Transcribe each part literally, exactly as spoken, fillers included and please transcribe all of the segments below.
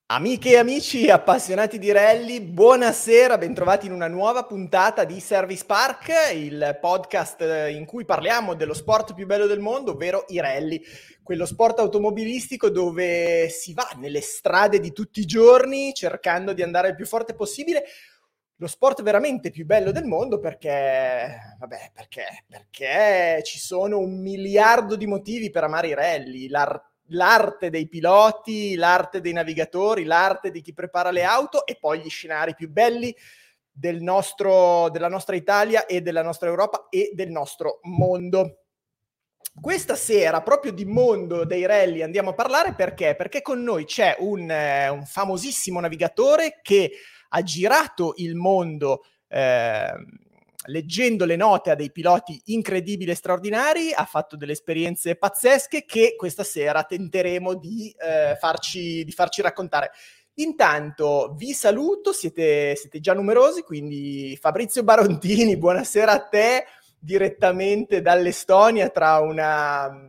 Amiche e amici appassionati di rally, buonasera, bentrovati in una nuova puntata di Service Park, il podcast in cui parliamo dello sport più bello del mondo, ovvero i rally, quello sport automobilistico dove si va nelle strade di tutti i giorni cercando di andare il più forte possibile. Lo sport veramente più bello del mondo perché, vabbè, perché, perché ci sono un miliardo di motivi per amare i rally, l'arte l'arte dei piloti, l'arte dei navigatori, l'arte di chi prepara le auto e poi gli scenari più belli del nostro, della nostra Italia e della nostra Europa e del nostro mondo. Questa sera proprio di mondo dei rally andiamo a parlare perché? Perché con noi c'è un, eh, un famosissimo navigatore che ha girato il mondo eh, leggendo le note a dei piloti incredibili e straordinari, ha fatto delle esperienze pazzesche che questa sera tenteremo di, eh, farci, di farci raccontare. Intanto vi saluto, siete, siete già numerosi, quindi Fabrizio Barontini, buonasera a te, direttamente dall'Estonia tra una...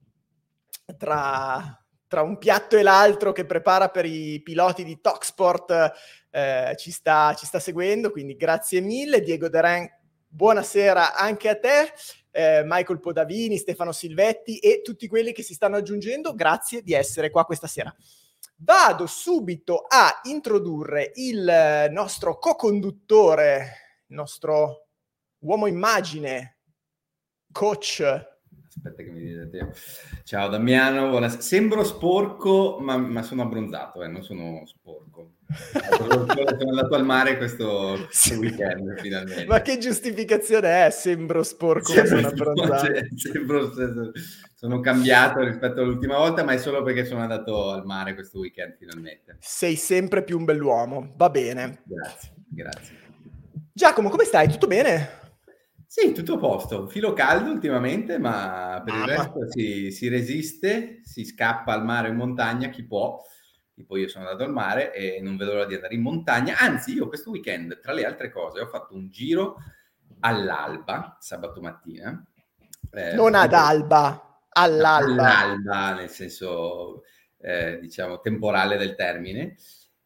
tra... tra un piatto e l'altro che prepara per i piloti di Talksport, eh, ci, sta, ci sta seguendo, quindi grazie mille. Diego Deren, buonasera anche a te, eh, Michael Podavini, Stefano Silvetti e tutti quelli che si stanno aggiungendo, grazie di essere qua questa sera. Vado subito a introdurre il nostro co-conduttore, il nostro uomo immagine, coach. Aspetta che mi dite. Ciao Damiano, buonasera. Sembro sporco, ma, ma sono abbronzato, eh, non sono sporco. Sono andato al mare questo, questo weekend finalmente. Ma che giustificazione è? Sembro sporco, ma sono abbronzato. Cioè, sembro, sono cambiato rispetto all'ultima volta, ma è solo perché sono andato al mare questo weekend finalmente. Sei sempre più un bell'uomo, va bene. Grazie, grazie. Giacomo, come stai? Tutto bene? Sì, tutto a posto, filo caldo ultimamente, ma per il resto si, si resiste, si scappa al mare o in montagna, chi può. Tipo io sono andato al mare e non vedo l'ora di andare in montagna, anzi io questo weekend, tra le altre cose, ho fatto un giro all'alba, sabato mattina. Eh, non ad alba, all'alba. All'alba, nel senso, eh, diciamo, temporale del termine.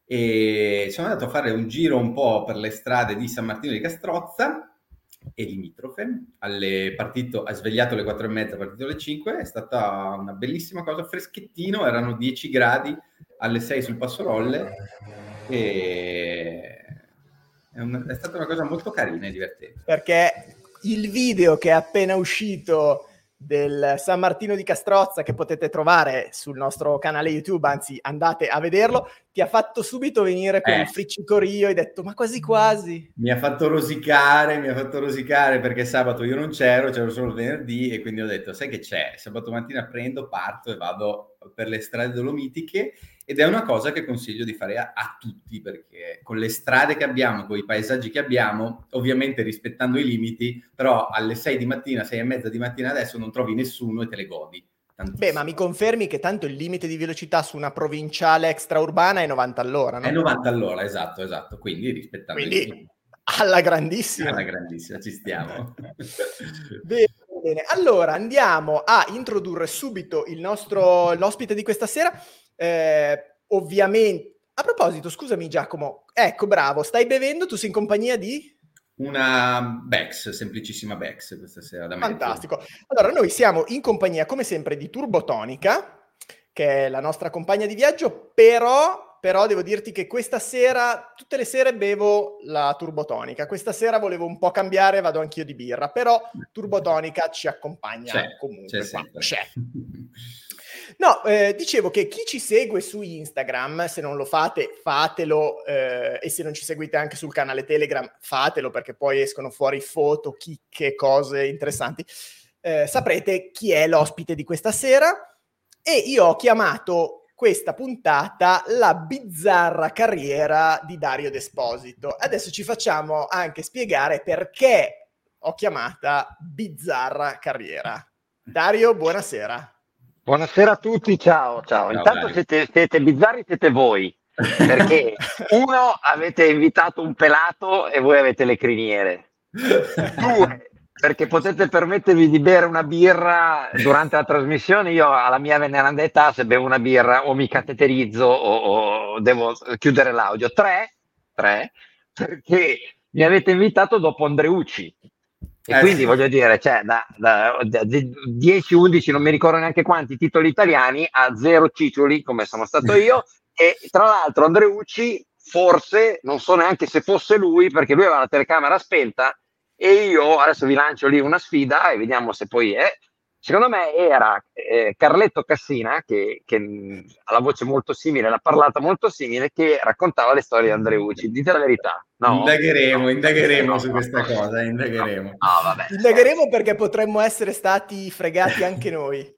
E sono andato a fare un giro un po' per le strade di San Martino di Castrozza e limitrofe, alle partito, ha svegliato alle quattro e mezza, partito alle cinque, è stata una bellissima cosa, freschettino, erano dieci gradi alle sei sul Passorolle e è, una, è stata una cosa molto carina e divertente. Perché il video che è appena uscito del San Martino di Castrozza, che potete trovare sul nostro canale YouTube, anzi andate a vederlo, ti ha fatto subito venire quel eh. friccicorio, hai detto ma quasi quasi. Mi ha fatto rosicare, mi ha fatto rosicare perché sabato io non c'ero, c'ero solo venerdì e quindi ho detto sai che c'è, sabato mattina prendo, parto e vado per le strade dolomitiche ed è una cosa che consiglio di fare a, a tutti perché con le strade che abbiamo, con i paesaggi che abbiamo, ovviamente rispettando i limiti, però alle sei di mattina, sei e mezza di mattina adesso non trovi nessuno e te le godi. Tantissimo. Beh, ma mi confermi che tanto il limite di velocità su una provinciale extraurbana è novanta all'ora, no? È novanta all'ora, esatto, esatto, quindi rispettando quindi, i limiti. Alla grandissima. Alla grandissima, ci stiamo. Bene, bene. Allora, andiamo a introdurre subito il nostro l'ospite di questa sera. Eh, ovviamente, a proposito, scusami Giacomo, ecco, bravo, stai bevendo? Tu sei in compagnia di? Una Bex, semplicissima Bex questa sera da me. Fantastico. Allora, noi siamo in compagnia, come sempre, di Turbotonica, che è la nostra compagna di viaggio, però... Però devo dirti che questa sera, tutte le sere bevo la Turbotonica. Questa sera volevo un po' cambiare, vado anch'io di birra, però Turbotonica ci accompagna c'è, comunque. C'è, qua. c'è. No, eh, dicevo che chi ci segue su Instagram, se non lo fate, fatelo, eh, e se non ci seguite anche sul canale Telegram, fatelo, perché poi escono fuori foto, chicche, cose interessanti. Eh, saprete chi è l'ospite di questa sera e io ho chiamato questa puntata la bizzarra carriera di Dario D'Esposito. Adesso ci facciamo anche spiegare perché ho chiamata bizzarra carriera. Dario, buonasera. Buonasera a tutti, ciao, ciao. ciao Intanto siete, siete bizzarri, siete voi, perché uno, avete invitato un pelato e voi avete le criniere. Due, perché potete permettervi di bere una birra durante la trasmissione. Io alla mia veneranda età, se bevo una birra o mi cateterizzo o, o devo chiudere l'audio. Tre, tre, perché mi avete invitato dopo Andreucci. E eh, quindi sì. voglio dire, cioè, da, da, da dieci undici, non mi ricordo neanche quanti titoli italiani, a zero ciccioli, come sono stato io. E tra l'altro Andreucci, forse, non so neanche se fosse lui, perché lui aveva la telecamera spenta, e io adesso vi lancio lì una sfida e vediamo se poi è. Secondo me era eh, Carletto Cassina, che, che ha la voce molto simile, la parlata molto simile, che raccontava le storie di Andreucci. Dite la verità, no? Indagheremo, No. indagheremo No, su no, questa no. cosa, indagheremo. No, no, vabbè. Indagheremo perché potremmo essere stati fregati anche noi.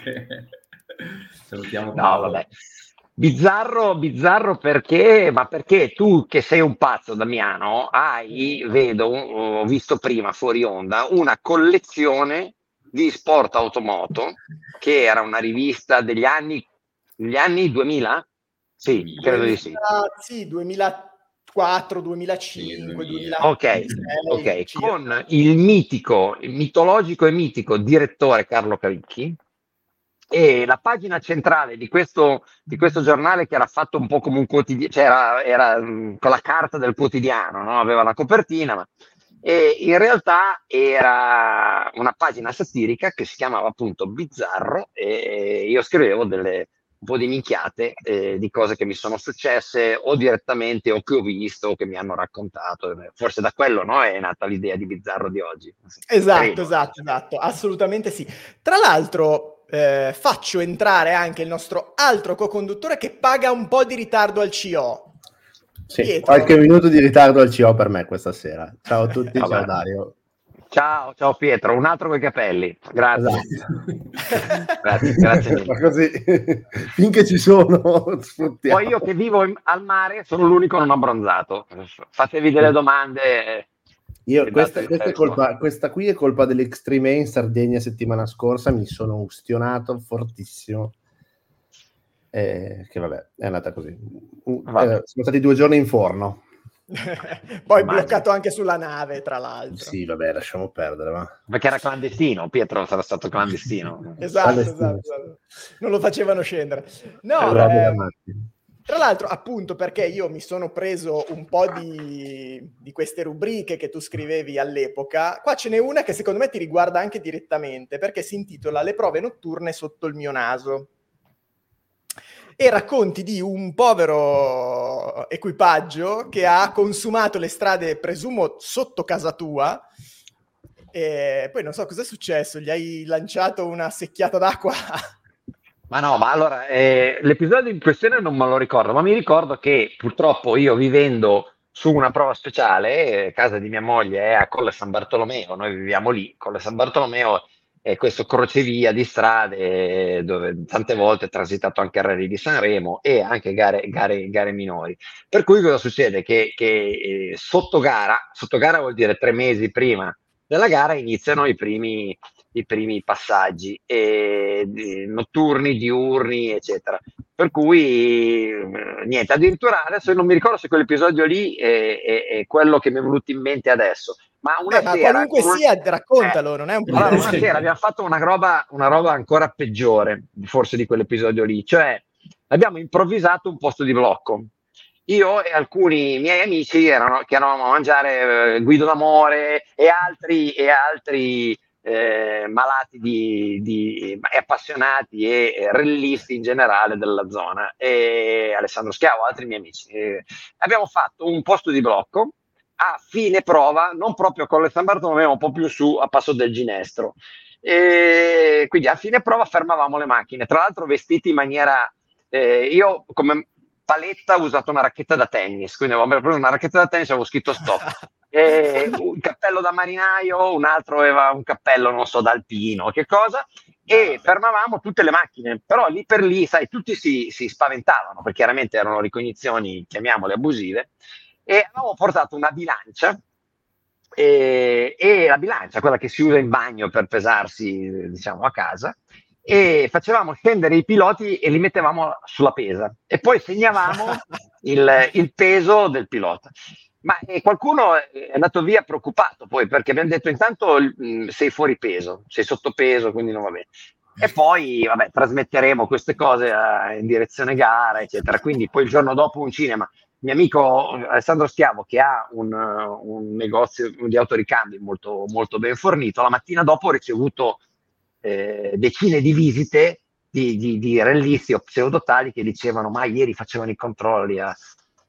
Salutiamo No, Paolo. vabbè. Bizzarro, bizzarro perché? Ma perché tu che sei un pazzo, Damiano, hai, vedo, ho visto prima fuori onda, una collezione di Sport Automoto, che era una rivista degli anni, degli anni duemila? Sì, credo di sì. Sì, duemilaquattro, duemilacinque, Sì, duemilasei. Ok, ok, circa. con il mitico, il mitologico e mitico direttore Carlo Cavicchi. E la pagina centrale di questo, di questo giornale, che era fatto un po' come un quotidiano, cioè era, era mh, con la carta del quotidiano, no? Aveva la copertina, ma e in realtà era una pagina satirica che si chiamava appunto Bizzarro, e io scrivevo delle un po' di minchiate eh, di cose che mi sono successe o direttamente o che ho visto o che mi hanno raccontato. Forse da quello, no, è nata l'idea di Bizzarro di oggi. Esatto, Credo. esatto, esatto, assolutamente sì. Tra l'altro eh, faccio entrare anche il nostro altro co-conduttore che paga un po' di ritardo al C O. Sì, Pietro. qualche minuto di ritardo al C O per me questa sera. Ciao a tutti, Vabbè. ciao Dario. Ciao, ciao Pietro, un altro con i capelli. Grazie. Esatto. grazie, grazie mille. Ma così, finché ci sono, sfruttiamo. Poi io che vivo in, al mare sono l'unico non abbronzato. Fatevi delle domande. Io, questa, questa, è colpa, questa qui è colpa dell'Extreme in Sardegna settimana scorsa, mi sono ustionato fortissimo. Eh, che vabbè, è andata così. Vabbè. Eh, sono stati due giorni in forno. Poi Immagino. bloccato anche sulla nave, tra l'altro. Sì, vabbè, lasciamo perdere. Ma... Perché era clandestino, Pietro sarà stato clandestino. esatto, esatto, esatto. Non lo facevano scendere. No, Esatto, eh, davanti. tra l'altro, appunto, perché io mi sono preso un po' di, di queste rubriche che tu scrivevi all'epoca, qua ce n'è una che secondo me ti riguarda anche direttamente, perché si intitola Le prove notturne sotto il mio naso. E racconti di un povero equipaggio che ha consumato le strade, presumo, sotto casa tua, e poi non so cosa è successo, gli hai lanciato una secchiata d'acqua. Ma no, ma allora, eh, l'episodio in questione non me lo ricordo, ma mi ricordo che purtroppo io vivendo su una prova speciale, eh, casa di mia moglie è a Colle San Bartolomeo, noi viviamo lì, Colle San Bartolomeo è questo crocevia di strade dove tante volte è transitato anche il Rally di Sanremo e anche gare, gare, gare minori. Per cui cosa succede? Che, che eh, sotto gara, sotto gara vuol dire tre mesi prima della gara iniziano i primi, i primi passaggi eh, notturni, diurni, eccetera. Per cui eh, niente, addirittura adesso non mi ricordo se quell'episodio lì è, è, è quello che mi è venuto in mente adesso. Ma una eh, ma sera, qualunque una... sia, raccontalo, eh, non è un problema. Allora, una sera abbiamo fatto una roba, una roba ancora peggiore, forse di quell'episodio lì, cioè abbiamo improvvisato un posto di blocco. Io e alcuni miei amici erano, che eravamo a mangiare eh, Guido d'Amore e altri, e altri eh, malati di, di appassionati e, e rallisti in generale della zona, e Alessandro Schiavo, altri miei amici. E abbiamo fatto un posto di blocco a fine prova, non proprio con le San Bartolomeo, un po' più su a Passo del Ginestro. E quindi a fine prova fermavamo le macchine, tra l'altro vestiti in maniera eh, io come paletta ho usato una racchetta da tennis, quindi avevo preso una racchetta da tennis e avevo scritto stop. E un cappello da marinaio, un altro aveva un cappello, non so, da alpino, che cosa, e fermavamo tutte le macchine, però lì per lì, sai, tutti si, si spaventavano, perché chiaramente erano ricognizioni, chiamiamole abusive, e avevamo portato una bilancia, e, e la bilancia, quella che si usa in bagno per pesarsi, diciamo, a casa, e facevamo scendere i piloti e li mettevamo sulla pesa e poi segnavamo il, il peso del pilota. Ma eh, qualcuno è andato via preoccupato poi, perché abbiamo detto intanto mh, sei fuori peso, sei sottopeso, quindi non va bene. E poi, vabbè, trasmetteremo queste cose eh, in direzione gara, eccetera. Quindi poi il giorno dopo un cinema. Mio amico Alessandro Schiavo, che ha un, uh, un negozio di autoricambi molto, molto ben fornito, la mattina dopo ho ricevuto eh, decine di visite di, di, di rallisti o pseudotali che dicevano ma ieri facevano i controlli a...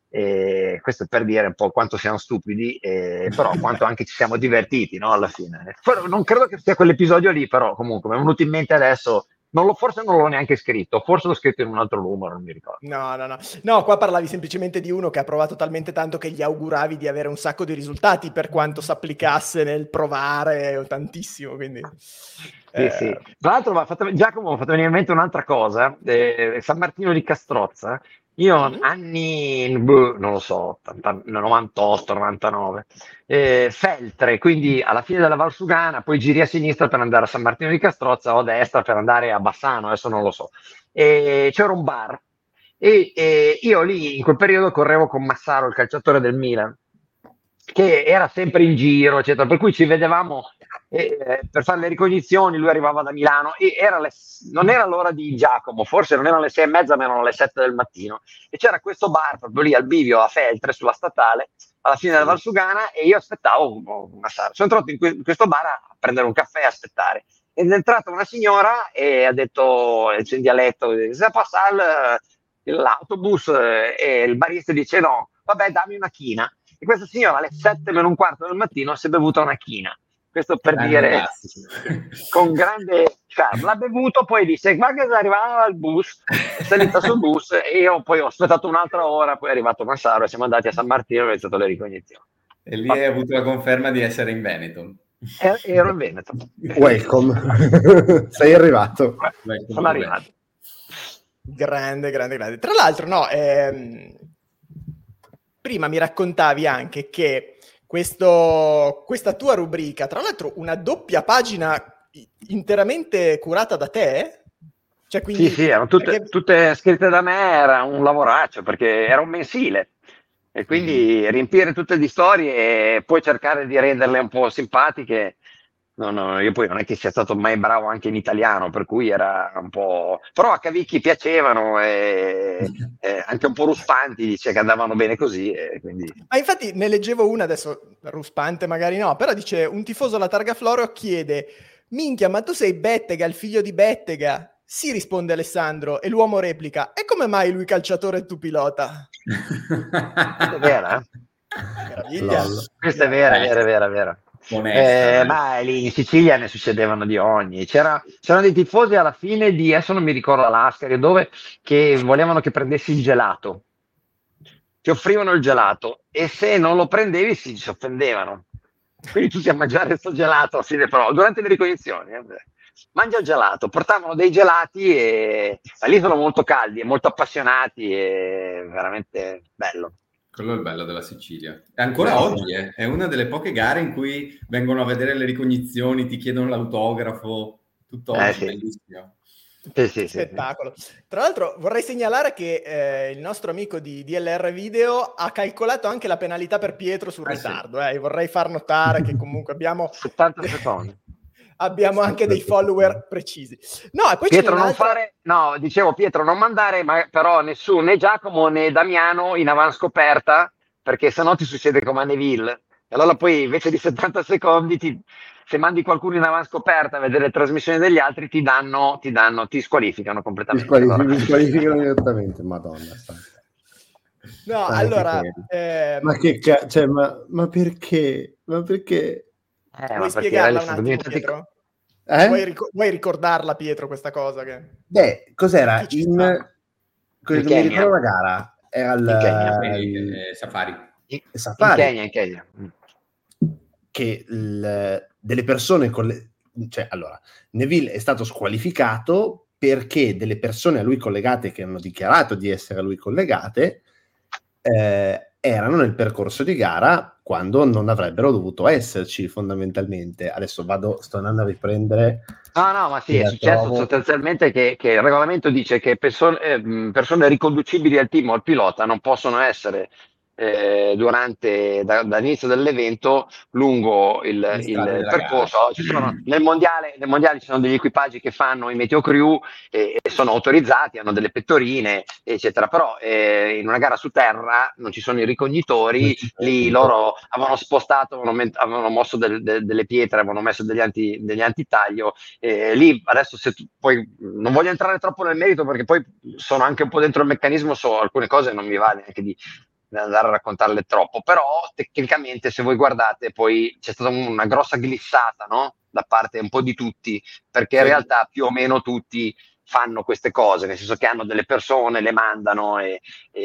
E questo per dire un po' quanto siamo stupidi, eh, però quanto anche ci siamo divertiti, no, alla fine. Però non credo che sia quell'episodio lì, però comunque mi è venuto in mente adesso, non lo, forse non l'ho neanche scritto, forse l'ho scritto in un altro numero, non mi ricordo. No, no, no. No, qua parlavi semplicemente di uno che ha provato talmente tanto che gli auguravi di avere un sacco di risultati per quanto s'applicasse nel provare tantissimo, quindi... Sì, eh... sì. Tra l'altro, mi ha fatto, Giacomo mi ha fatto venire in mente un'altra cosa, eh, San Martino di Castrozza. Io Mm. anni, boh, non lo so, ottanta novantotto, novantanove, eh, Feltre, quindi alla fine della Valsugana, poi giri a sinistra per andare a San Martino di Castrozza o a destra per andare a Bassano, adesso non lo so. E c'era un bar e, e io lì in quel periodo correvo con Massaro, il calciatore del Milan, che era sempre in giro, eccetera, per cui ci vedevamo eh, per fare le ricognizioni, lui arrivava da Milano e era le, non era l'ora di Giacomo, forse non erano le sei e mezza ma erano le sette del mattino e c'era questo bar proprio lì al bivio a Feltre sulla statale alla fine della Valsugana e io aspettavo una sala. Sono entrato in, que- in questo bar a prendere un caffè e aspettare ed è entrata una signora e ha detto in dialetto se passa l'autobus e il barista dice no, vabbè dammi una china. E questa signora alle sette meno un quarto del mattino si è bevuta una china. Questo per grande dire classico. Con grande charme. L'ha bevuto, poi disse ma che arrivava al bus, è salita sul bus e io poi ho aspettato un'altra ora, poi è arrivato Massaro e siamo andati a San Martino e ho iniziato le ricognizioni. E lì hai avuto la conferma di essere in Veneto. E, ero in Veneto. Welcome. Sei arrivato. Welcome. Sono arrivato. Grande, grande, grande. Tra l'altro, no, ehm... prima mi raccontavi anche che questo, questa tua rubrica, tra l'altro una doppia pagina interamente curata da te? Cioè, quindi, sì, sì, erano tutte, perché... tutte scritte da me, era un lavoraccio, perché era un mensile. E quindi mm-hmm. riempire tutte di storie e poi cercare di renderle un po' simpatiche. No, no, io poi non è che sia stato mai bravo anche in italiano, per cui era un po'... Però a Cavicchi piacevano e, e anche un po' ruspanti, dice che andavano bene così. E quindi... Ma infatti ne leggevo una, adesso ruspante magari no, però dice un tifoso alla Targa Florio chiede minchia ma tu sei Bettega, il figlio di Bettega? Sì, risponde Alessandro e l'uomo replica e come mai lui calciatore e tu pilota? Questa è vera, eh? Meraviglia. Questa è vera, è vera, è vera, è vera. Eh, ma lì in Sicilia ne succedevano di ogni. C'era, c'erano dei tifosi alla fine di adesso non mi ricordo all'Ascari dove che volevano che prendessi il gelato, ti offrivano il gelato e se non lo prendevi si, si offendevano, quindi tutti a mangiare questo gelato a fine prova durante le ricognizioni eh. Mangia il gelato, portavano dei gelati e lì sono molto caldi e molto appassionati e veramente bello. Quello è il bello della Sicilia. E ancora eh, oggi eh, è una delle poche gare in cui vengono a vedere le ricognizioni, ti chiedono l'autografo, tutto oggi, eh, sì. bellissimo. Sì, sì, spettacolo. Sì, sì. Tra l'altro vorrei segnalare che eh, il nostro amico di D L R Video ha calcolato anche la penalità per Pietro sul eh, ritardo. Sì. Eh. Vorrei far notare che comunque abbiamo... settanta secondi. Abbiamo anche dei follower precisi. No, e poi Pietro non un'altra... fare, no, dicevo Pietro non mandare ma, però nessuno, né Giacomo né Damiano in avanscoperta, perché sennò ti succede come a Neville. E allora poi invece di settanta secondi, ti, se mandi qualcuno in avanscoperta a vedere le trasmissioni degli altri, ti danno, ti danno, ti squalificano completamente. Ti squalificano, allora. squalificano direttamente, madonna. No, ah, allora... Eh... Ma che ca- cioè, ma, ma perché? Ma perché... Eh, Vuoi spiegarla un attimo, Pietro? Eh? Vuoi, ric- vuoi ricordarla, Pietro, questa cosa? Che... Beh, cos'era? In... Non mi ricordo la gara. Era il... In Kenya, il... Eh, Safari. In... Safari. In Kenya, in Kenya. Che il... delle persone... Con le... Cioè, allora, Neville è stato squalificato perché delle persone a lui collegate, che hanno dichiarato di essere a lui collegate, eh, erano nel percorso di gara quando non avrebbero dovuto esserci fondamentalmente. Adesso vado, sto andando a riprendere. No, no, ma sì, è successo trovo... sostanzialmente che, che il regolamento dice che persone, eh, persone riconducibili al team o al pilota non possono essere eh, durante da, dall'inizio dell'evento lungo il, il percorso. Ci sono, nel, mondiale, nel mondiale ci sono degli equipaggi che fanno i meteo crew e, e sono autorizzati, hanno delle pettorine, eccetera, però eh, in una gara su terra non ci sono i ricognitori, lì loro avevano spostato, avevano, avevano mosso del, del, delle pietre, avevano messo degli, anti, degli antitaglio, eh, lì adesso se tu, poi non voglio entrare troppo nel merito perché poi sono anche un po' dentro il meccanismo, so alcune cose non mi va neanche di andare a raccontarle troppo, però tecnicamente se voi guardate poi c'è stata una grossa glissata, no? Da parte un po' di tutti, perché in realtà più o meno tutti fanno queste cose, nel senso che hanno delle persone, le mandano e,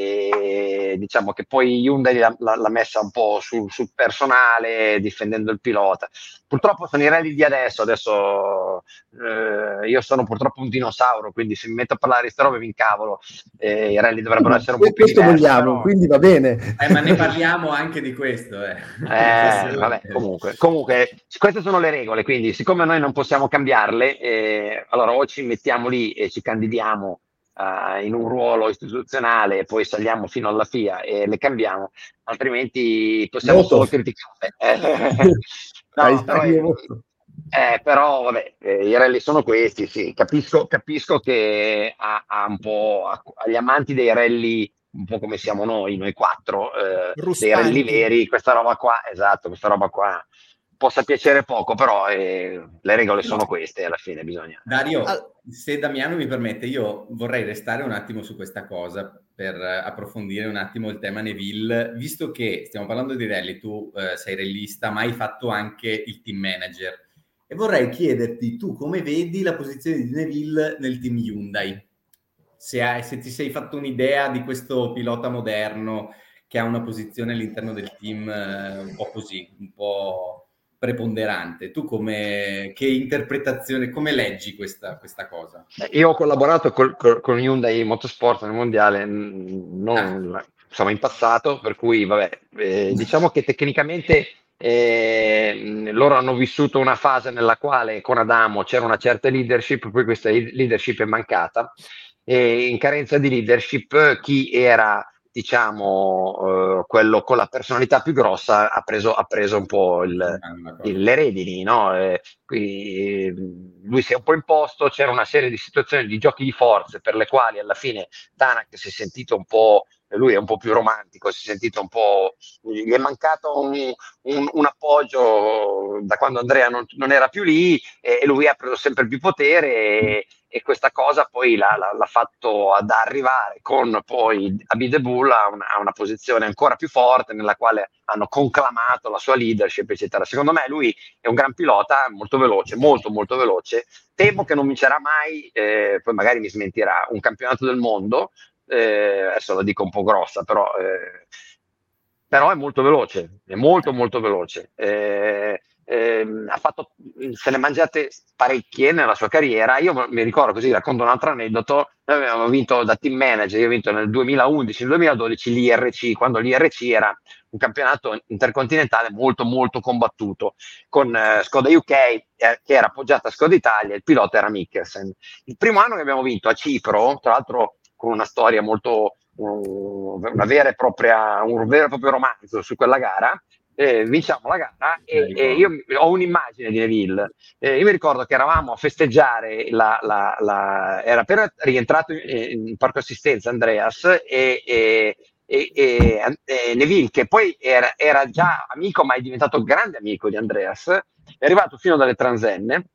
e diciamo che poi Hyundai l'ha, l'ha messa un po' sul, sul personale difendendo il pilota. Purtroppo sono i rally di adesso, adesso eh, io sono purtroppo un dinosauro, quindi se mi metto a parlare di queste robe mi incavolo, eh, i rally dovrebbero essere un po' più questo diversi. Vogliamo, però... quindi va bene. Eh, ma ne parliamo anche di questo. Eh. Eh, vabbè, comunque, comunque, queste sono le regole, quindi siccome noi non possiamo cambiarle, eh, allora o ci mettiamo lì e ci candidiamo uh, in un ruolo istituzionale e poi saliamo fino alla F I A e le cambiamo, altrimenti possiamo Molto. solo criticare. Eh, no, però, eh, però vabbè, eh, i rally sono questi, sì, capisco, capisco che ha, ha un po' a, agli amanti dei rally un po' come siamo noi, noi quattro, eh, dei rally veri, questa roba qua, esatto, questa roba qua possa piacere poco, però eh, le regole sono queste, alla fine bisogna... Dario, se Damiano mi permette, io vorrei restare un attimo su questa cosa per approfondire un attimo il tema Neville, visto che stiamo parlando di rally, tu eh, sei rallista, ma hai fatto anche il team manager, e vorrei chiederti tu come vedi la posizione di Neville nel team Hyundai. Se, hai, se ti sei fatto un'idea di questo pilota moderno che ha una posizione all'interno del team eh, un po' così, un po' preponderante, tu come, che interpretazione, come leggi questa, questa cosa? Io ho collaborato col, col, con Hyundai Motorsport nel mondiale, non, ah. insomma in passato, per cui vabbè, eh, diciamo che tecnicamente eh, loro hanno vissuto una fase nella quale con Adamo c'era una certa leadership, poi questa leadership è mancata. E in carenza di leadership chi era diciamo eh, quello con la personalità più grossa ha preso, ha preso un po' il, il, le redini, no? Eh, qui, lui si è un po' imposto, c'era una serie di situazioni di giochi di forze per le quali alla fine Tanak si è sentito un po', lui è un po' più romantico, si è sentito un po', gli è mancato un, un, un appoggio da quando Andrea non, non era più lì e, e lui ha preso sempre più potere e, e questa cosa poi l'ha, l'ha, l'ha fatto ad arrivare con poi Abiteboul a una, a una posizione ancora più forte nella quale hanno conclamato la sua leadership, eccetera. Secondo me lui è un gran pilota, molto veloce, molto molto veloce. Temo che non vincerà mai, eh, poi magari mi smentirà, un campionato del mondo, eh, adesso la dico un po' grossa, però, eh, però è molto veloce, è molto molto veloce. Eh, Eh, ha fatto, se ne mangiate parecchie nella sua carriera. Io mi ricordo, così racconto un altro aneddoto, noi avevamo vinto da team manager, io ho vinto nel duemilaundici, nel duemiladodici l'I R C, quando l'I R C era un campionato intercontinentale molto molto combattuto con eh, Skoda U K eh, che era appoggiata a Skoda Italia, il pilota era Mikkelsen. Il primo anno che abbiamo vinto a Cipro, tra l'altro con una storia molto uh, una vera e propria un vero e proprio romanzo su quella gara. Eh, vinciamo la gara e, e io ho un'immagine di Neville. Eh, io mi ricordo che eravamo a festeggiare la, la, la, era appena rientrato in, in parco assistenza Andreas e, e, e, e, e Neville, che poi era, era già amico ma è diventato grande amico di Andreas, è arrivato fino dalle transenne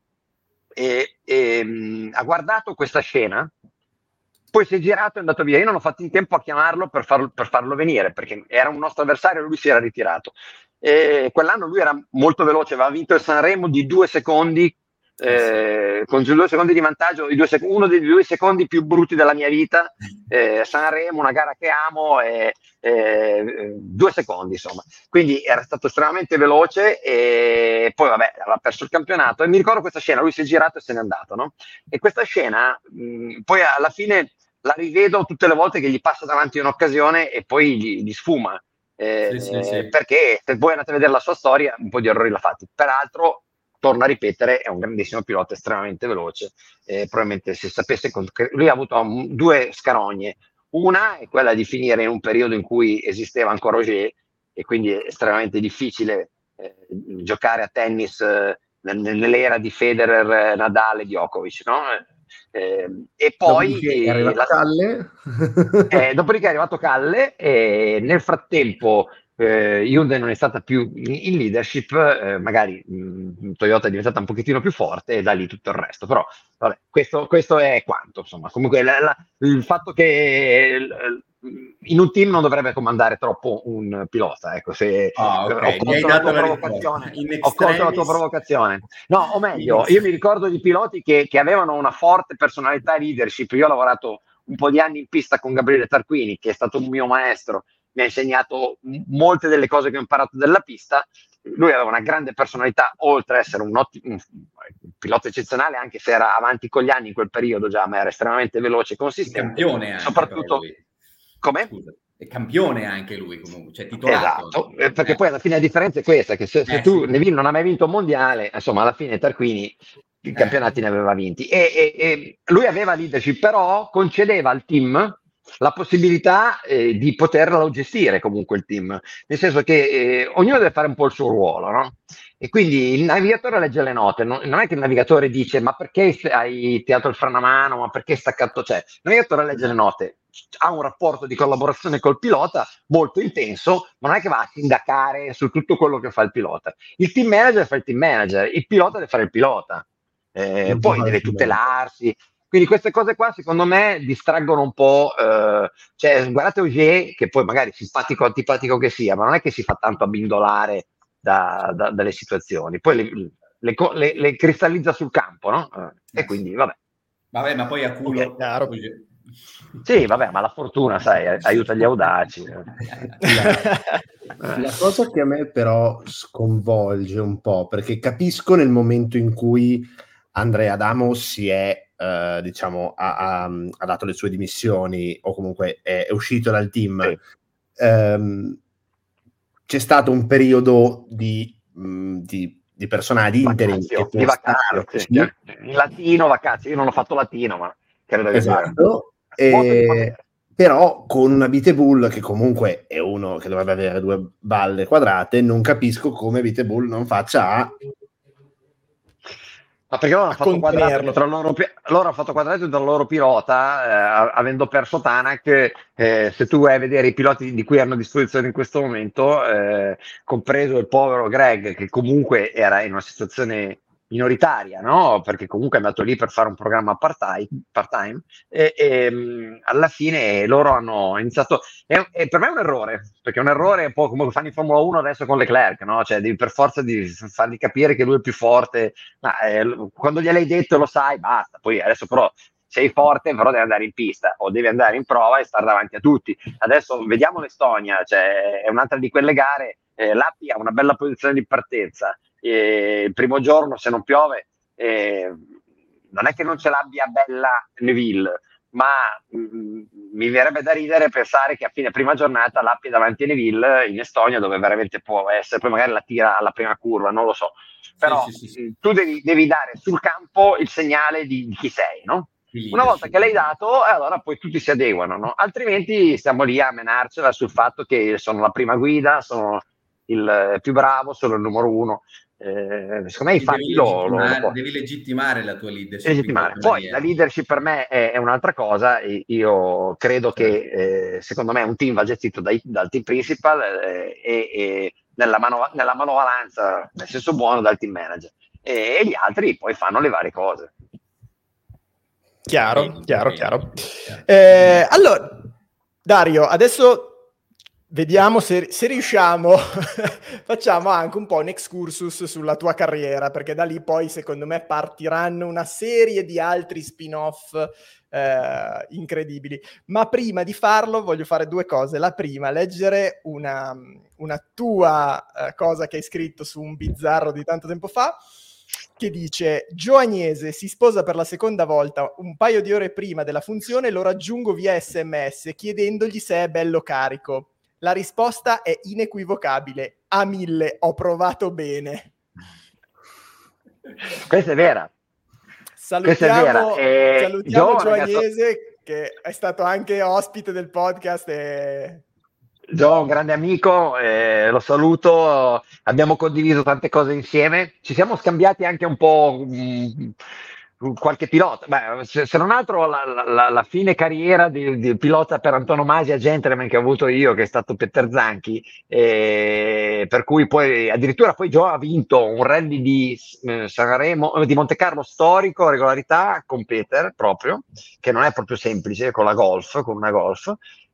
e, e mh, ha guardato questa scena, poi si è girato e è andato via. Io non ho fatto in tempo a chiamarlo per farlo, per farlo venire perché era un nostro avversario e lui si era ritirato. E quell'anno lui era molto veloce, aveva vinto il Sanremo di due secondi, eh, con due secondi di vantaggio, i due sec- uno dei due secondi più brutti della mia vita. eh, Sanremo, una gara che amo, e, eh, due secondi insomma, quindi era stato estremamente veloce e poi vabbè aveva perso il campionato. E mi ricordo questa scena, lui si è girato e se n'è andato, no? E questa scena mh, poi alla fine la rivedo tutte le volte che gli passa davanti un'occasione e poi gli, gli sfuma. Eh, sì, sì, sì. Perché se voi andate a vedere la sua storia un po' di errori l'ha fatti, peraltro torno a ripetere è un grandissimo pilota, estremamente veloce, eh, probabilmente se sapesse che lui ha avuto um, due scarogne, Una è quella di finire in un periodo in cui esisteva ancora Ogier e quindi è estremamente difficile eh, giocare a tennis eh, nell'era di Federer, Nadal e Djokovic, no? Eh, e poi dopodiché è arrivato la, Calle eh, dopodiché è arrivato Calle e nel frattempo eh, Hyundai non è stata più in, in leadership, eh, magari mh, Toyota è diventata un pochettino più forte e da lì tutto il resto, però vabbè, questo, questo è quanto, insomma. Comunque la, la, il fatto che eh, in un team non dovrebbe comandare troppo un pilota, ecco, se oh, okay. ho colto la tua provocazione, ho colto la tua provocazione. No, o meglio, io mi ricordo di piloti che, che avevano una forte personalità e leadership. Io ho lavorato un po' di anni in pista con Gabriele Tarquini, che è stato un mio maestro, mi ha insegnato m- molte delle cose che ho imparato dalla pista. Lui aveva una grande personalità, oltre ad essere un, ottimo, un pilota eccezionale, anche se era avanti con gli anni in quel periodo già, ma era estremamente veloce e consistente. Campione anche, soprattutto lui. Come? Scusa, è campione anche lui comunque, cioè titolato. Esatto, perché eh. poi alla fine la differenza è questa, che se, se eh, tu sì. Neville non hai mai vinto un mondiale, insomma alla fine Tarquini i campionati eh. ne aveva vinti e, e, e lui aveva leadership, però concedeva al team la possibilità eh, di poterlo gestire comunque il team, nel senso che eh, ognuno deve fare un po' il suo ruolo, no? E quindi il navigatore legge le note, non, non è che il navigatore dice ma perché hai tirato il freno a mano, ma perché staccato, cioè il navigatore legge le note, ha un rapporto di collaborazione col pilota molto intenso, ma non è che va a sindacare su tutto quello che fa il pilota. Il team manager fa il team manager, il pilota deve fare il pilota, eh, poi deve tutelarsi. Quindi queste cose qua secondo me distraggono un po', eh, cioè guardate Ogier, che poi magari simpatico o antipatico che sia, ma non è che si fa tanto abbindolare da, da, dalle situazioni, poi le, le, le, le cristallizza sul campo, no? Eh, e quindi vabbè. Vabbè, ma poi a culo... Okay, chiaro. Sì, vabbè, ma la fortuna, sai, aiuta gli audaci. La, la cosa che a me però sconvolge un po', perché capisco nel momento in cui Andrea Adamo si è Uh, diciamo ha, ha, ha dato le sue dimissioni o comunque è, è uscito dal team, sì. um, c'è stato un periodo di, mh, di, di personale di interim che di vacazio, sì. Sì. Latino vacazio, io non ho fatto latino ma credo che esatto e, però con una Beatable che comunque è uno che dovrebbe avere due balle quadrate, non capisco come Beatable non faccia a Ma perché loro hanno fatto quadrato tra loro, loro hanno fatto quadrato dal loro pilota, eh, avendo perso Tanak. Eh, se tu vai a vedere i piloti di cui hanno a disposizione in questo momento, eh, compreso il povero Greg, che comunque era in una situazione minoritaria, no? Perché comunque è andato lì per fare un programma part-time, part-time e, e alla fine loro hanno iniziato, e, e per me è un errore, perché è un errore un po' come fanno in Formula uno adesso con Leclerc, no? Cioè devi per forza di fargli capire che lui è più forte, ma eh, quando gliel'hai detto lo sai, basta, poi adesso però sei forte, però devi andare in pista o devi andare in prova e stare davanti a tutti. Adesso vediamo l'Estonia, cioè è un'altra di quelle gare, eh, l'Appi ha una bella posizione di partenza. Eh, il primo giorno se non piove eh, non è che non ce l'abbia bella Neville, ma mh, mi verrebbe da ridere pensare che a fine prima giornata l'appia davanti a Neville in Estonia, dove veramente può essere, poi magari la tira alla prima curva, non lo so, però sì, sì, sì. tu devi, devi dare sul campo il segnale di, di chi sei, no? Una volta che l'hai dato, allora poi tutti si adeguano, no? Altrimenti stiamo lì a menarcela sul fatto che sono la prima guida, sono il più bravo, sono il numero uno. Eh, secondo me i fatti lo, lo, lo devi legittimare la tua leadership. Legittimare. Poi maniera. La leadership per me è, è un'altra cosa. E io credo sì. che eh, secondo me un team va gestito dai, dal team principal eh, e, e nella, mano, nella manovalanza, nel senso buono, dal team manager, e, e gli altri poi fanno le varie cose. Chiaro, sì, chiaro, chiaro. Eh, allora, Dario, adesso vediamo se, se riusciamo, facciamo anche un po' un excursus sulla tua carriera, perché da lì poi secondo me partiranno una serie di altri spin-off eh, incredibili. Ma prima di farlo voglio fare due cose. La prima, leggere una, una tua eh, cosa che hai scritto su un bizzarro di tanto tempo fa, che dice: Gio Agnese si sposa per la seconda volta un paio di ore prima della funzione, lo raggiungo via sms chiedendogli se è bello carico. La risposta è inequivocabile: a mille, ho provato bene. Questa è vera. Salutiamo, Questa è vera. Eh, salutiamo Gio, Gio Agnese, che è stato anche ospite del podcast. E... Gio, un grande amico, eh, lo saluto, abbiamo condiviso tante cose insieme, ci siamo scambiati anche un po' mh, qualche pilota. Beh, se, se non altro la, la, la fine carriera di, di pilota per antonomasia gentleman che ho avuto io, che è stato Peter Zanchi, eh, per cui poi addirittura poi Gio ha vinto un rally di eh, Sanremo, di Monte Carlo storico a regolarità con Peter proprio, che non è proprio semplice, con la Golf, con una Golf.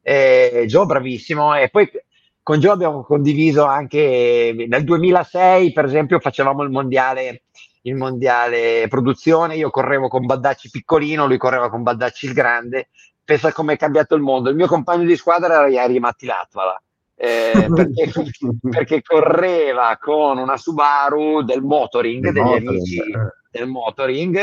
Eh, Gio bravissimo, e poi con Gio abbiamo condiviso anche nel duemilasei, per esempio, facevamo il mondiale il mondiale produzione, io correvo con Baldacci piccolino, lui correva con Baldacci il grande. Pensa come è cambiato il mondo. Il mio compagno di squadra era Jari Matti Latvala, eh, perché, perché correva con una Subaru del Motoring, degli motoring. amici del Motoring,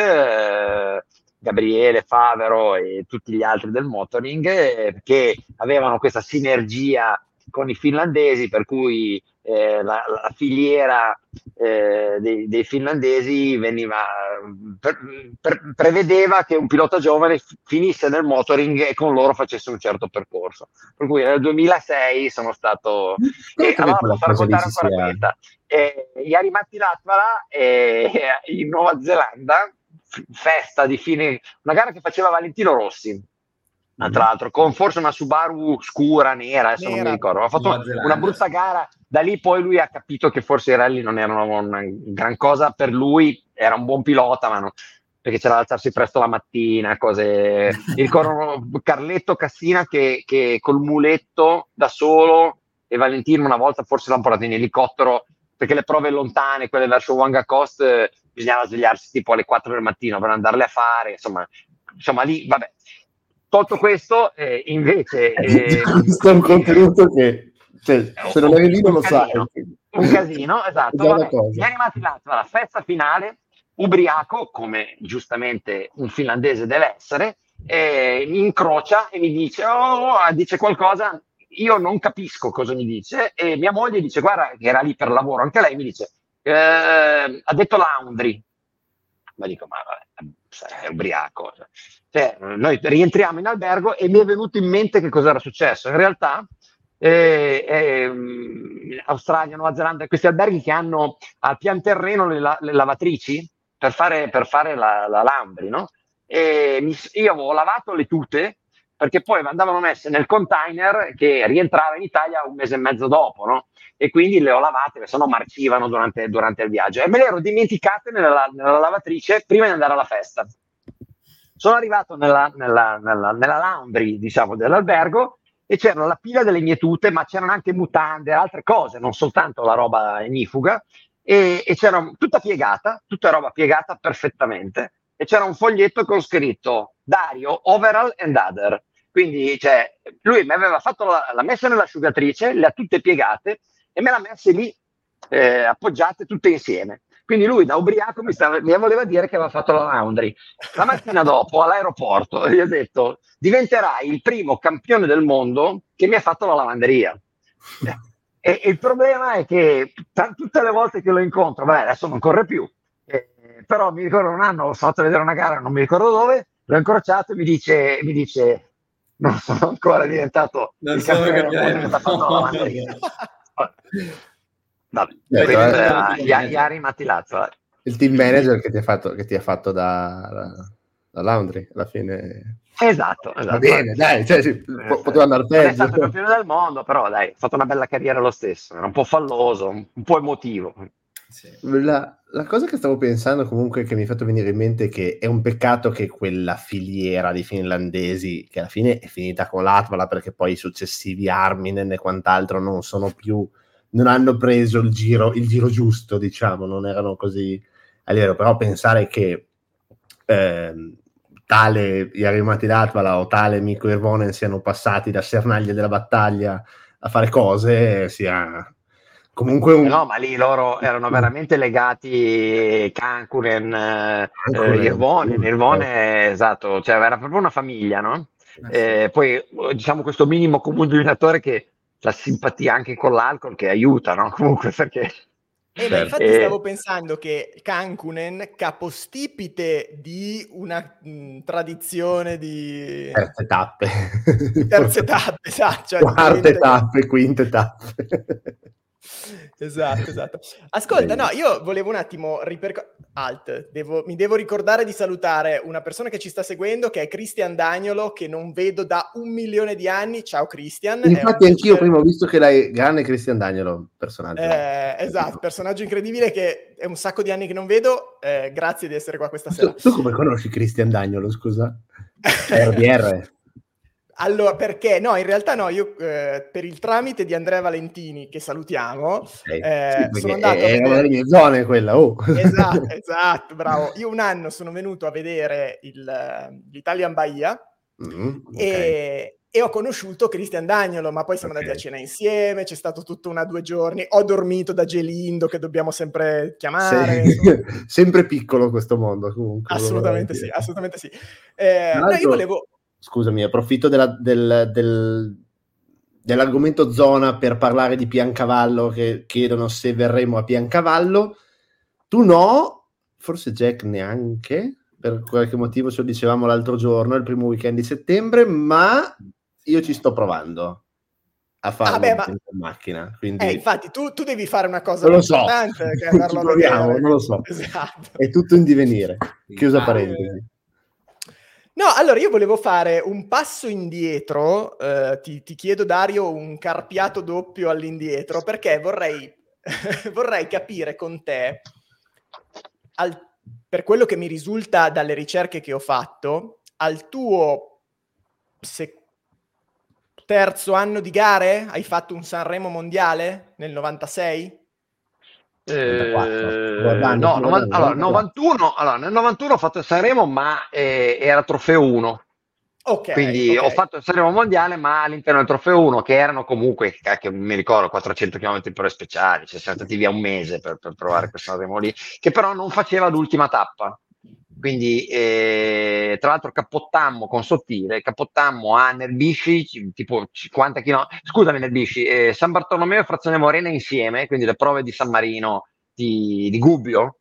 eh, Gabriele Favero e tutti gli altri del Motoring, eh, che avevano questa sinergia con i finlandesi, per cui eh, la, la filiera eh, dei, dei finlandesi veniva per, per, prevedeva che un pilota giovane f- finisse nel Motoring e con loro facesse un certo percorso. Per cui nel duemilasei sono stato eh, allora posso raccontare ancora sia... questa eh, Jari Matti Latvala eh, in Nuova Zelanda, f- festa di fine, una gara che faceva Valentino Rossi, tra l'altro con forse una Subaru scura, nera, adesso nera. Non mi ricordo, ha fatto una, una brutta gara. Da lì poi lui ha capito che forse i rally non erano una gran cosa per lui, era un buon pilota, ma non, perché c'era da alzarsi presto la mattina, cose. Mi ricordo Carletto Cassina che, che col muletto da solo, e Valentino una volta forse l'hanno portato in elicottero, perché le prove lontane, quelle verso Wanga Coast, eh, bisognava svegliarsi tipo alle quattro del mattino per andarle a fare, insomma, insomma lì, vabbè. Tolto questo, eh, invece... Eh, questo è un contenuto che, cioè, se non eri lì non lo sai. Un casino, esatto. Jari Matti Latvala, la festa finale, ubriaco, come giustamente un finlandese deve essere, eh, mi incrocia e mi dice, oh, dice qualcosa, io non capisco cosa mi dice, e mia moglie dice, guarda, che era lì per lavoro, anche lei mi dice, eh, ha detto Laundry. Ma dico, ma vabbè, è ubriaco. Cioè, noi rientriamo in albergo e mi è venuto in mente che cosa era successo. In realtà, eh, eh, Australia, Nuova Zelanda, questi alberghi che hanno al pian terreno le, la- le lavatrici per fare, per fare la, la laundry, no? E mi- io avevo lavato le tute perché poi andavano messe nel container che rientrava in Italia un mese e mezzo dopo, no? E quindi le ho lavate, se no marcivano durante, durante il viaggio, e me le ero dimenticate nella, nella lavatrice prima di andare alla festa. Sono arrivato nella, nella, nella, nella laundry, diciamo, dell'albergo, e c'era la pila delle mie tute, ma c'erano anche mutande, altre cose, non soltanto la roba ignifuga, e, e c'era tutta piegata, tutta roba piegata perfettamente, e c'era un foglietto con scritto Dario, overall and other. Quindi, cioè, lui mi aveva fatto la, la messa nell'asciugatrice, le ha tutte piegate e me l'ha messe lì eh, appoggiate tutte insieme. Quindi lui da ubriaco mi, stava, mi voleva dire che aveva fatto la laundry. La mattina dopo all'aeroporto gli ho detto: diventerai il primo campione del mondo che mi ha fatto la lavanderia. E, e il problema è che t- tutte le volte che lo incontro, vabbè, adesso non corre più, eh, però mi ricordo un anno ho fatto vedere una gara, non mi ricordo dove, l'ho incrociato e mi dice, mi dice non sono ancora diventato non il sono campione del mondo che mi ha fatto la lavanderia. Vabbè, eh, questo è Jari Matti Latvala, il team manager che ti ha fatto, che ti ha fatto da, da, da laundry alla fine. Esatto, esatto. Va bene, dai, cioè, sì, poteva andare peggio. Non è stato campione del mondo, però dai, ha fatto una bella carriera lo stesso, era un po' falloso, un po' emotivo. Sì. La, la cosa che stavo pensando comunque, che mi ha fatto venire in mente, che è un peccato che quella filiera di finlandesi, che alla fine è finita con Latvala, perché poi i successivi Arminen e quant'altro non sono più, non hanno preso il giro, il giro giusto, diciamo, non erano così a livello. Però pensare che ehm, tale Jari Matti Latvala o tale Mikko Hirvonen siano passati da Sernaglia della battaglia a fare cose, sia comunque un... No, ma lì loro erano veramente legati, Kankkunen, eh, Hirvonen, Hirvonen, esatto, cioè era proprio una famiglia, no? Eh, poi diciamo questo minimo comune denominatore, che la simpatia anche con l'alcol che aiuta, no? Comunque, perché Eh, ma infatti E- stavo pensando che Cankunen, capostipite di una mh, tradizione di, Terze tappe. di terze tappe, esatto, cioè di Quarte gente che... tappe, quinte tappe. Esatto, esatto. Ascolta, no, io volevo un attimo ripercorrere... Alt, devo... mi devo ricordare di salutare una persona che ci sta seguendo, che è Cristian Dagnolo, che non vedo da un milione di anni. Ciao Cristian. Infatti anch'io prima ho visto che l'hai grande Cristian Dagnolo, personaggio. Eh, esatto, personaggio incredibile che è un sacco di anni che non vedo. Eh, grazie di essere qua questa Tu, sera. tu come conosci Cristian Dagnolo, scusa? R D R? Allora, perché? No, in realtà no, io eh, per il tramite di Andrea Valentini, che salutiamo, Okay. eh, Sì, sono perché andato è, a è una vedere... delle mie zone quella, oh. Esatto, esatto, bravo. Io un anno sono venuto a vedere il, l'Italian Bahia Mm, ok. e, e ho conosciuto Cristian Dagnolo, ma poi siamo Ok. andati a cena insieme, c'è stato tutto una due giorni, ho dormito da Gelindo, che dobbiamo sempre chiamare. Se- sempre piccolo questo mondo, comunque. Assolutamente sì, assolutamente sì. Eh, no, io volevo... Scusami, approfitto della, del, del, dell'argomento zona per parlare di Piancavallo, che chiedono se verremo a Piancavallo. Tu no, forse Jack neanche, per qualche motivo ce lo dicevamo l'altro giorno, il primo weekend di settembre, ma io ci sto provando a farlo Ah, beh, ma... in macchina. Quindi... Eh, infatti, tu, tu devi fare una cosa non lo più so, importante che andarlo ci a proviamo, vedere. non lo so. Esatto. È tutto in divenire. Chiusa Ah, parentesi. No, allora io volevo fare un passo indietro, eh, ti, ti chiedo Dario un carpiato doppio all'indietro, perché vorrei, vorrei capire con te, al, per quello che mi risulta dalle ricerche che ho fatto, al tuo se, terzo anno di gare hai fatto un Sanremo mondiale nel novantasei? trentaquattro. Eh, Guardando, no, sto novan- guardando, allora, novantaquattro. novantuno, allora, nel novantuno ho fatto il Sanremo, ma eh, era trofeo uno. Ok, Quindi ok. ho fatto il Sanremo mondiale, ma all'interno del trofeo uno, che erano comunque, cacchio, mi ricordo, quattrocento chilometri per ore speciali, cioè siamo stati via un mese per, per provare questo Sanremo lì, che però non faceva l'ultima tappa. Quindi, eh, tra l'altro, cappottammo con Sottile, cappottammo a Nerbisci, ci- tipo cinquanta chilometri. Scusami, Nerbisci, eh, San Bartolomeo e Frazione Morena insieme, quindi le prove di San Marino di, di Gubbio.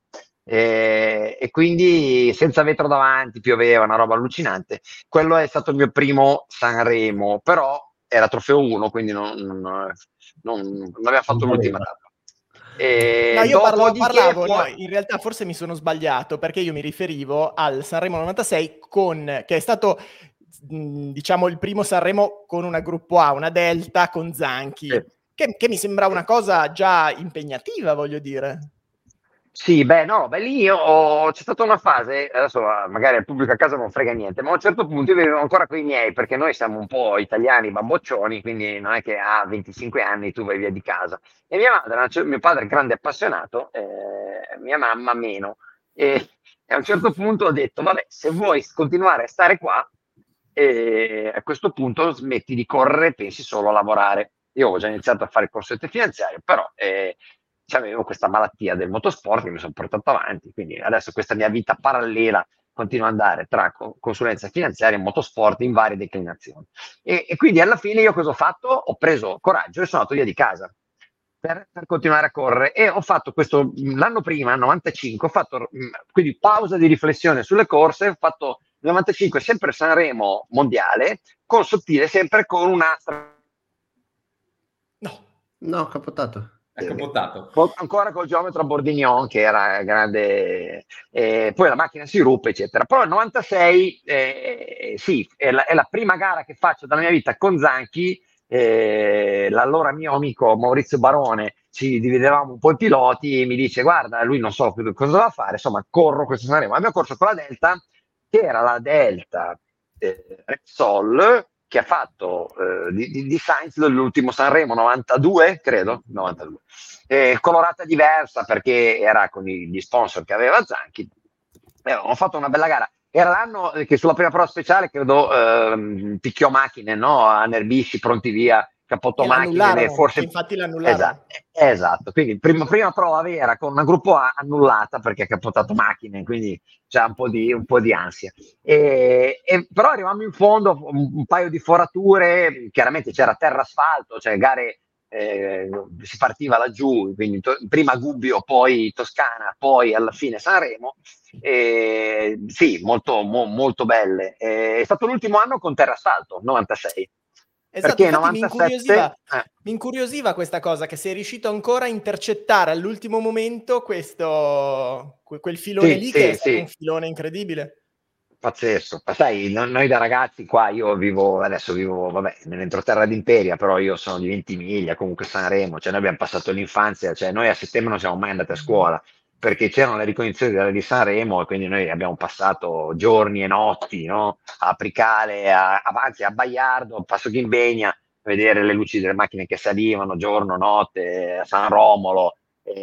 eh, e quindi senza vetro davanti, pioveva, una roba allucinante. Quello è stato il mio primo Sanremo, però era trofeo uno, quindi non, non, non, non aveva fatto Non l'ultima voleva. tappa. E No, io parlo, dopodiché parlavo, poi... no, in realtà forse mi sono sbagliato perché io mi riferivo al Sanremo novantasei con, che è stato, mh, diciamo, il primo Sanremo con una gruppo A, una Delta con Zanchi, Sì. che, che mi sembra una cosa già impegnativa, voglio dire. Sì, beh, no, beh, lì io ho- c'è stata una fase, adesso eh, magari al pubblico a casa non frega niente, ma a un certo punto io vivevo ancora con i miei, perché noi siamo un po' italiani, bamboccioni, quindi non è che a venticinque anni tu vai via di casa. E mia madre, cioè, mio padre è grande appassionato, eh, mia mamma meno. E, e a un certo punto ho detto, vabbè, se vuoi continuare a stare qua, eh, a questo punto smetti di correre e pensi solo a lavorare. Io ho già iniziato a fare il corsetto finanziario, però... eh, avevo questa malattia del motorsport che mi sono portato avanti, quindi adesso questa mia vita parallela continua ad andare tra consulenza finanziaria e motorsport in varie declinazioni. E, e quindi alla fine io cosa ho fatto? Ho preso coraggio e sono andato via di casa per, per continuare a correre e ho fatto questo l'anno prima, novantacinque, ho fatto quindi pausa di riflessione sulle corse, ho fatto novantacinque sempre Sanremo mondiale, con Sottile sempre con un'astra. No. No, capotato. È capotato. Ancora col geometra Bordignon che era grande, eh, poi la macchina si ruppe eccetera, però il novantasei eh, sì, è la, è la prima gara che faccio dalla mia vita con Zanchi, eh, l'allora mio amico Maurizio Barone, ci dividevamo un po' i piloti e mi dice guarda lui non so cosa doveva fare, insomma corro questo Sanremo, abbiamo corso con la Delta che era la Delta eh, Repsol che ha fatto eh, di, di, di Sainz l'ultimo Sanremo novantadue, credo, novantadue. Eh, colorata diversa perché era con gli sponsor che aveva Zanchi. Eh, ho fatto una bella gara. Era l'anno che sulla prima prova speciale, credo, eh, picchiò macchine, no? A Nerbisci, pronti via, cappotto E macchine, forse... infatti l'annullarono. Esatto, esatto. Quindi prima, prima prova vera con una gruppo A annullata perché ha cappottato macchine, quindi c'è un po' di, un po' di ansia. E, e, però arrivavamo in fondo, un, un paio di forature, chiaramente c'era terra asfalto, cioè gare eh, si partiva laggiù, quindi to- prima Gubbio, poi Toscana, poi alla fine Sanremo. Eh, sì, molto, mo- molto belle. Eh, è stato l'ultimo anno con Terra Asfalto, novantasei. Esatto, Perché infatti mi incuriosiva, novantasette... eh, mi incuriosiva questa cosa, che sei riuscito ancora a intercettare all'ultimo momento questo, que- quel filone sì, lì, che è sì, stato sì. un filone incredibile. Pazzesco, ma sai, no- noi da ragazzi qua, io vivo, adesso vivo, vabbè, nell'entroterra d'Imperia, però io sono di Ventimiglia, comunque Sanremo, cioè noi abbiamo passato l'infanzia, cioè noi a settembre non siamo mai andati a scuola, perché c'erano le ricognizioni della- di Sanremo e quindi noi abbiamo passato giorni e notti, no? A Pricale, a, a, anzi a Baiardo, a Passo Ghimbegna, a vedere le luci delle macchine che salivano giorno, notte, a San Romolo,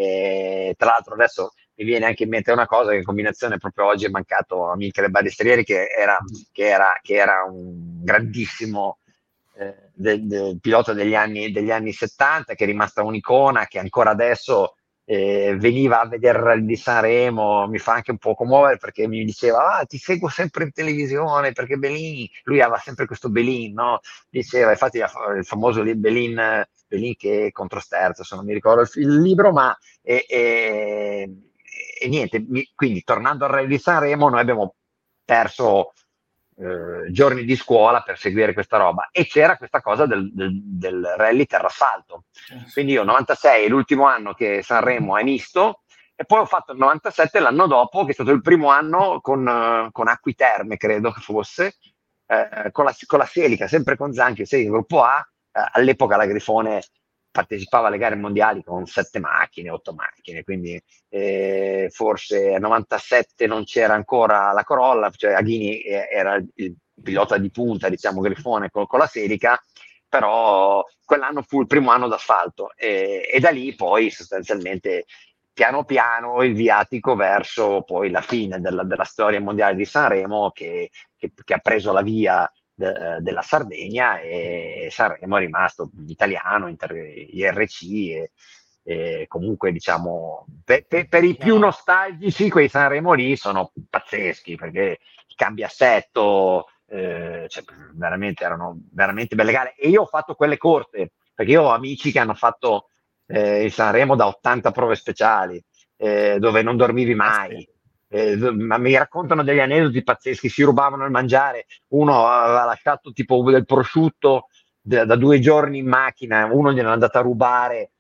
e tra l'altro adesso mi viene anche in mente una cosa, che in combinazione proprio oggi è mancato a Michele Balistrieri, che era, che era, che era un grandissimo eh, del, del pilota degli anni, degli anni settanta, che è rimasta un'icona, che ancora adesso eh, veniva a vedere il Rally di Sanremo, mi fa anche un po' commuovere, perché mi diceva: ah, ti seguo sempre in televisione, perché Belin, lui aveva sempre questo Belin, no? Diceva, infatti il famoso Belin, Belin che contro Sterzo, se non mi ricordo il, il libro, ma e, e, e niente, mi, quindi tornando al Rally di Sanremo, noi abbiamo perso eh, giorni di scuola per seguire questa roba, e c'era questa cosa del, del, del rally terrasfalto. Quindi io novantasei, l'ultimo anno che Sanremo è misto, e poi ho fatto il novantasette l'anno dopo, che è stato il primo anno con, uh, con Acquiterme, credo che fosse, eh, con, la, con la Selica, sempre con Zanchi, Selica gruppo A. Eh, all'epoca la Grifone partecipava alle gare mondiali con sette macchine, otto macchine, quindi eh, forse nel novantasette non c'era ancora la Corolla, cioè Aghini era il pilota di punta, diciamo, Grifone con, con la Selica, però quell'anno fu il primo anno d'asfalto, e, e da lì poi sostanzialmente piano piano il viatico verso poi la fine della, della storia mondiale di Sanremo, che, che, che ha preso la via de, della Sardegna, e Sanremo è rimasto italiano, inter, I R C, e, e comunque diciamo per, per, per i più No. nostalgici quei Sanremo lì sono pazzeschi, perché il cambiassetto, eh, cioè, veramente erano veramente belle gare, e io ho fatto quelle corte, perché io ho amici che hanno fatto eh, il Sanremo da ottanta prove speciali, eh, dove non dormivi mai. Eh, ma mi raccontano degli aneddoti pazzeschi, si rubavano il mangiare, uno aveva lasciato tipo del prosciutto da, da due giorni in macchina, uno gliel'è andato a rubare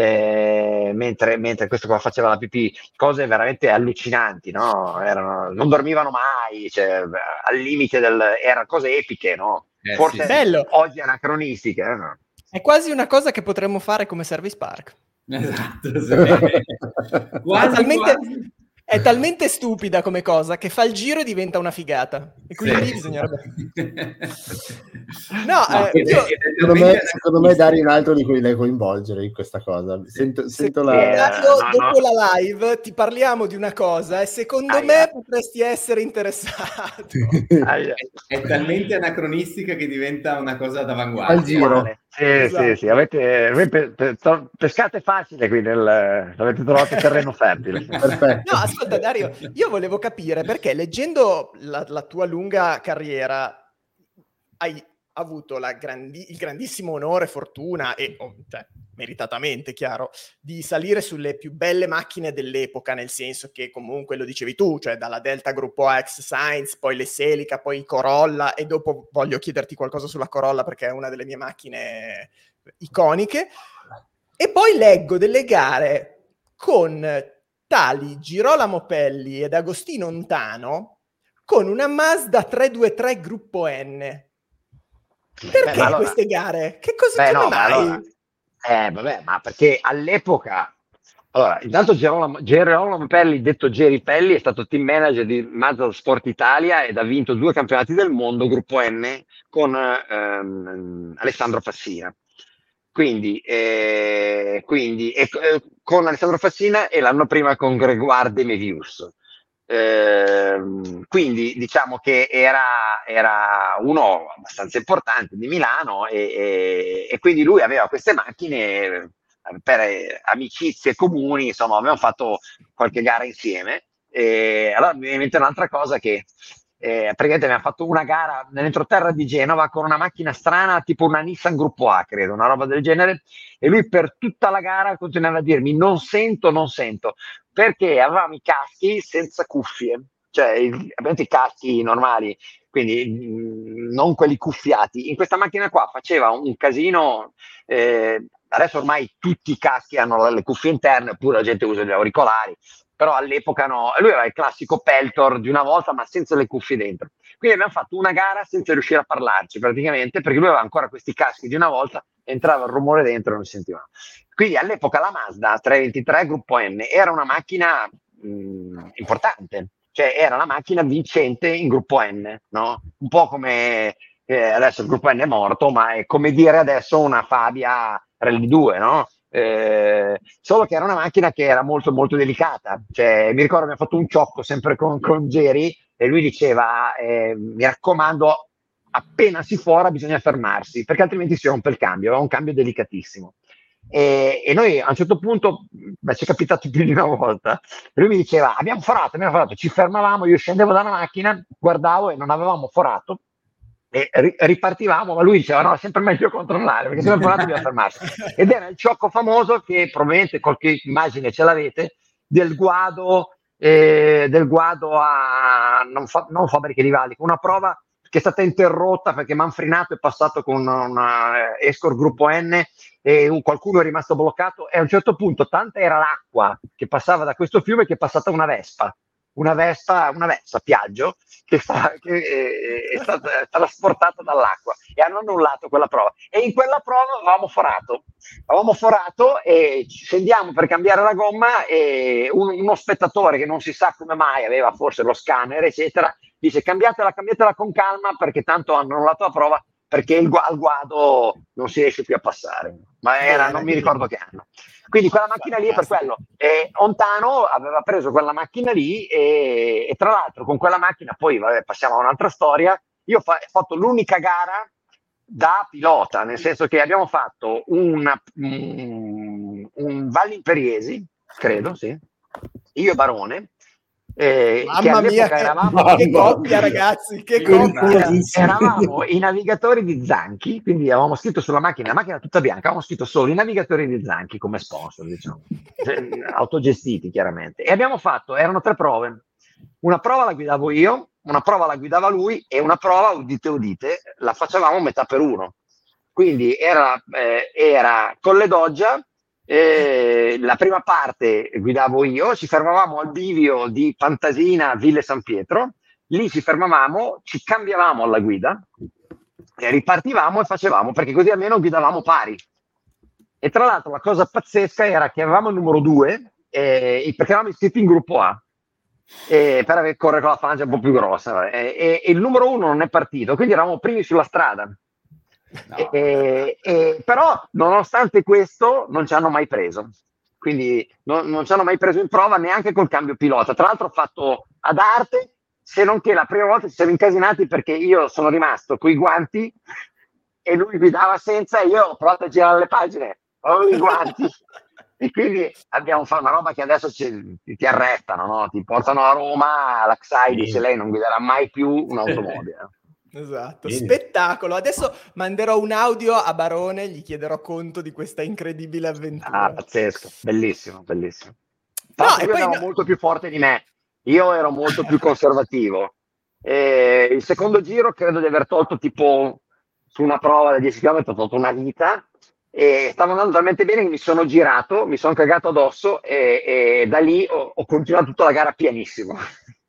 eh, mentre, mentre questo qua faceva la pipì, cose veramente allucinanti, no? Erano, non dormivano mai, cioè, al limite del, erano cose epiche, no? Eh, Forse sì, sì. Bello. oggi anacronistiche, eh, no? È quasi una cosa che potremmo fare come Service Park. Esatto, sì. È Quasi, talmente, quasi. è talmente stupida come cosa che fa il giro e diventa una figata. E quindi Sì. bisognerebbe... No, No, eh, ed è- io... ed è Secondo me, talmente secondo me Dario è un altro di cui da coinvolgere in questa cosa. Sento, Se, sento Sì, la... eh, Dario, no, dopo no. la live ti parliamo di una cosa e secondo Aia. me potresti essere interessato. Aia. è talmente anacronistica che diventa una cosa Al d'avanguardia. giro. Attuale. Sì, Esatto. sì, sì. Avete, voi pe- pe- to- pescate facile qui, nel, avete trovato terreno fertile. Perfetto. No, ascolta Dario, io volevo capire perché leggendo la, la tua lunga carriera hai avuto la grandi- il grandissimo onore, fortuna e oh, cioè, meritatamente, chiaro, di salire sulle più belle macchine dell'epoca, nel senso che comunque lo dicevi tu, cioè dalla Delta Gruppo A ex Sainz, poi le Celica, poi i Corolla, e dopo voglio chiederti qualcosa sulla Corolla perché è una delle mie macchine iconiche. E poi leggo delle gare con tali Girolamo Pelli ed Agostino Ontano con una Mazda tre due tre Gruppo N. Perché Beh, ma allora- queste gare? Che cosa, Beh, come no, ma mai? allora, eh, vabbè, ma perché all'epoca, allora, intanto Gerolamo, Gerolamo Pelli, detto Geri Pelli, è stato team manager di Mazda Sport Italia ed ha vinto due campionati del mondo, gruppo N, con ehm, Alessandro Fassina. Quindi, eh, quindi e, eh, con Alessandro Fassina, e l'anno prima con Gregoire de Mevius. Ehm, quindi diciamo che era, era uno abbastanza importante di Milano, e, e, e quindi lui aveva queste macchine eh, per eh, amicizie comuni, insomma abbiamo fatto qualche gara insieme. E allora mi viene in mente un'altra cosa, che eh, praticamente mi ha fatto una gara nell'entroterra di Genova con una macchina strana, tipo una Nissan Gruppo A, credo, una roba del genere, e lui per tutta la gara continuava a dirmi non sento, non sento, perché avevamo i caschi senza cuffie, cioè ovviamente i caschi normali, quindi mh, non quelli cuffiati. In questa macchina qua faceva un casino, eh, adesso ormai tutti i caschi hanno le cuffie interne, oppure la gente usa gli auricolari, però all'epoca no, lui aveva il classico Peltor di una volta ma senza le cuffie dentro, quindi abbiamo fatto una gara senza riuscire a parlarci praticamente, perché lui aveva ancora questi caschi di una volta, entrava il rumore dentro e non si sentiva. Quindi all'epoca la Mazda trecentoventitré Gruppo N era una macchina mh, importante, cioè era la macchina vincente in Gruppo N, no? Un po' come eh, adesso il Gruppo N è morto, ma è come dire adesso una Fabia Rally due, no? Eh, solo che era una macchina che era molto molto delicata, cioè, mi ricordo abbiamo fatto un ciocco sempre con, con Geri e lui diceva eh, mi raccomando appena si fora bisogna fermarsi perché altrimenti si rompe il cambio, era un cambio delicatissimo e, e noi a un certo punto beh, ci è capitato più di una volta, lui mi diceva abbiamo forato, abbiamo forato, ci fermavamo, io scendevo dalla macchina, guardavo e non avevamo forato e ri- ripartivamo, ma lui diceva no, è sempre meglio controllare perché se non forato bisogna fermarsi, ed era il ciocco famoso che probabilmente qualche immagine ce l'avete del guado eh, del guado a non, fa- non fabbriche di Valico, una prova che è stata interrotta perché Manfrinato è passato con una Escort Gruppo N e un, qualcuno è rimasto bloccato e a un certo punto tanta era l'acqua che passava da questo fiume che è passata una Vespa una Vespa, una Vespa Piaggio che, sta, che è, è stata trasportata dall'acqua e hanno annullato quella prova e in quella prova avevamo forato avevamo forato e ci scendiamo per cambiare la gomma e un, uno spettatore che non si sa come mai aveva forse lo scanner eccetera dice cambiatela, cambiatela con calma perché tanto hanno annullato la prova perché il, al guado non si riesce più a passare, ma era, non mi ricordo che anno. Quindi quella macchina lì è per quello. E Ontano aveva preso quella macchina lì e, e tra l'altro con quella macchina, poi vabbè, passiamo a un'altra storia, io ho fa- fatto l'unica gara da pilota, nel senso che abbiamo fatto una, un, un Valli Imperiesi, credo, sì, io e Barone, eh, che Mamma mia, all'epoca che, eravamo che coppia ragazzi, che Sì, coppia! eravamo i navigatori di Zanchi, quindi avevamo scritto sulla macchina, la macchina tutta bianca, avevamo scritto solo i navigatori di Zanchi come sponsor, diciamo, autogestiti chiaramente. E abbiamo fatto, erano tre prove, una prova la guidavo io, una prova la guidava lui e una prova, udite udite, la facevamo metà per uno. Quindi era, eh, era con le Doggia, eh, la prima parte guidavo io, ci fermavamo al bivio di Pantasina, Ville San Pietro, lì ci fermavamo, ci cambiavamo alla guida, e ripartivamo e facevamo, perché così almeno guidavamo pari. E tra l'altro la cosa pazzesca era che avevamo il numero due, eh, perché eravamo iscritti in gruppo A, eh, per avere, correre con la falange un po' più grossa, eh, e, e il numero uno non è partito, quindi eravamo primi sulla strada. No. E, e, però nonostante questo non ci hanno mai preso, quindi non, non ci hanno mai preso in prova neanche col cambio pilota. Tra l'altro ho fatto ad arte, se non che la prima volta ci siamo incasinati perché io sono rimasto coi guanti e lui guidava senza e io ho provato a girare le pagine con i guanti e quindi abbiamo fatto una roba che adesso ci, ti arrestano, no? Ti portano a Roma, la Xai dice lei non guiderà mai più un'automobile. Esatto, bene. Spettacolo. Adesso manderò un audio a Barone, gli chiederò conto di questa incredibile avventura. Ah, pazzesco, bellissimo, bellissimo. No, lui era no... molto più forte di me, io ero molto più conservativo. E il secondo giro credo di aver tolto tipo su una prova da dieci chilometri, ho tolto una vita e stavo andando talmente bene che mi sono girato, mi sono cagato addosso e, e da lì ho, ho continuato tutta la gara pianissimo.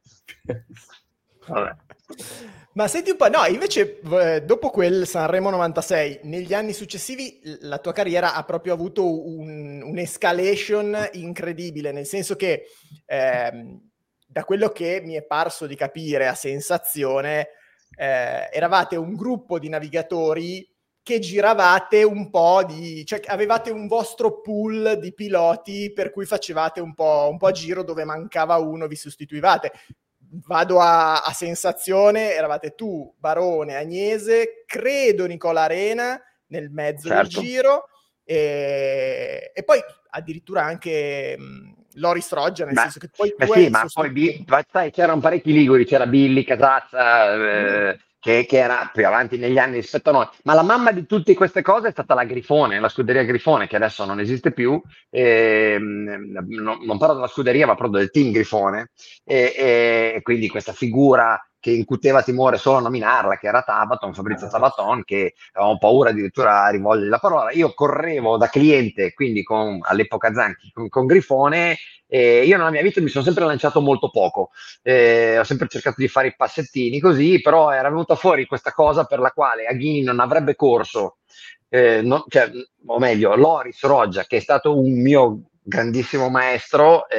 Vabbè. Ma senti un po', no, invece eh, dopo quel Sanremo novantasei, negli anni successivi la tua carriera ha proprio avuto un, un'escalation incredibile, nel senso che ehm, da quello che mi è parso di capire a sensazione, eh, eravate un gruppo di navigatori che giravate un po' di, cioè avevate un vostro pool di piloti per cui facevate un po', un po' a giro dove mancava uno, vi sostituivate. Vado a, a sensazione, eravate tu, Barone, Agnese, credo Nicola Arena nel mezzo certo. del giro e, e poi addirittura anche mh, Loris Roggia, nel ma, senso che poi ma tu sì, ma poi Bi- sai, c'erano parecchi liguri, c'era Billy Casazza, eh, mm. che, che era più avanti negli anni rispetto a noi, ma la mamma di tutte queste cose è stata la Grifone, la scuderia Grifone, che adesso non esiste più, eh, non, non parlo della scuderia ma proprio del team Grifone, e, e quindi questa figura che incuteva timore solo a nominarla, che era Tabaton, Fabrizio Tabaton, che avevamo paura addirittura a rivolgergli la parola. Io correvo da cliente, quindi con, all'epoca Zanchi, con, con Grifone, e io nella mia vita mi sono sempre lanciato molto poco, eh, ho sempre cercato di fare i passettini così, però era venuta fuori questa cosa per la quale Aghini non avrebbe corso, eh, non, cioè, o meglio, Loris Roggia, che è stato un mio grandissimo maestro,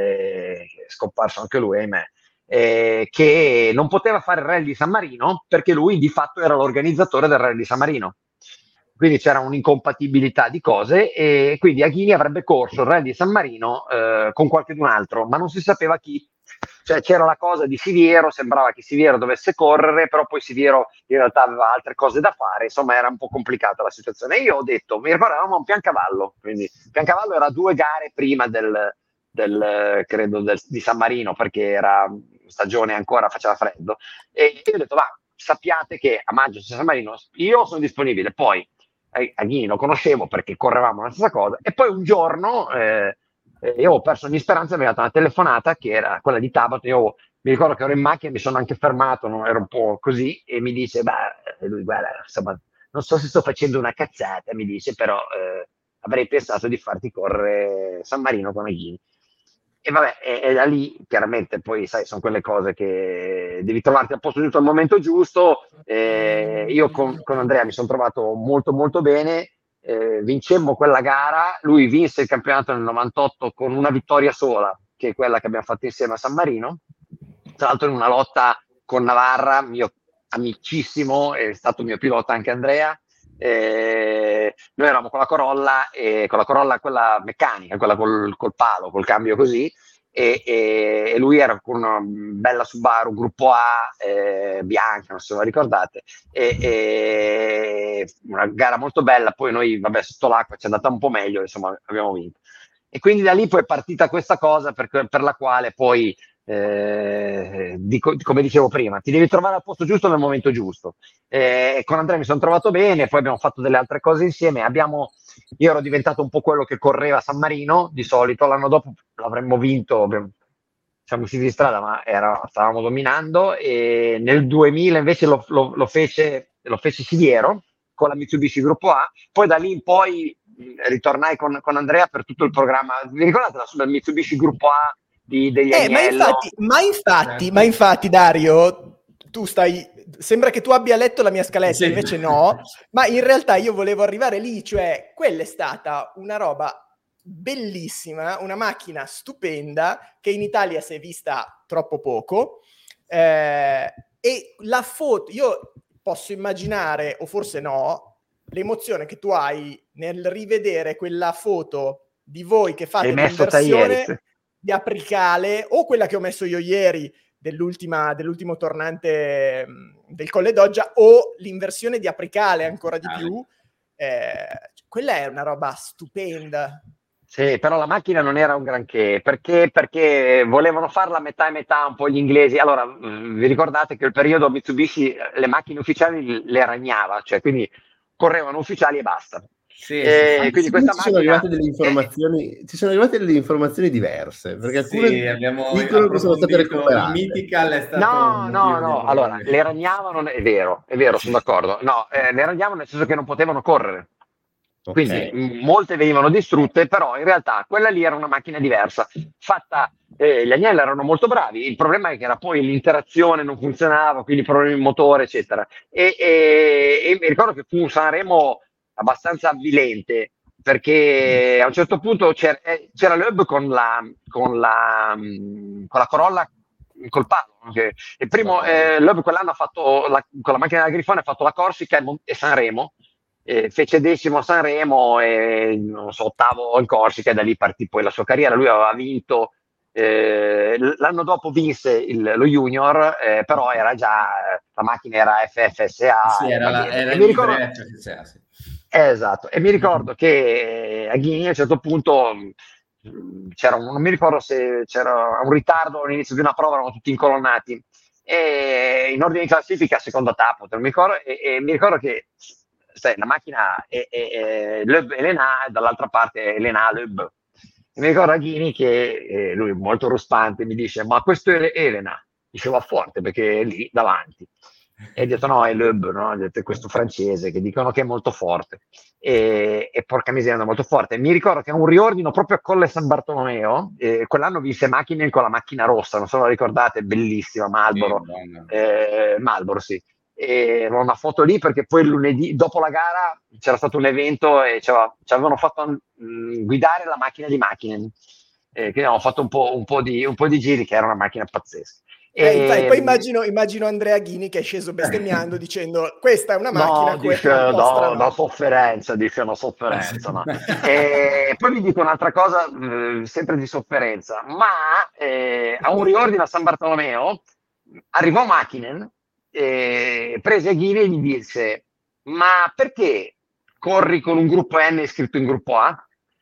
eh, è scomparso anche lui, ahimè, Eh, che non poteva fare il Rally di San Marino perché lui di fatto era l'organizzatore del Rally di San Marino, quindi c'era un'incompatibilità di cose e quindi Aghini avrebbe corso il Rally di San Marino eh, con qualcun altro, ma non si sapeva chi. Cioè c'era la cosa di Siviero, sembrava che Siviero dovesse correre, però poi Siviero in realtà aveva altre cose da fare, insomma era un po' complicata la situazione. E io ho detto, mi ricordo, eravamo a Piancavallo, quindi Piancavallo era due gare prima del, del credo del, di San Marino, perché era stagione ancora, faceva freddo, e io ho detto, va, sappiate che a maggio c'è San Marino, io sono disponibile, poi Aghini lo conoscevo perché correvamo la stessa cosa, e poi un giorno eh, io avevo perso ogni speranza, mi è arrivata una telefonata che era quella di Tabaton. Io mi ricordo che ero in macchina, mi sono anche fermato, no? Ero un po' così, e mi dice, beh, lui guarda, insomma, non so se sto facendo una cazzata, mi dice, però eh, avrei pensato di farti correre San Marino con Aghini. E vabbè, e, e da lì chiaramente poi sai, sono quelle cose che devi trovarti al posto giusto al momento giusto. Eh, io con, con Andrea mi sono trovato molto molto bene, eh, vincemmo quella gara, lui vinse il campionato nel novantotto con una vittoria sola, che è quella che abbiamo fatto insieme a San Marino, tra l'altro in una lotta con Navarra, mio amicissimo, è stato mio pilota anche Andrea. Eh, noi eravamo con la Corolla, e con la Corolla quella meccanica, quella col, col palo, col cambio così, e, e, e lui era con una bella Subaru gruppo A, eh, bianca, non so se lo ricordate, e, e una gara molto bella. Poi noi, vabbè, sotto l'acqua ci è andata un po' meglio, insomma abbiamo vinto, e quindi da lì poi è partita questa cosa per, per la quale poi Eh, dico, come dicevo prima, ti devi trovare al posto giusto nel momento giusto. Eh, con Andrea mi sono trovato bene, poi abbiamo fatto delle altre cose insieme. Abbiamo, io ero diventato un po' quello che correva a San Marino di solito, l'anno dopo l'avremmo vinto, abbiamo, siamo usciti di strada, ma era, stavamo dominando, e nel duemila invece lo, lo, lo fece lo fece Siviero con la Mitsubishi Gruppo A. Poi da lì in poi ritornai con, con Andrea per tutto il programma. Vi ricordate la Mitsubishi Gruppo A Di, degli eh, ma infatti, ma infatti, ma infatti, Dario, tu stai, sembra che tu abbia letto la mia scaletta, sì. Invece no, ma in realtà io volevo arrivare lì, cioè quella è stata una roba bellissima, una macchina stupenda che in Italia si è vista troppo poco, eh, e la foto, io posso immaginare, o forse no, l'emozione che tu hai nel rivedere quella foto di voi che fate l'inversione di apicale, o quella che ho messo io ieri dell'ultima, dell'ultimo tornante mh, del Colle d'Oggia, o l'inversione di apicale ancora di più, eh, quella è una roba stupenda. Sì, però la macchina non era un granché, perché, perché volevano farla metà e metà, un po' gli inglesi. Allora, vi ricordate che il periodo Mitsubishi le macchine ufficiali le ragnava, cioè quindi correvano ufficiali e basta. Sì, eh, sì, quindi sì, questa ci macchina... sono arrivate delle informazioni, ci sono arrivate delle informazioni diverse, perché alcune sì, abbiamo dicono che sono state recuperate. Il Mythical è stato no, un no, no, allora, le ragnavano, è vero, è vero, sono d'accordo. No, eh, le ragnavano nel senso che non potevano correre. Quindi okay. m- molte venivano distrutte, però in realtà quella lì era una macchina diversa, fatta, eh, gli agnelli erano molto bravi, il problema è che era poi l'interazione non funzionava, quindi problemi di motore, eccetera. E, e, e mi ricordo che fu un Sanremo abbastanza avvilente, perché a un certo punto c'era, eh, c'era l'Hub con la, con la, mh, con la Corolla col palo, okay? Il primo eh, l'Hub quell'anno ha fatto la, con la macchina della Grifone ha fatto la Corsica e, Mon- e Sanremo, eh, fece decimo a Sanremo e non so, ottavo in Corsica, e da lì partì poi la sua carriera. Lui aveva vinto, eh, l'anno dopo vinse il, lo Junior, eh, però era già, la macchina era F F S A, sì, era, la, era e mi ricordo, F F S A, sì. Esatto, e mi ricordo che Aghini a un certo punto c'era un, non mi ricordo se c'era un ritardo all'inizio di una prova, erano tutti incolonnati, e in ordine di classifica seconda tappa, non mi ricordo, e, e mi ricordo che sai, la macchina è, è, è Loeb Elena, e dall'altra parte Elena Loeb. E mi ricordo Aghini che eh, lui molto ruspante mi dice: ma questo è Elena. Diceva forte perché è lì davanti. E ho detto no, è Loeb, no? Ho detto, è questo francese che dicono che è molto forte, e, e porca miseria, è molto forte. Mi ricordo che è un riordino proprio a Colle San Bartolomeo, eh, quell'anno vinse Macchinen con la macchina rossa, non so se lo ricordate, bellissima, Marlboro, sì, eh, Marlboro sì, e ho una foto lì perché poi il lunedì dopo la gara c'era stato un evento e ci avevano fatto mh, guidare la macchina di Macchinen, eh, quindi abbiamo fatto un po', un po' di, un po' di giri, che era una macchina pazzesca. Eh, e poi immagino, immagino Andrea Ghini che è sceso bestemmiando dicendo: questa è una macchina, no, questa dice, è no, no. una sofferenza, dice una sofferenza. No. E poi vi dico un'altra cosa, eh, sempre di sofferenza, ma eh, a un riordine a San Bartolomeo arrivò Macchinen, eh, prese Ghini e gli disse: ma perché corri con un gruppo N iscritto in gruppo A?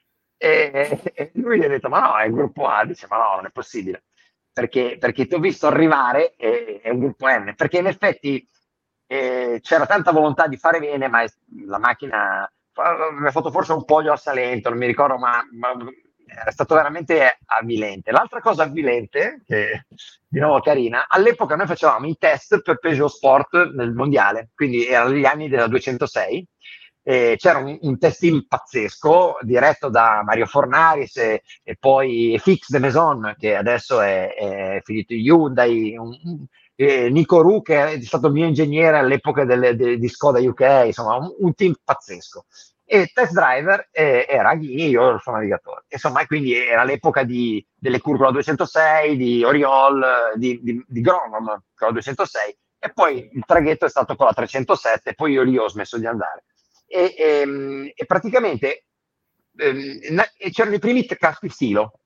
E, e lui gli ha detto: ma no, è il gruppo A. Dice: ma no, non è possibile. Perché, perché ti ho visto arrivare e è un gruppo N, perché in effetti eh, c'era tanta volontà di fare bene, ma la macchina mi ha fatto forse un poglio a Salento, non mi ricordo, ma, ma è stato veramente avvilente. L'altra cosa avvilente, che di nuovo carina, all'epoca noi facevamo i test per Peugeot Sport nel mondiale, quindi erano gli anni della duecentosei. Eh, c'era un, un test-team pazzesco diretto da Mario Fornaris e, e poi Fix de Maison, che adesso è, è finito in Hyundai, un, un, eh, Nico Ru, che è stato il mio ingegnere all'epoca delle, de, di Skoda U K, insomma un, un team pazzesco. E test driver eh, era Aghini, io ero il suo navigatore, insomma, quindi era l'epoca di, delle curve duecentosei, di Oriol, di, di, di Gronom con la duecentosei, e poi il traghetto è stato con la trecentosette, e poi io lì ho smesso di andare. E, e, e praticamente ehm, c'erano i primi caschi stilo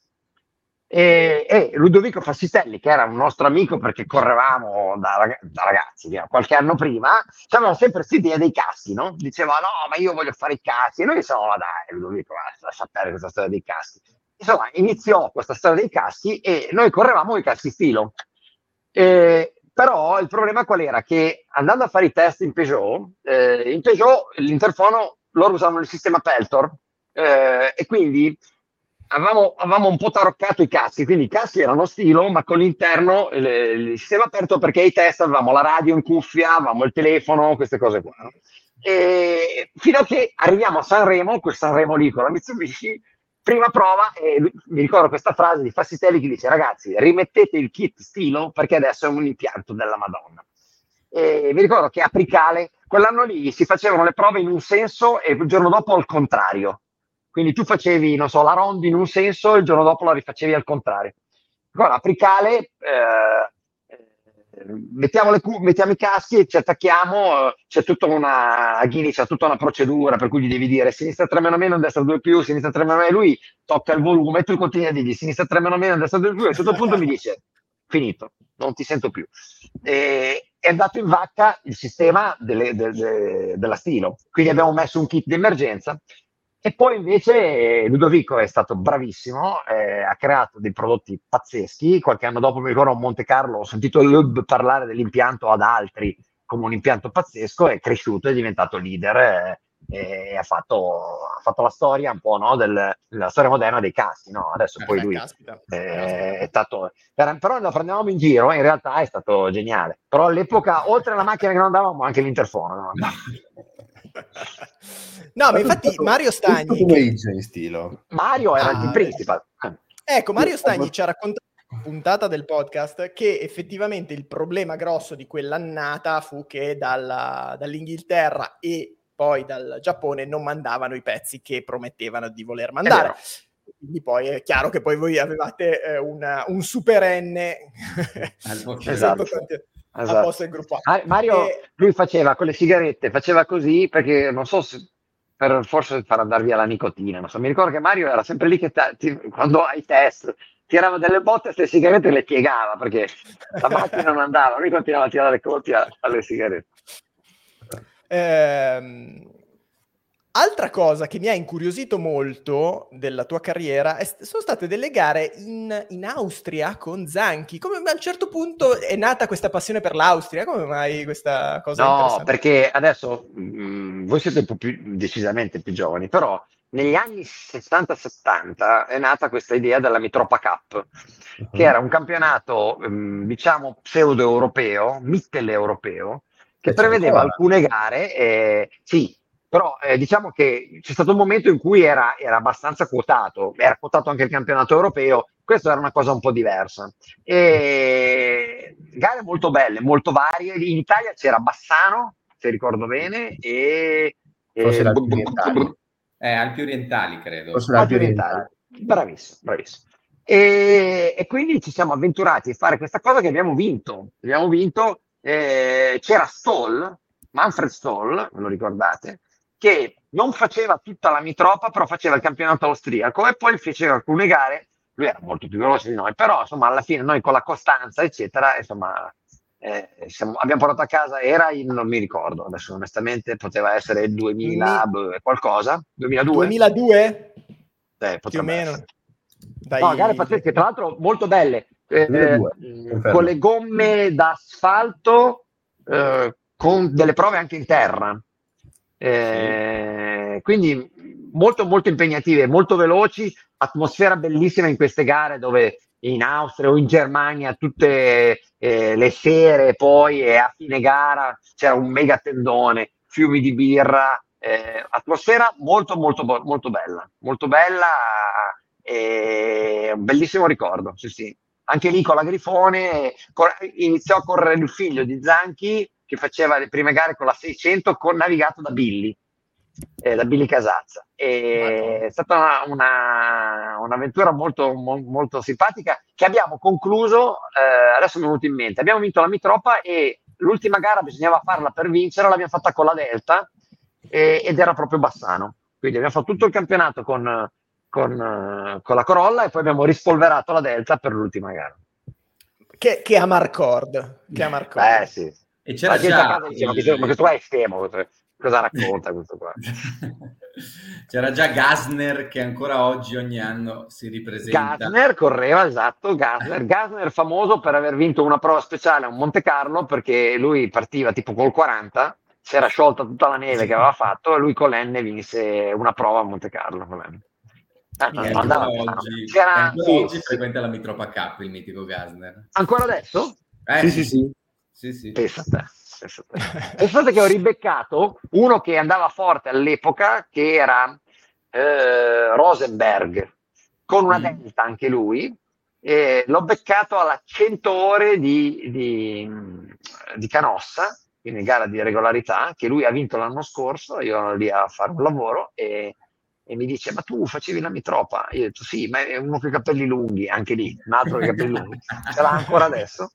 e, e Ludovico Fassitelli, che era un nostro amico perché correvamo da, da ragazzi qualche anno prima, aveva sempre questa idea dei caschi, no? Diceva: no, ma io voglio fare i caschi, e noi dicevamo: ma dai Ludovico, lascia perdere questa storia dei caschi. Insomma, iniziò questa storia dei caschi e noi correvamo i caschi stilo. E, però il problema qual era? Che andando a fare i test in Peugeot, eh, in Peugeot l'interfono loro usavano il sistema Peltor, eh, e quindi avevamo, avevamo un po' taroccato i caschi, quindi i caschi erano stilo, ma con l'interno il, il sistema aperto, perché ai test avevamo la radio in cuffia, avevamo il telefono, queste cose qua. No? E fino a che arriviamo a Sanremo, quel Sanremo lì con la Mitsubishi, prima prova, e mi ricordo questa frase di Fassitelli che dice: ragazzi, rimettete il kit stilo perché adesso è un impianto della Madonna. E mi ricordo che a Pricale quell'anno lì si facevano le prove in un senso e il giorno dopo al contrario, quindi tu facevi, non so, la ronda in un senso e il giorno dopo la rifacevi al contrario. Allora, a Pricale eh, Mettiamo, le cu- mettiamo i caschi e ci attacchiamo, c'è tutta una a Ghini c'è tutta una procedura per cui gli devi dire sinistra tre meno meno, destra due più, sinistra tre meno meno, e lui tocca il volume e tu continui a dirgli sinistra tre meno meno, destra due più, e a un certo punto mi dice: finito, non ti sento più. E è andato in vacca il sistema delle, de, de, della stilo, quindi abbiamo messo un kit di emergenza. E poi invece Ludovico è stato bravissimo, eh, ha creato dei prodotti pazzeschi. Qualche anno dopo, mi ricordo, a Monte Carlo ho sentito Loeb parlare dell'impianto ad altri come un impianto pazzesco, è cresciuto, è diventato leader, eh, e ha fatto, ha fatto la storia un po', no, del, della storia moderna dei caschi. No? Adesso eh, poi lui caspita, eh, è stato, però lo prendevamo in giro, in realtà è stato geniale. Però all'epoca, oltre alla macchina che non andavamo, anche l'interfono non andava. No, ma infatti Mario Stagni che... in stilo. Mario era ah, il principal. Ecco, Mario Stagni ci ha raccontato in una puntata del podcast che effettivamente il problema grosso di quell'annata fu che dalla, dall'Inghilterra e poi dal Giappone non mandavano i pezzi che promettevano di voler mandare. Quindi poi è chiaro che poi voi avevate eh, una, un super N esatto. tanti... Esatto. A posto del gruppo A. Mario, e... lui faceva con le sigarette, faceva così perché non so se per forse far andare via la nicotina, non so. Mi ricordo che Mario era sempre lì che ta- ti, quando ai test tirava delle botte, le sigarette le piegava perché la macchina non andava, lui continuava a tirare colpi alle sigarette. Ehm... Altra cosa che mi ha incuriosito molto della tua carriera è, sono state delle gare in, in Austria con Zanchi. Come a un certo punto è nata questa passione per l'Austria? Come mai questa cosa No, interessante? perché adesso mh, voi siete un po' più decisamente più giovani, però negli anni sessanta settanta è nata questa idea della Mitropa Cup, Uh-huh. che era un campionato mh, diciamo pseudo-europeo, mittel-europeo, che E c'è prevedeva ancora. alcune gare, eh, sì, però eh, diciamo che c'è stato un momento in cui era, era abbastanza quotato, era quotato anche il campionato europeo, questo era una cosa un po' diversa. E gare molto belle, molto varie. In Italia c'era Bassano, se ricordo bene, e, Forse e le bu- Alpi bu- orientali. bu- Eh, Alpi orientali, credo. Forse le Alpi Alpi orientali. orientali. Bravissimo, bravissimo. E, e quindi ci siamo avventurati a fare questa cosa che abbiamo vinto. Abbiamo vinto, eh, c'era Stoll, Manfred Stoll, ve lo ricordate, che non faceva tutta la Mitropa, però faceva il campionato austriaco e poi faceva alcune gare. Lui era molto più veloce di noi, però insomma alla fine noi con la costanza, eccetera, insomma, eh, siamo- abbiamo portato a casa, era in, non mi ricordo, adesso onestamente poteva essere il duemila Mi- beh, qualcosa, duemiladue? duemiladue? Eh, Più o potrebbe meno. essere. Dai, No, gare pazzesche, tra l'altro molto belle, eh, duemiladue, mh, confermo. con le gomme d'asfalto, eh, con delle prove anche in terra. Eh, quindi molto molto impegnative, molto veloci, atmosfera bellissima in queste gare dove in Austria o in Germania tutte eh, le sere poi e a fine gara c'era un mega tendone, fiumi di birra, eh, atmosfera molto molto bo- molto bella, molto bella e un bellissimo ricordo, sì sì. Anche lì con la Grifone cor- iniziò a correre il figlio di Zanchi che faceva le prime gare con la seicento con navigato da Billy, eh, da Billy Casazza. E è stata una, una, un'avventura molto, mo- molto simpatica che abbiamo concluso, eh, adesso mi è venuto in mente, abbiamo vinto la Mitropa e l'ultima gara bisognava farla per vincere, l'abbiamo fatta con la Delta e- ed era proprio Bassano. Quindi abbiamo fatto tutto il campionato con, con, eh, con la Corolla e poi abbiamo rispolverato la Delta per l'ultima gara. Che, che Amarcord. Che Amarcord. Eh sì. E c'era La gente a già casa diceva, il- "Ma questo- ma questo qua è scemo, cosa racconta questo qua?" C'era già Gasner che ancora oggi ogni anno si ripresenta. Gasner correva, esatto, Gasner. Gasner famoso per aver vinto una prova speciale a un Monte Carlo perché lui partiva tipo col quaranta, si era sciolta tutta la neve che aveva fatto e lui con l'N vinse una prova a Monte Carlo con l'N. Eh, E non andava ancora piano. oggi, C'era- e ancora sì, oggi sì. frequenta la Mitropa Cup, il mitico Gasner. Ancora adesso? Eh, Sì, sì, sì. Sì, sì. Pensa a te. pensa a te. Pensate che ho ribeccato uno che andava forte all'epoca, che era eh, Rosenberg, con una Mm. Delta anche lui, e l'ho beccato alla cento ore di, di, di Canossa, quindi gara di regolarità, che lui ha vinto l'anno scorso, io ero lì a fare un lavoro e, e mi dice, ma tu facevi la Mitropa? Io ho detto sì, ma è uno con i capelli lunghi, anche lì, un altro con i capelli lunghi, ce l'ha ancora adesso?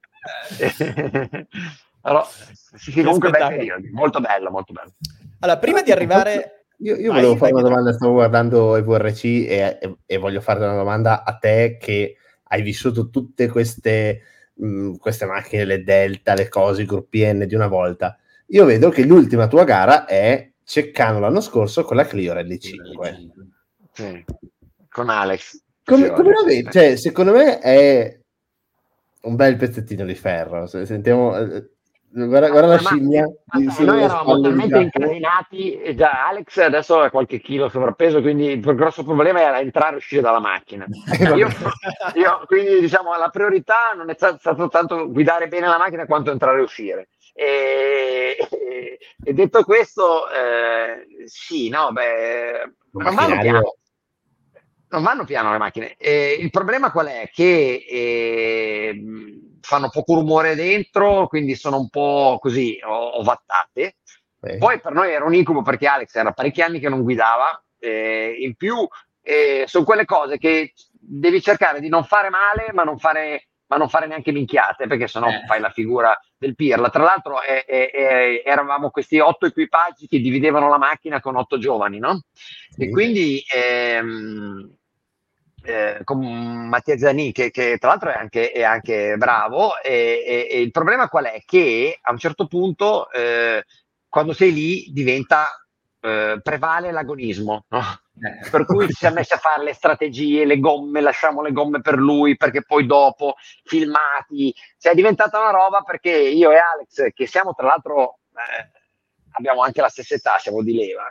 Allora, sì, sì, comunque bei spettacolo. periodi, molto bello, molto bello. Allora, prima di arrivare... Io, io Vai, volevo fare vai, una Pietro. domanda, stavo guardando il V R C e, e, e voglio farti una domanda a te che hai vissuto tutte queste, mh, queste macchine, le Delta, le cose, i gruppi N di una volta. Io vedo che l'ultima tua gara è Ceccano l'anno scorso con la Clio Rally cinque. Sì, con Alex. Come, Sì, come la sì. vedi? Cioè, secondo me è un bel pezzettino di ferro. Se sentiamo, eh, guarda, guarda la Ma- scimmia ma sai, sulle noi eravamo spalle di talmente Giacomo. incasinati e già Alex adesso ha qualche chilo sovrappeso, quindi il grosso problema era entrare e uscire dalla macchina. Eh, vabbè. Io, io, quindi diciamo la priorità non è stato, stato tanto guidare bene la macchina quanto entrare e uscire. E, e- e detto questo, eh, sì, no, beh, Un non vanno piano. macchinario. Non vanno piano le macchine. Eh, il problema qual è? Che eh, fanno poco rumore dentro, quindi sono un po' così o- ovattate. Eh. Poi per noi era un incubo perché Alex era parecchi anni che non guidava. Eh, in più, eh, sono quelle cose che devi cercare di non fare male, ma non fare, ma non fare neanche minchiate, perché sennò Eh. fai la figura del pirla. Tra l'altro, eh, eh, eh, eravamo questi otto equipaggi che dividevano la macchina con otto giovani, no? Sì. E quindi ehm, eh, con Mattia Zani, che, che tra l'altro è anche, è anche bravo, e, e- e il problema qual è? Che a un certo punto, eh, quando sei lì, diventa eh, prevale l'agonismo, no? Per cui ci siamo messi a fare le strategie, le gomme, lasciamo le gomme per lui perché poi dopo filmati, cioè è diventata una roba, perché io e Alex, che siamo tra l'altro eh, abbiamo anche la stessa età, siamo di leva,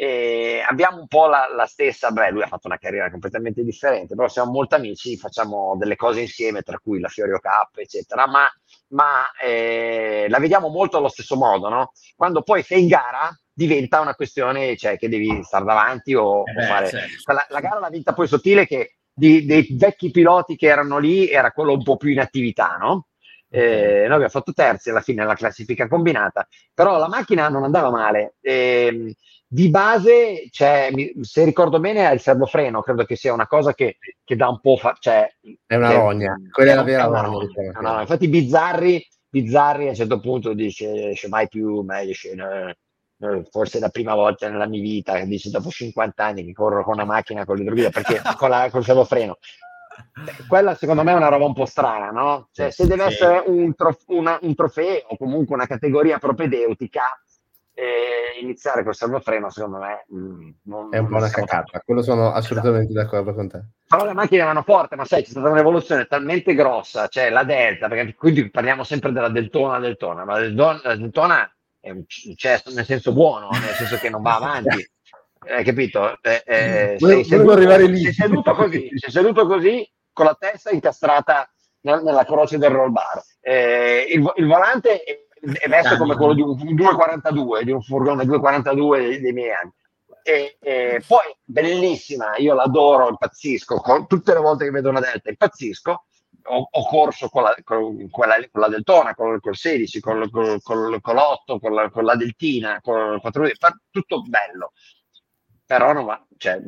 e abbiamo un po' la, la stessa, beh, lui ha fatto una carriera completamente differente, però siamo molto amici, facciamo delle cose insieme, tra cui la Fiorio Cup, eccetera, ma, ma eh, la vediamo molto allo stesso modo, no? Quando poi sei in gara diventa una questione, cioè, che devi stare davanti o, Eh o beh, fare... certo. La, la gara l'ha vinta poi Sottile, che di, dei vecchi piloti che erano lì era quello un po' più in attività, no? Eh, noi abbiamo fatto terzi alla fine nella classifica combinata, però la macchina non andava male. Eh, di base, cioè, mi, se ricordo bene, è il servofreno, credo che sia una cosa che, che dà un po'... Fa- cioè, È una che, rogna, quella è la un- vera una rogna. rogna, diciamo è che- una rogna. Infatti Bizzarri, Bizzarri a un certo punto dice, dice mai più, mai dice, "No, no, forse è la prima volta nella mia vita", che dice dopo cinquanta anni che corro con una macchina con l'idroguida, perché con la, col servofreno. Eh, Quella secondo me è una roba un po' strana, no? Cioè, se deve Sì. essere un, trof- una- un trofeo o comunque una categoria propedeutica, eh, iniziare col servofreno, secondo me, mh, non, È un po' non una siamo cacata, d'accordo. quello sono Esatto. assolutamente d'accordo con te. Però le macchine vanno forte, ma sai, c'è stata un'evoluzione talmente grossa, cioè la Delta, perché quindi parliamo sempre della Deltona, Deltona, ma la Deltona, la Deltona è un cesto nel senso buono, nel senso che non va avanti, hai capito? Eh, eh, Volevo- sei, seduto, volevo arrivare lì. sei seduto così, sei seduto così, con la testa incastrata nel- nella croce del roll bar. Eh, il, vo- il volante è, è messo come quello di un, un due quarantadue, di un furgone due quarantadue dei, dei miei anni. E, e poi bellissima, io l'adoro, impazzisco, con, tutte le volte che vedo una Delta impazzisco. Ho, ho corso con la, con, quella, con la Deltona, col, col sedici, col, col, col, con l'otto, con la, con la Deltina, con il quattro, tutto bello, però non va, cioè,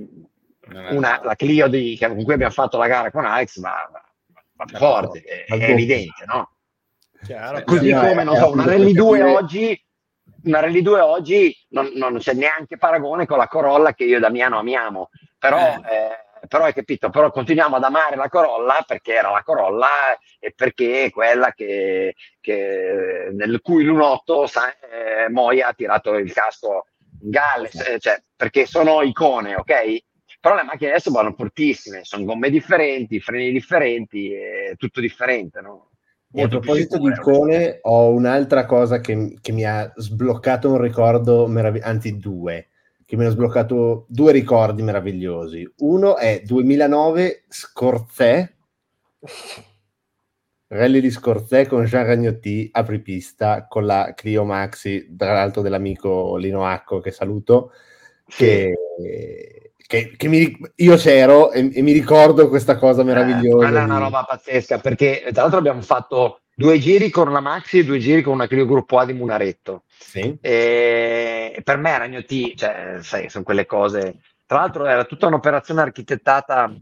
una, la Clio di, che, con cui abbiamo fatto la gara con Alex va, va, va più forte, è, è evidente, no? Chiaro. Così No, come, è- non è so, una appunto Rally per due capire- oggi, una Rally due oggi non, non c'è neanche paragone con la Corolla che io e Damiano amiamo, però, eh, però hai capito, però continuiamo ad amare la Corolla perché era la Corolla e perché è quella che, che nel cui lunotto sa, eh, Moia ha tirato il casco in Galles, eh, cioè, perché sono icone, ok? Però le macchine adesso vanno fortissime, sono gomme differenti, freni differenti, è tutto differente, no? E a Molto più proposito di sicure. icone, ho un'altra cosa che, che mi ha sbloccato un ricordo meraviglioso, anzi due, che mi hanno sbloccato due ricordi meravigliosi. Uno è duemilanove Scorzè, Rally di Scorzè con Jean Ragnotti, apripista, con la Clio Maxi, tra l'altro dell'amico Lino Acco, che saluto, che, che, che mi, io c'ero e, e mi ricordo questa cosa meravigliosa. Eh, quella è una di- roba pazzesca, perché tra l'altro abbiamo fatto due giri con la Maxi e due giri con una Clio Gruppo A di Munaretto. Sì. E per me Ragnotti, cioè, sai, sono quelle cose. Tra l'altro era tutta un'operazione architettata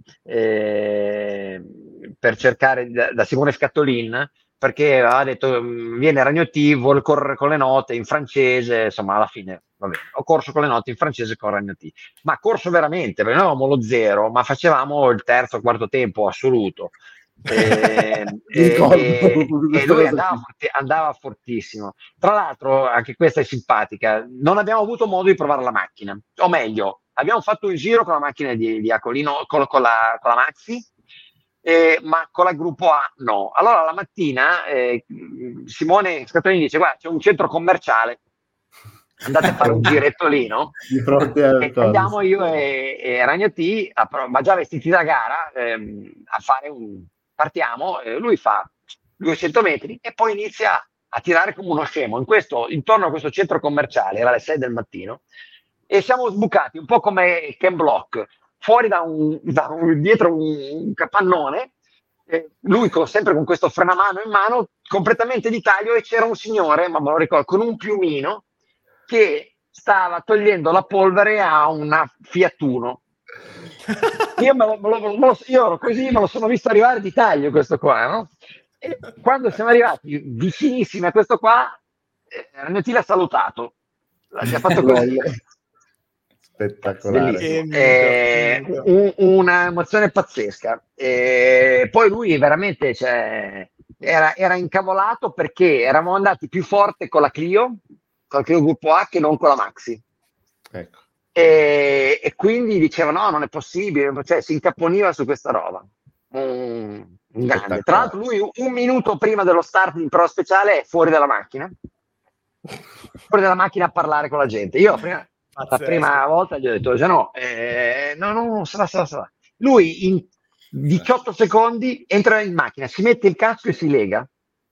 eh, per cercare da, da Simone Scattolin, perché aveva detto "Mm, viene Ragnotti, vuole correre con le note in francese", insomma alla fine va bene, ho corso con le note in francese con Ragnotti, ma corso veramente, perché noi avevamo lo zero, ma facevamo il terzo o quarto tempo assoluto. E, Mi ricordo e- e questa lui cosa andava, qui. forti- andava fortissimo. Tra l'altro, anche questa è simpatica, non abbiamo avuto modo di provare la macchina, o meglio, abbiamo fatto un giro con la macchina di, di Acolino, con, con la, con la Maxi, eh, ma con la gruppo A no. Allora la mattina eh, Simone Scatolini dice: "Guarda, c'è un centro commerciale, andate a fare un giretto lì, no?" Di fronte al E andiamo io e, e Ragnotti, a, ma già vestiti da gara, ehm, a fare un... Partiamo, eh, lui fa duecento metri e poi inizia a tirare come uno scemo. In questo, intorno a questo centro commerciale, era le sei del mattino, e siamo sbucati un po' come Ken Block, fuori da un, da un- dietro un, un capannone, eh, lui con- sempre con questo frenamano in mano, completamente di taglio, e c'era un signore, ma me lo ricordo, con un piumino che stava togliendo la polvere a una Fiat Uno. Io, me lo, me lo- me lo- io ero così, me lo sono visto arrivare di taglio questo qua, no? E quando siamo arrivati vicinissimi a questo qua, eh, Ragnotti l'ha salutato, gli ha fatto così. Spettacolare. Bellissimo. Che Eh, mito, un- una emozione pazzesca. Eh, poi lui veramente, cioè, era, era incavolato perché eravamo andati più forte con la Clio, con la Clio Gruppo A, che non con la Maxi. Ecco. E, e quindi diceva no, non è possibile, cioè si incaponiva su questa roba. Un, un grande. Tra l'altro lui un minuto prima dello start in prova speciale è fuori dalla macchina, fuori dalla macchina a parlare con la gente. Io la prima, la prima volta gli ho detto cioè, no, eh, no, no, sarà, sarà, sarà. Lui in diciotto secondi entra in macchina, si mette il casco e si lega.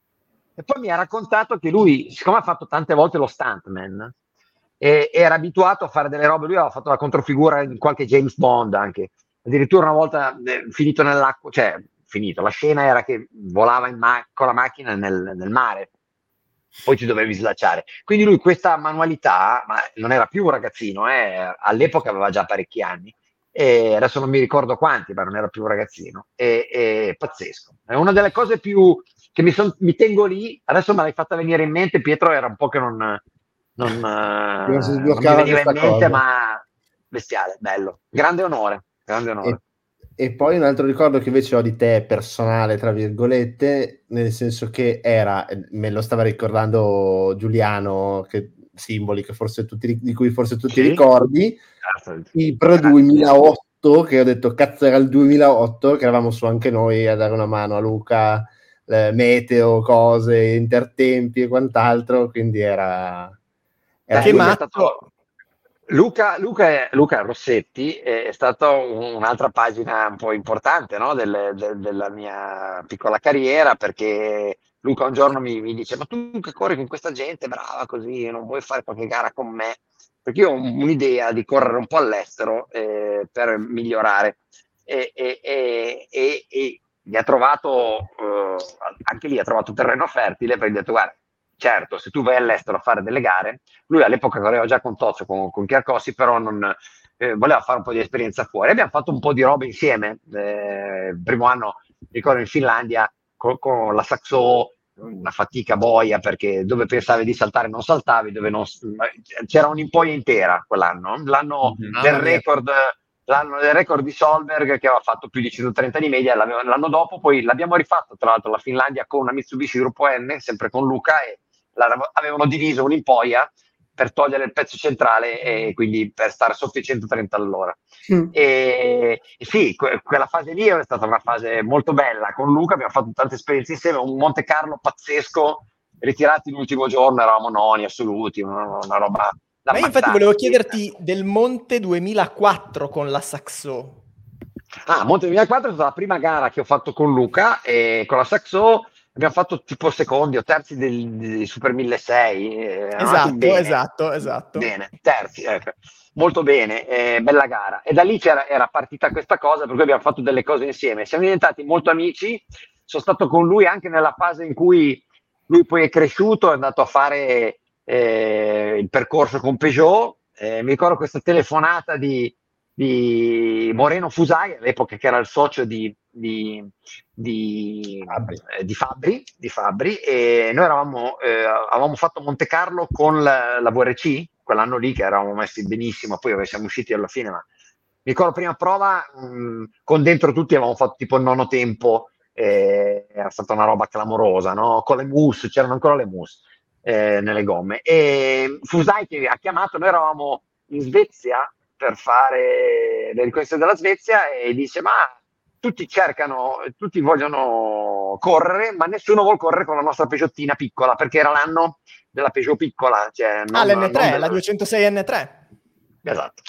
E poi mi ha raccontato che lui, siccome ha fatto tante volte lo stuntman, e era abituato a fare delle robe, lui aveva fatto la controfigura in qualche James Bond anche, addirittura una volta eh, finito nell'acqua, cioè finito, la scena era che volava in ma- con la macchina nel, nel mare, poi ci dovevi slacciare, quindi lui questa manualità, ma non era più un ragazzino, eh, all'epoca aveva già parecchi anni, e adesso non mi ricordo quanti, ma non era più un ragazzino, e, e pazzesco, è una delle cose più che mi, son, mi tengo lì, adesso me l'hai fatta venire in mente, Pietro, era un po' che non, non, non mi veniva in mente, cosa. Ma bestiale, bello, grande onore, grande onore. E, e poi un altro ricordo che invece ho di te personale, tra virgolette, nel senso che era, me lo stava ricordando Giuliano, che simboli che forse tutti, di cui forse tutti sì. ricordi, il Pro duemilaotto, che ho detto cazzo era il duemilaotto, che eravamo su anche noi a dare una mano a Luca, eh, meteo, cose, intertempi e quant'altro, quindi era... era che matto! Luca, Luca, Luca Rossetti è stata un'altra pagina un po' importante, no? Del, del, della mia piccola carriera, perché Luca un giorno mi, mi dice ma tu che corri con questa gente brava così, non vuoi fare qualche gara con me? Perché io ho un'idea di correre un po' all'estero eh, per migliorare e, e, e, e, e mi ha trovato, eh, anche lì ha trovato terreno fertile, perché ha detto guarda, certo, se tu vai all'estero a fare delle gare, lui all'epoca correva già con Tozzo, con, con Chiarcossi, però non, eh, voleva fare un po' di esperienza fuori. Abbiamo fatto un po' di robe insieme. Eh, il primo anno, ricordo, in Finlandia, con, con la Saxo, una fatica boia, perché dove pensavi di saltare non saltavi, dove non, c'era un'impoia intera quell'anno. L'anno mm-hmm. del record... l'anno del record di Solberg, che aveva fatto più di centotrenta di media l'anno dopo, poi l'abbiamo rifatto tra l'altro la Finlandia con una Mitsubishi Gruppo N, sempre con Luca, e avevano diviso un'impoia per togliere il pezzo centrale e quindi per stare sotto i centotrenta all'ora. Mm. E, e sì, que- quella fase lì è stata una fase molto bella con Luca, abbiamo fatto tante esperienze insieme, un Monte Carlo pazzesco, ritirati l'ultimo giorno, eravamo noni assoluti, una, una roba... Ma io infatti volevo chiederti del Monte duemilaquattro con la Saxo. Ah, Monte duemilaquattro è stata la prima gara che ho fatto con Luca e con la Saxo abbiamo fatto tipo secondi o terzi del, del Super milleseicento. Esatto, bene. esatto, esatto. Bene, terzi, eh, molto bene, eh, bella gara. E da lì c'era, era partita questa cosa, per cui abbiamo fatto delle cose insieme. Siamo diventati molto amici, sono stato con lui anche nella fase in cui lui poi è cresciuto, è andato a fare... Eh, il percorso con Peugeot, eh, mi ricordo questa telefonata di, di Moreno Fusai, all'epoca che era il socio di, di, di, Fabri. Eh, di, Fabri, di Fabri, e noi eravamo, eh, avevamo fatto Monte Carlo con la, la V R C, quell'anno lì che eravamo messi benissimo, poi siamo usciti alla fine, ma mi ricordo prima prova, mh, con dentro tutti avevamo fatto tipo il nono tempo, eh, era stata una roba clamorosa, no? Con le mousse, c'erano ancora le mousse. Eh, nelle gomme, e Fusai che ha chiamato, noi eravamo in Svezia per fare le richieste della Svezia e dice ma tutti cercano, tutti vogliono correre ma nessuno vuol correre con la nostra Peugeottina piccola, perché era l'anno della Peugeot piccola, cioè non, ah l'N tre, della... la duecentosei N tre, esatto.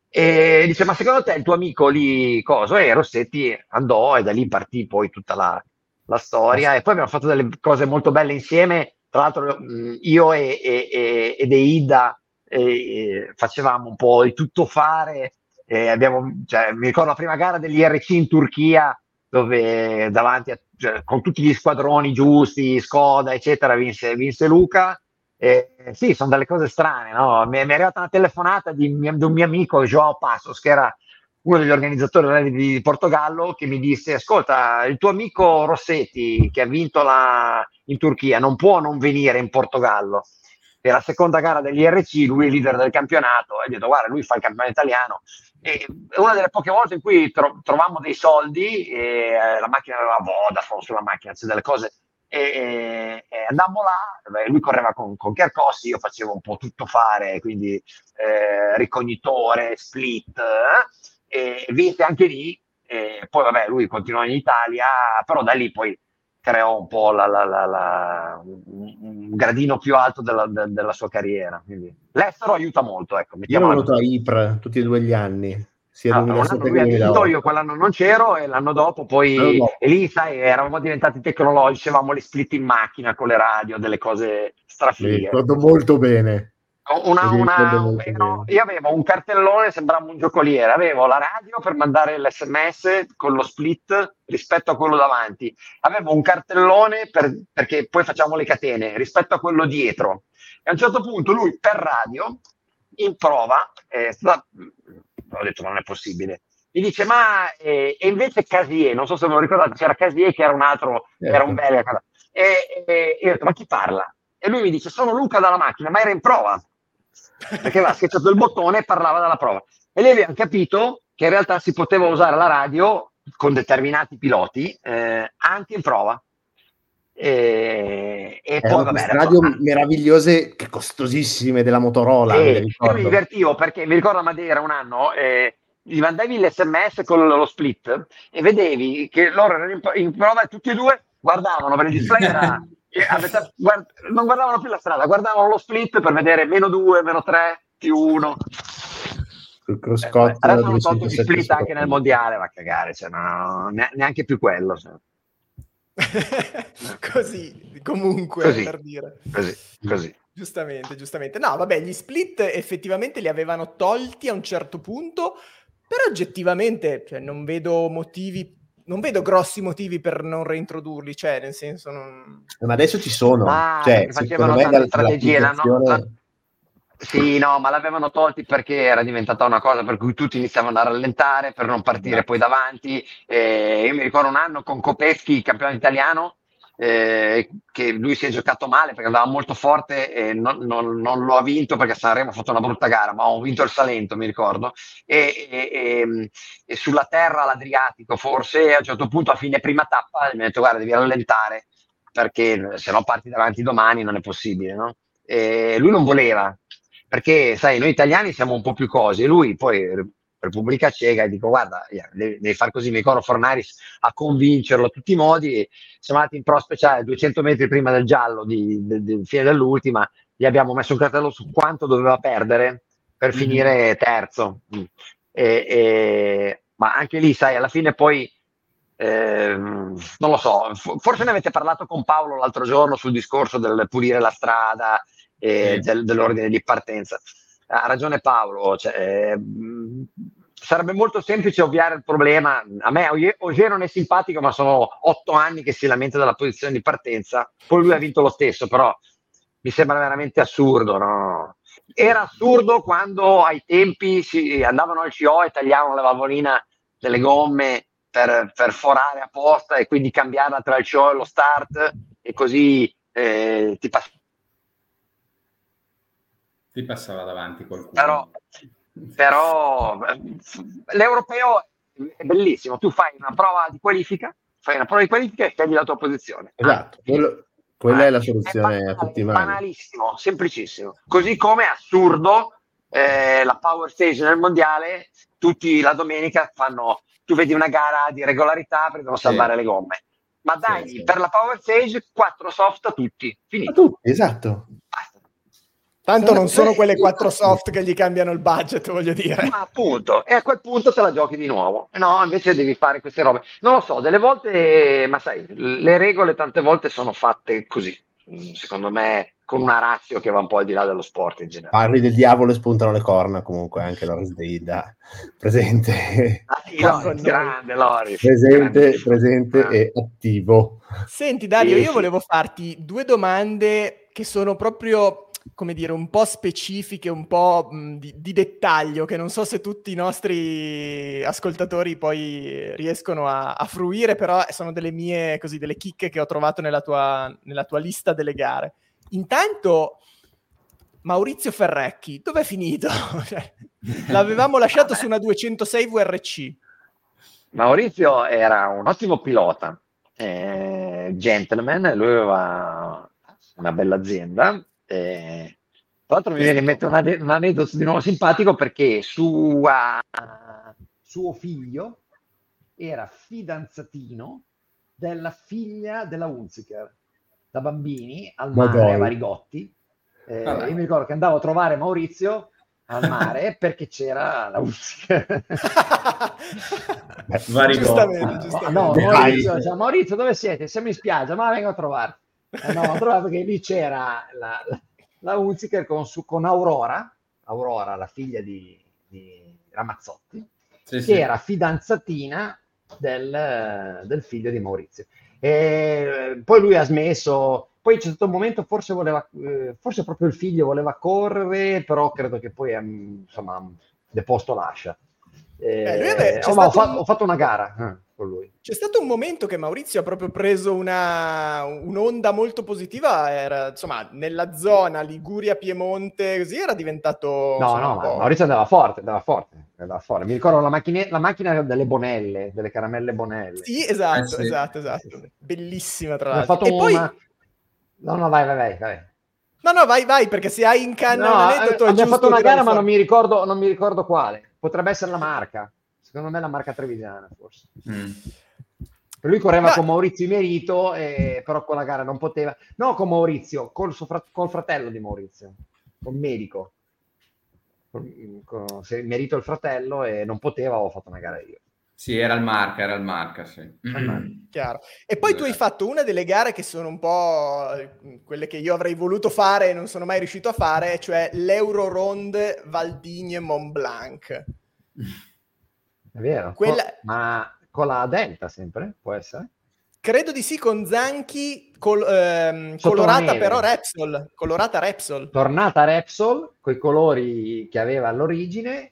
E dice ma secondo te il tuo amico lì coso? E Rossetti andò e da lì partì poi tutta la, la storia, e poi abbiamo fatto delle cose molto belle insieme. Tra l'altro io e, e, ed Eida eh, facevamo un po' di tutto fare, eh, abbiamo, cioè, mi ricordo la prima gara dell'I R C in Turchia, dove davanti a, cioè, con tutti gli squadroni giusti, Skoda eccetera, vinse, vinse Luca. Eh, sì, sono delle cose strane, no? Mi, mi è arrivata una telefonata di, di un mio amico, João Passos, che era uno degli organizzatori di Portogallo, che mi disse ascolta, il tuo amico Rossetti che ha vinto la, in Turchia non può non venire in Portogallo per la seconda gara degli R C, lui è leader del campionato, e ho detto guarda, lui fa il campionato italiano, e è una delle poche volte in cui tro- trovammo dei soldi, e la macchina aveva Vodafone sulla macchina, c'è delle cose e, e, e andammo là, beh, lui correva con, con Kerkossi, io facevo un po' tutto fare, quindi eh, ricognitore, split, eh, e vinse anche lì, e poi vabbè lui continuò in Italia, però da lì poi creò un po' la, la, la, la, un, un gradino più alto della, de, della sua carriera, quindi l'estero aiuta molto, ecco. Io l'ho venuto a Ypres tutti e due gli anni, sia allora, un anno lui ha vinto, io quell'anno non c'ero, e l'anno dopo poi dopo. e lì sai eravamo diventati tecnologici, avevamo le split in macchina con le radio, delle cose strafighe. Mi ricordo molto bene. Una, una, molto no, bene. Io avevo un cartellone, sembrava un giocoliere, avevo la radio per mandare l'esse emme esse con lo split rispetto a quello davanti, avevo un cartellone per, perché poi facciamo le catene rispetto a quello dietro, e a un certo punto lui per radio in prova eh, sta, ho detto non è possibile, mi dice ma eh, e invece Casier, non so se ve lo ricordate, c'era Casier che era un altro, certo. Era un belga, e, e, e io ho detto ma chi parla? E lui mi dice sono Luca dalla macchina, ma era in prova perché aveva schiacciato il bottone e parlava dalla prova, e lì abbiamo capito che in realtà si poteva usare la radio con determinati piloti eh, anche in prova. E, e poi vabbè, radio so, meravigliose che costosissime della Motorola. E io mi divertivo perché mi ricordo a Madeira un anno eh, gli mandavi l'esse emme esse con lo split e vedevi che loro erano in, in prova e tutti e due guardavano per il display era, guard, non guardavano più la strada, guardavano lo split per vedere meno due, meno tre, più uno. Eh, adesso hanno tolto gli split anche nel mondiale, va a cagare, cioè, no, neanche più quello, cioè. Così, comunque, così, per dire. Così, così. Giustamente, giustamente. No, vabbè, gli split effettivamente li avevano tolti a un certo punto, però oggettivamente, cioè, non vedo motivi, non vedo grossi motivi per non reintrodurli, cioè, nel senso non... Ma adesso ci sono. Ah, cioè, facevano tante strategie, l'hanno... La... Sì, no, ma l'avevano tolti perché era diventata una cosa per cui tutti iniziavano a rallentare per non partire no. poi davanti. Eh, io mi ricordo un anno con Kopecki, campione italiano, eh, che lui si è giocato male perché andava molto forte e non, non, non lo ha vinto perché Sanremo ha fatto una brutta gara, ma ho vinto il Salento, mi ricordo. E, e, e, e sulla terra l'Adriatico, forse a un certo punto a fine prima tappa mi ha detto guarda devi rallentare perché se no parti davanti domani non è possibile, no? E lui non voleva. Perché, sai, noi italiani siamo un po' più cose, e lui poi Repubblica Ceca e dico guarda, devi, devi fare così, mi ricordo Fornaris a convincerlo a tutti i modi, e siamo andati in pro speciale duecento metri prima del giallo di, di, di fine dell'ultima, gli abbiamo messo un cartello su quanto doveva perdere per mm-hmm. finire terzo, e, e, ma anche lì, sai, alla fine poi eh, non lo so, forse ne avete parlato con Paolo l'altro giorno sul discorso del pulire la strada, E del, dell'ordine di partenza. Ha ragione Paolo, cioè, eh, sarebbe molto semplice ovviare il problema. A me Ogier non è simpatico, ma sono otto anni che si lamenta della posizione di partenza, poi lui ha vinto lo stesso, però mi sembra veramente assurdo, no? Era assurdo quando ai tempi si andavano al C O e tagliavano la valvolina delle gomme per, per forare apposta e quindi cambiarla tra il C O e lo start, e così eh, ti passava ti passava davanti qualcuno. Però, però l'europeo è bellissimo, tu fai una prova di qualifica, fai una prova di qualifica e scegli la tua posizione. Esatto, quello, quella ah, è la soluzione è banale, a tutti i mali. Banalissimo, semplicissimo. Così come è assurdo eh, la power stage nel mondiale, tutti la domenica fanno, tu vedi una gara di regolarità perché devono salvare sì. le gomme. Ma dai, sì, sì. per la power stage quattro soft a tutti, finito. A tutti, esatto. Basta. Tanto non sono quelle quattro soft che gli cambiano il budget, voglio dire. Ma appunto, e a quel punto te la giochi di nuovo. No, invece devi fare queste robe. Non lo so, delle volte, ma sai, le regole tante volte sono fatte così. Secondo me, con una ratio che va un po' al di là dello sport in generale. Parli del diavolo e spuntano le corna, comunque anche Loris Deida presente. Ah, sì, Loris, grande Loris. Presente, grande. presente ah. e attivo. Senti Dario, io volevo farti due domande che sono proprio... come dire, un po' specifiche, un po' mh, di, di dettaglio, che non so se tutti i nostri ascoltatori poi riescono a, a fruire, però sono delle mie, così, delle chicche che ho trovato nella tua, nella tua lista delle gare. Intanto, Maurizio Ferrecchi, dov'è finito? L'avevamo lasciato su una duecentosei V R C. Maurizio era un ottimo pilota. Eh, gentleman, lui aveva una bella azienda. E, tra l'altro mi viene in mente un, ane- un aneddoto di nuovo simpatico perché sua, suo figlio era fidanzatino della figlia della Hunziker, da bambini al Ma mare dai. a Varigotti. Eh, Vabbè. io mi ricordo che andavo a trovare Maurizio al mare perché c'era la Hunziker. Varigotti. Giustamente, Ah, giustamente. no, Dai. Maurizio, cioè, Maurizio, dove siete? Siamo in spiaggia, ma vengo a trovarti. Eh, no, ho trovato perché lì c'era la, la, la Hunziker con, su- con Aurora, Aurora, la figlia di, di Ramazzotti, Sì, che sì. era fidanzatina del, del figlio di Maurizio. E poi lui ha smesso, poi c'è stato un momento, forse voleva, eh, forse proprio il figlio voleva correre, però credo che poi, ehm, insomma, deposto lascia. Eh, lui ave- Eh, c'è oh, ma ho, stato fa- un- ho fatto una gara eh, con lui. C'è stato un momento che Maurizio ha proprio preso una, un'onda molto positiva, era, insomma, nella zona Liguria-Piemonte, così era diventato, No, insomma, no, un ma po'... Maurizio andava forte, andava forte, andava forte. Mi ricordo la, macchine- la macchina delle Bonelle, delle caramelle Bonelle. Sì, esatto, Eh, sì. esatto, Sì, esatto. sì, sì. Bellissima, tra Abbiamo l'altro. fatto E poi... una... No, no, vai, vai, vai, vai. No, no, vai, vai, perché se hai in canna No, un eh, aneddoto è abbiamo giusto fatto una tirarlo gara, ma non fuori. mi ricordo, non mi ricordo quale. Potrebbe essere la Marca. Secondo me la Marca Trevigiana, forse. Mm. Lui correva Ma- con Maurizio Imerito, e, però quella gara non poteva. No, con Maurizio, col, suo fra- col fratello di Maurizio, con Medico. Con, con, se Imerito il fratello e non poteva, ho fatto una gara io. Sì, era il Marca, era il Marca, sì. Marca. Chiaro. E poi tu hai fatto una delle gare che sono un po' eh, quelle che io avrei voluto fare e non sono mai riuscito a fare, cioè l'Euro Ronde Val d'Igne Mont Blanc. È vero, Quella- Co- ma con la Delta sempre, può essere? Credo di sì, con Zanchi, col- ehm, Sotto la colorata neve. però Repsol, colorata Repsol. Tornata Repsol, con i colori che aveva all'origine,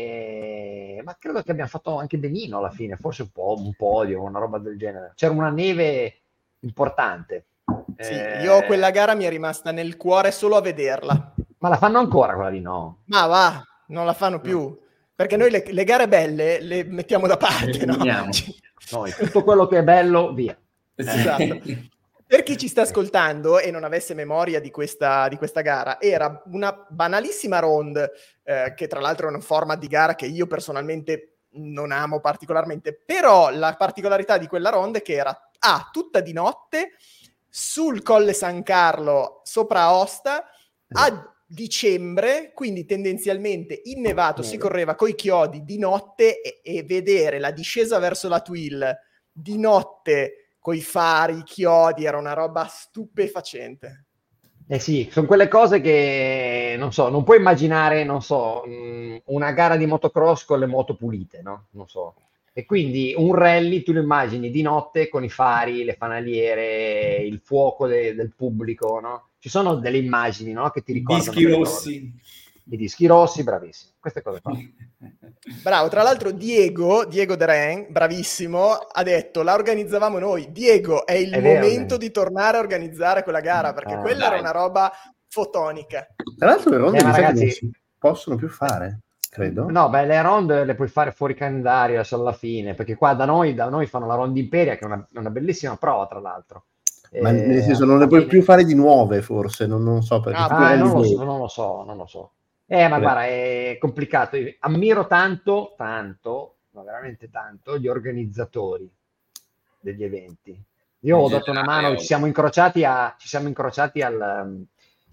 e... ma credo che abbiamo fatto anche benino alla fine, forse un po' un podio, una roba del genere. C'era una neve importante. Sì, Eh, io quella gara mi è rimasta nel cuore solo a vederla. Ma la fanno ancora quella di no? Ma va, non la fanno più. Perché noi le, le gare belle le mettiamo da parte, no? Eliminiamo. Noi, tutto quello che è bello, via. Esatto. Per chi ci sta ascoltando e non avesse memoria di questa, di questa gara, era una banalissima ronde, eh, che tra l'altro è un format di gara che io personalmente non amo particolarmente, però la particolarità di quella ronde è che era ah, tutta di notte sul Colle San Carlo sopra Aosta a dicembre, quindi tendenzialmente innevato, si correva coi chiodi di notte e, e vedere la discesa verso la Twil di notte coi fari, i chiodi, era una roba stupefacente. Eh sì, sono quelle cose che, non so, non puoi immaginare, non so, mh, una gara di motocross con le moto pulite, no? Non so. E quindi un rally tu lo immagini di notte con i fari, le fanaliere, il fuoco de- del pubblico, no? Ci sono delle immagini, no? Che ti I ricordano dischi delle rossi. cose. I dischi rossi, bravissimi. Queste cose qua. Bravo, tra l'altro Diego, Diego De Ren, bravissimo, ha detto la organizzavamo noi. Diego, è il È vero, momento eh. di tornare a organizzare quella gara, perché Ah, quella dai. era una roba fotonica. Tra l'altro le ronde Eh, ma mi sa che ragazzi- non si possono più fare, credo. No, beh, le ronde le puoi fare fuori calendario adesso alla fine, perché qua da noi, da noi fanno la Ronda Imperia, che è una, una bellissima prova, tra l'altro. Ma Eh, nel senso non ne alla puoi fine- più fare di nuove, forse, non, non so perché. Ah, tu Ah, eri non lo lì. so, non lo so, non lo so. Eh, ma Beh. guarda, è complicato. Io ammiro tanto, tanto, ma veramente tanto, gli organizzatori degli eventi. Io In ho dato una generale, mano, oh. ci siamo incrociati, a, ci siamo incrociati al... um,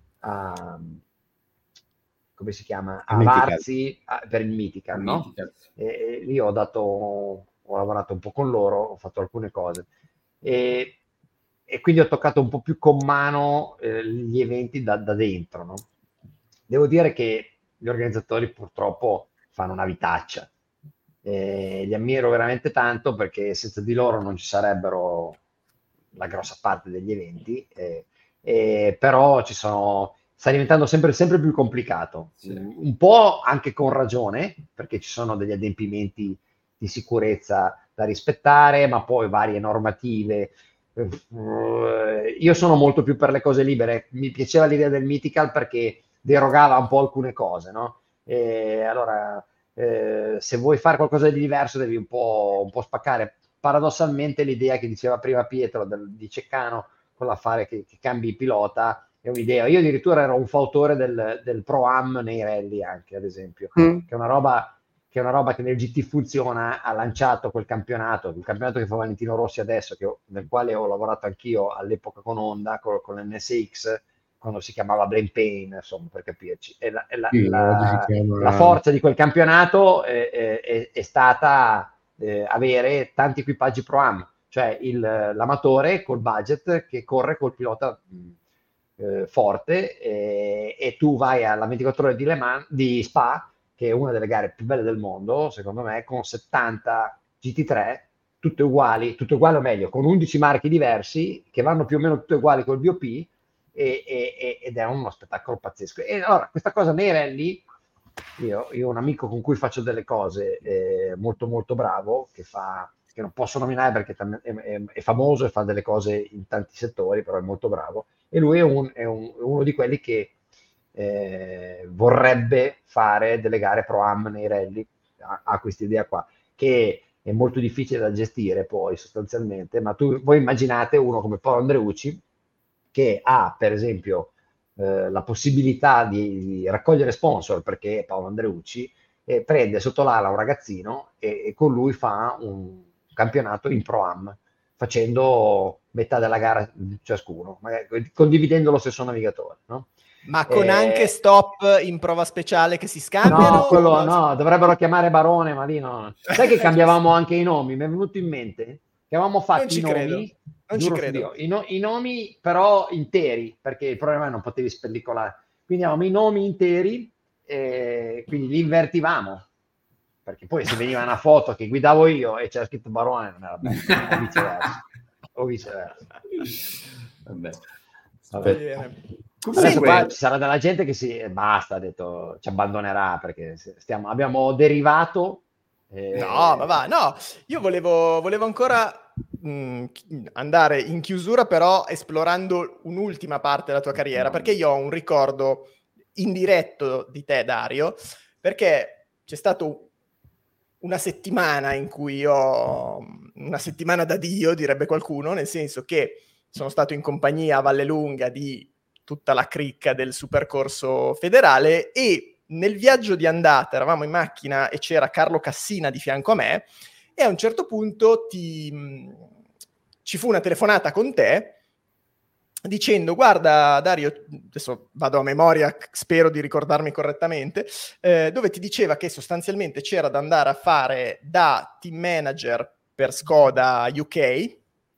a- come si chiama? A Il Mythical. Varzi a- per il Mythical, no? Mythical. E, e lì ho dato, ho lavorato un po' con loro, ho fatto alcune cose. E, e quindi ho toccato un po' più con mano eh, gli eventi da, da dentro, no? Devo dire che gli organizzatori purtroppo fanno una vitaccia. Eh, li ammiro veramente tanto perché senza di loro non ci sarebbero la grossa parte degli eventi, eh, eh, però ci sono, sta diventando sempre, sempre più complicato, Sì. un po' anche con ragione, perché ci sono degli adempimenti di sicurezza da rispettare, ma poi varie normative. Eh, Io sono molto più per le cose libere, mi piaceva l'idea del Mythical perché derogava un po' alcune cose, no? E allora, eh, se vuoi fare qualcosa di diverso devi un po', un po' spaccare. paradossalmente l'idea che diceva prima Pietro del, di Ceccano, con l'affare che, che cambi il pilota, è un'idea. Io addirittura ero un fautore del, del Pro-Am nei rally anche, ad esempio, mm. che è una roba che è una roba che nel G T funziona. Ha lanciato quel campionato, il campionato che fa Valentino Rossi adesso, che ho, nel quale ho lavorato anch'io all'epoca con Honda, con, con l'N S X, quando si chiamava Blame Pain, insomma, per capirci. E la, la, sì, la, chiama... la forza di quel campionato è, è, è stata eh, avere tanti equipaggi Pro-Am, cioè il, l'amatore col budget che corre col pilota eh, forte, e, e tu vai alla ventiquattro ore di, Le Mans, di Spa, che è una delle gare più belle del mondo, secondo me, con settanta G T tre, tutte uguali, tutte uguali o meglio, con undici marchi diversi, che vanno più o meno tutte uguali col B O P, e, e, ed è uno spettacolo pazzesco. E allora, questa cosa nei rally, io, io ho un amico con cui faccio delle cose eh, molto molto bravo, che fa, che non posso nominare perché è, è, è famoso e fa delle cose in tanti settori, però è molto bravo, e lui è, un, è un, uno di quelli che Eh, vorrebbe fare delle gare Pro-Am nei rally. Ha, ha questa idea qua, che è molto difficile da gestire poi sostanzialmente, ma tu, voi immaginate uno come Paolo Andreucci, che ha per esempio eh, la possibilità di, di raccogliere sponsor, perché Paolo Andreucci, e prende sotto l'ala un ragazzino e, e con lui fa un campionato in Pro-Am, facendo metà della gara ciascuno, magari condividendo lo stesso navigatore, no? Ma con eh... anche stop in prova speciale che si scambiano? No, quello no, dovrebbero chiamare Barone, ma lì no. Sai che cambiavamo anche i nomi? Mi è venuto in mente che avevamo fatto i nomi, non ci credo. Dio, i, no, i nomi però interi, perché il problema è che non potevi spellicolare. Quindi avevamo i nomi interi, e quindi li invertivamo. Perché poi se veniva una foto che guidavo io e c'era scritto Barone, non era bello, o viceversa. O viceversa. Vabbè. Vabbè. Adesso qua ci sarà della gente che si basta, ha detto, ci abbandonerà perché stiamo, abbiamo derivato. Eh... No, ma va, no. Io volevo, volevo ancora mh, andare in chiusura, però esplorando un'ultima parte della tua carriera, perché io ho un ricordo indiretto di te, Dario, perché c'è stato una settimana in cui io, una settimana da Dio, direbbe qualcuno, nel senso che sono stato in compagnia a Vallelunga di tutta la cricca del Supercorso Federale, e nel viaggio di andata eravamo in macchina e c'era Carlo Cassina di fianco a me, e a un certo punto ti, ci fu una telefonata con te dicendo: guarda Dario, adesso vado a memoria, spero di ricordarmi correttamente, eh, dove ti diceva che sostanzialmente c'era da andare a fare da team manager per Skoda U K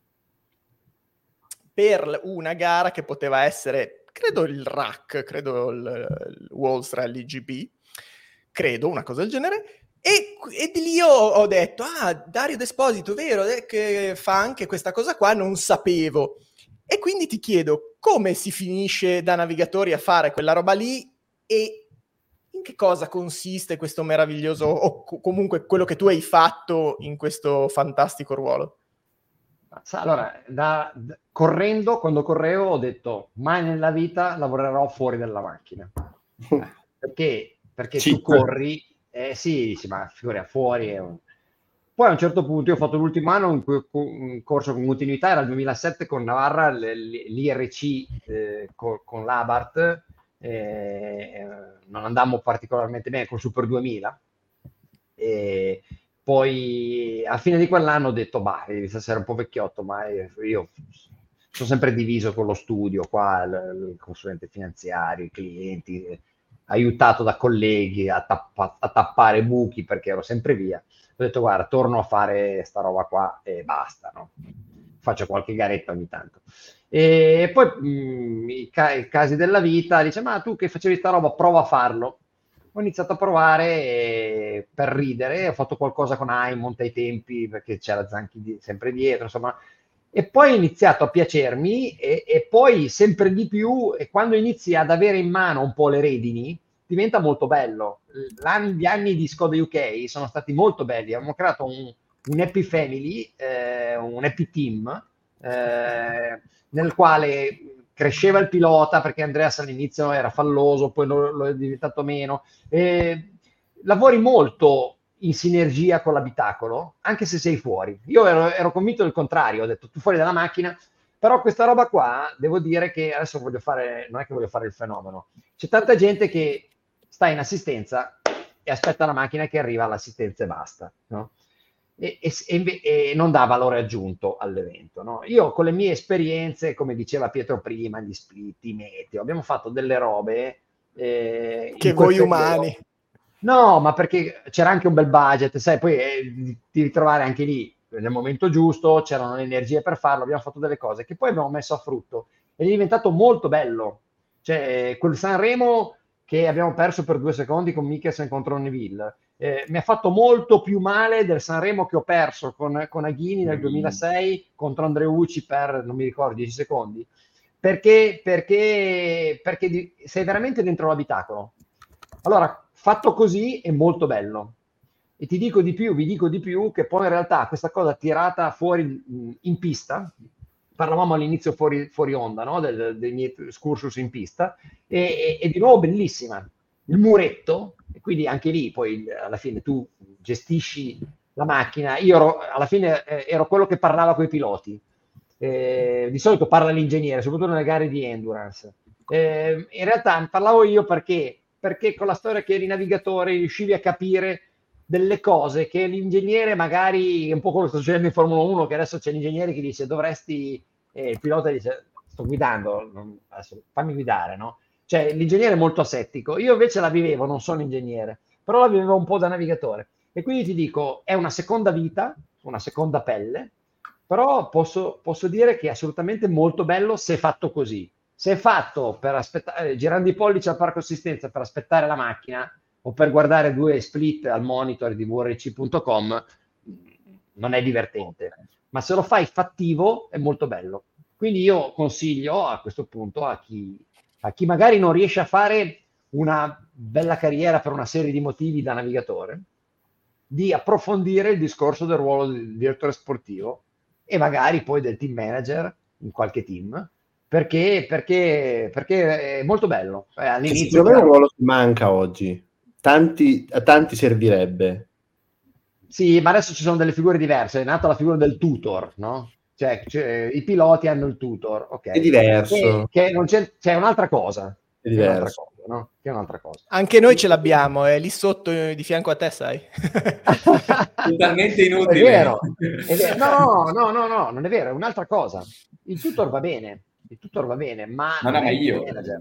per una gara che poteva essere, credo il R A C, credo il, il World's Rally G P, credo, una cosa del genere, e, e di lì ho, ho detto, ah, Dario Desposito, vero, eh, che fa anche questa cosa qua, non sapevo. E quindi ti chiedo, come si finisce da navigatori a fare quella roba lì, e in che cosa consiste questo meraviglioso, o co- comunque quello che tu hai fatto in questo fantastico ruolo? Allora, da, da, correndo, quando correvo ho detto, mai nella vita lavorerò fuori dalla macchina. Perché? Perché tu corri, eh sì, dici, ma figura, fuori è un... Poi a un certo punto io ho fatto l'ultimo anno in cui un corso con continuità, era il duemilasette con Navarra, l'I R C eh, con, con l'Abarth, eh, non andammo particolarmente bene col Super duemila, e poi a fine di quell'anno ho detto, bah, inizia a essere un po' vecchiotto, ma io sono sempre diviso con lo studio, qua il, il consulente finanziario, i clienti, aiutato da colleghi a, tappa, a tappare buchi perché ero sempre via. Ho detto, guarda, torno a fare sta roba qua e basta, no? Faccio qualche garetta ogni tanto. E poi mh, i, ca- i casi della vita, dice, ma tu che facevi sta roba, prova a farlo. Ho iniziato a provare e, per ridere, ho fatto qualcosa con Aimont ai tempi, perché c'era Zanchi di, sempre dietro, insomma. E poi ho iniziato a piacermi e, e poi sempre di più, e quando inizi ad avere in mano un po' le redini, diventa molto bello. L'anni, gli anni di Skoda U K sono stati molto belli, abbiamo creato un, un happy family, eh, un happy team, eh, nel quale cresceva il pilota, perché Andreas all'inizio era falloso, poi lo, lo è diventato meno. Eh, lavori molto in sinergia con l'abitacolo, anche se sei fuori. Io ero, ero convinto del contrario, ho detto tu fuori dalla macchina, però questa roba qua, devo dire che adesso voglio fare, non è che voglio fare il fenomeno, c'è tanta gente che sta in assistenza e aspetta la macchina che arriva all'assistenza e basta, no? E, e, e, e non dà valore aggiunto all'evento, no? Io con le mie esperienze, come diceva Pietro prima, gli split, i meteo, abbiamo fatto delle robe eh, che voi umani. No, ma perché c'era anche un bel budget, sai, poi eh, ti ritrovare anche lì nel momento giusto, c'erano le energie per farlo, abbiamo fatto delle cose che poi abbiamo messo a frutto ed è diventato molto bello. Cioè, quel Sanremo che abbiamo perso per due secondi con Mikkelsen contro Neville, eh, mi ha fatto molto più male del Sanremo che ho perso con, con Aghini nel duemilasei contro Andreucci per, non mi ricordo, dieci secondi, perché, perché, perché sei veramente dentro l'abitacolo. Allora, fatto così è molto bello. E ti dico di più, vi dico di più, che poi in realtà questa cosa tirata fuori mh, in pista, parlavamo all'inizio fuori, fuori onda, no? del, dei miei excursus in pista, e, e, e di nuovo bellissima. Il muretto, e quindi anche lì poi alla fine tu gestisci la macchina. Io ero, alla fine eh, ero quello che parlava con i piloti. Eh, di solito parla l'ingegnere, soprattutto nelle gare di endurance. Eh, in realtà parlavo io perché perché con la storia che eri navigatore riuscivi a capire delle cose che l'ingegnere magari, un po' quello che sta succedendo in Formula uno, che adesso c'è l'ingegnere che dice dovresti, eh, il pilota dice sto guidando, non, adesso, fammi guidare, no? Cioè l'ingegnere è molto asettico, io invece la vivevo, non sono ingegnere, però la vivevo un po' da navigatore e quindi ti dico, è una seconda vita, una seconda pelle, però posso, posso dire che è assolutamente molto bello se fatto così. Se è fatto per aspettare, girando i pollici al parco assistenza per aspettare la macchina o per guardare due split al monitor di v r c punto com, non è divertente. Ma se lo fai fattivo è molto bello. Quindi io consiglio a questo punto a chi, a chi magari non riesce a fare una bella carriera per una serie di motivi da navigatore, di approfondire il discorso del ruolo del direttore sportivo e magari poi del team manager in qualche team, perché, perché, perché è molto bello. Eh, all'inizio secondo me è un ruolo che manca oggi. Tanti, a tanti servirebbe. Sì, ma adesso ci sono delle figure diverse. È nata la figura del tutor, no? Cioè, cioè i piloti hanno il tutor, ok? È diverso. Che, che non c'è, c'è un'altra cosa. È Che è un'altra diverso. cosa, no? Che è un'altra cosa. Anche noi ce l'abbiamo, è lì sotto eh, di fianco a te, sai. Totalmente inutile. È vero, è vero. No, no, no, no, non è vero, è un'altra cosa. Il tutor va bene, il tutor va bene, ma no, no, non ma è il io. manager.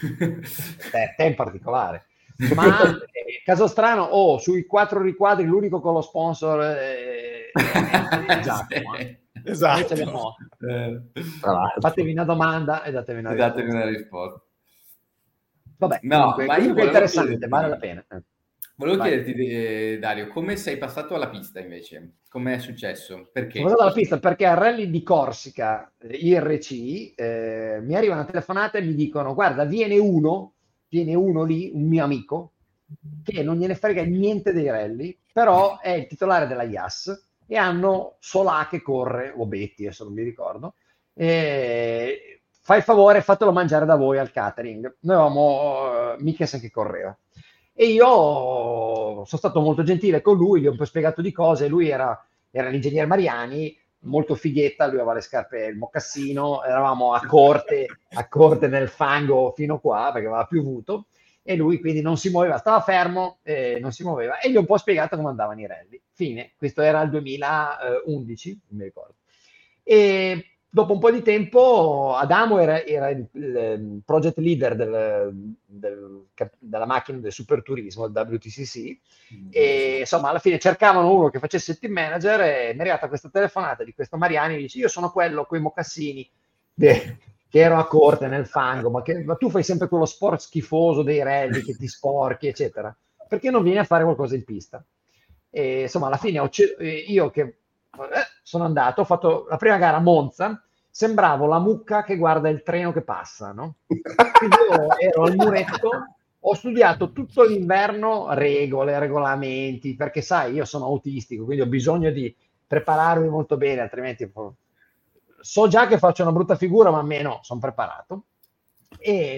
Te, te in particolare. Ma eh, caso strano, oh, sui quattro riquadri l'unico con lo sponsor eh, è Giacomo. Eh. Esatto. Abbiamo... Eh. Fatevi una domanda e datevi una risposta. Datevi una risposta. Vabbè, no, comunque, ma io comunque è interessante, chiederti, vale la pena. Eh. Volevo Vai. chiederti, eh, Dario, come sei passato alla pista invece? Come è successo? Perché? Sono andato alla pista perché al rally di Corsica, eh, I R C, eh, mi arriva una telefonata e mi dicono guarda, viene uno, viene uno lì, un mio amico, che non gliene frega niente dei rally, però è il titolare della I A S e hanno Solà che corre, o Betti, adesso non mi ricordo, e fai il favore, fatelo mangiare da voi al catering. Noi avevamo uh, Mikkelsen che correva. E io sono stato molto gentile con lui, gli ho un po' spiegato di cose, lui era, era l'ingegnere Mariani, molto fighetta, lui aveva le scarpe e il mocassino, eravamo a corte, a corte nel fango fino qua, perché aveva piovuto, e lui quindi non si muoveva, stava fermo, eh, non si muoveva, e gli ho un po' spiegato come andavano i rally. Fine, questo era il duemilaundici, non mi ricordo. E dopo un po' di tempo Adamo era, era il, il project leader del, del, della macchina del superturismo, il W T C C, mm-hmm. E insomma alla fine cercavano uno che facesse il team manager e mi è arrivata questa telefonata di questo Mariani, mi dice io sono quello con i mocassini de, che ero a corte nel fango, ma, che, ma tu fai sempre quello sport schifoso dei rally che ti sporchi eccetera, perché non vieni a fare qualcosa in pista? E insomma alla fine ho, io che Eh, sono andato, ho fatto la prima gara a Monza, sembravo la mucca che guarda il treno che passa, no? Quindi io ero al muretto, ho studiato tutto l'inverno regole, regolamenti, perché sai, io sono autistico, quindi ho bisogno di prepararmi molto bene, altrimenti so già che faccio una brutta figura, ma almeno sono preparato. E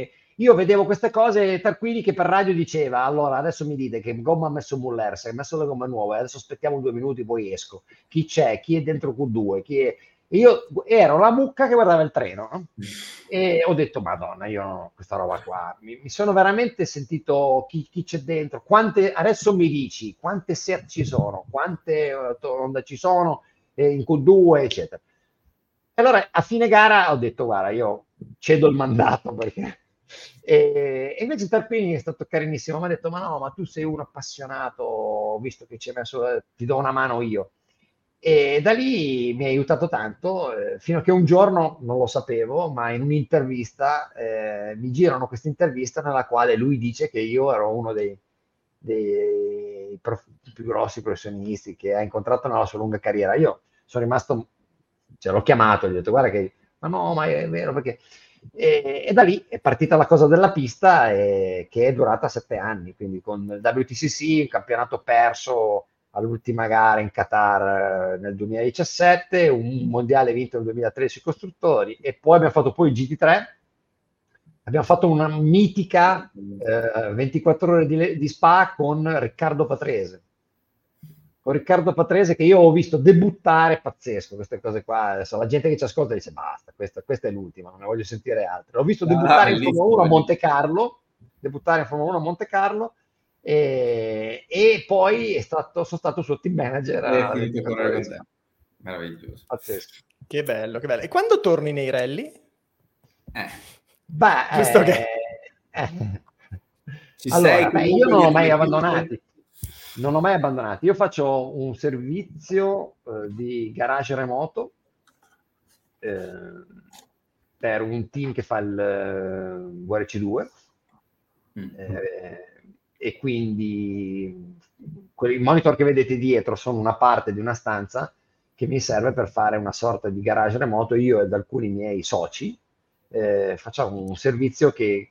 io vedevo queste cose, Tarquini che per radio diceva, allora adesso mi dite che gomma ha messo Muller, se ha messo le gomme nuove, adesso aspettiamo due minuti poi esco, chi c'è, chi è dentro Q due, chi è... Io ero la mucca che guardava il treno, no? E ho detto Madonna, io no, questa roba qua mi, mi sono veramente sentito chi, chi c'è dentro, quante, adesso mi dici quante set ci sono, quante uh, onde ci sono eh, in Q due eccetera. E allora a fine gara ho detto guarda, io cedo il mandato perché e, e invece Tarquini è stato carinissimo, mi ha detto ma no, ma tu sei uno appassionato, visto che ci hai messo, ti do una mano io. E da lì mi ha aiutato tanto, eh, fino a che un giorno, non lo sapevo, ma in un'intervista, eh, mi girano questa intervista nella quale lui dice che io ero uno dei, dei prof, più grossi professionisti che ha incontrato nella sua lunga carriera. Io sono rimasto, cioè, l'ho chiamato, gli ho detto guarda che, ma no, ma è vero perché... E, e da lì è partita la cosa della pista e, che è durata sette anni, quindi con il W T C C, un campionato perso all'ultima gara in Qatar nel duemiladiciassette, un mondiale vinto nel duemilatredici costruttori e poi abbiamo fatto poi il G T tre, abbiamo fatto una mitica eh, ventiquattro ore di, di Spa con Riccardo Patrese. Con Riccardo Patrese che io ho visto debuttare, pazzesco queste cose qua, adesso la gente che ci ascolta dice basta, questa, questa è l'ultima, non ne voglio sentire altre. L'ho visto debuttare ah, in Formula uno a Monte Carlo, debuttare in Formula uno a Monte Carlo e, e poi è stato, sono stato suo team manager. A meraviglioso. Pazzesco. Che bello, che bello. E quando torni nei rally? Eh. Beh, Giusto eh, che... eh. Ci Allora, sei beh, io non ho mai dietro- abbandonati. Non ho mai abbandonati. Io faccio un servizio eh, di garage remoto eh, per un team che fa il eh, V R C due Mm. eh, e quindi quel- il monitor che vedete dietro sono una parte di una stanza che mi serve per fare una sorta di garage remoto. Io ed alcuni miei soci eh, facciamo un servizio che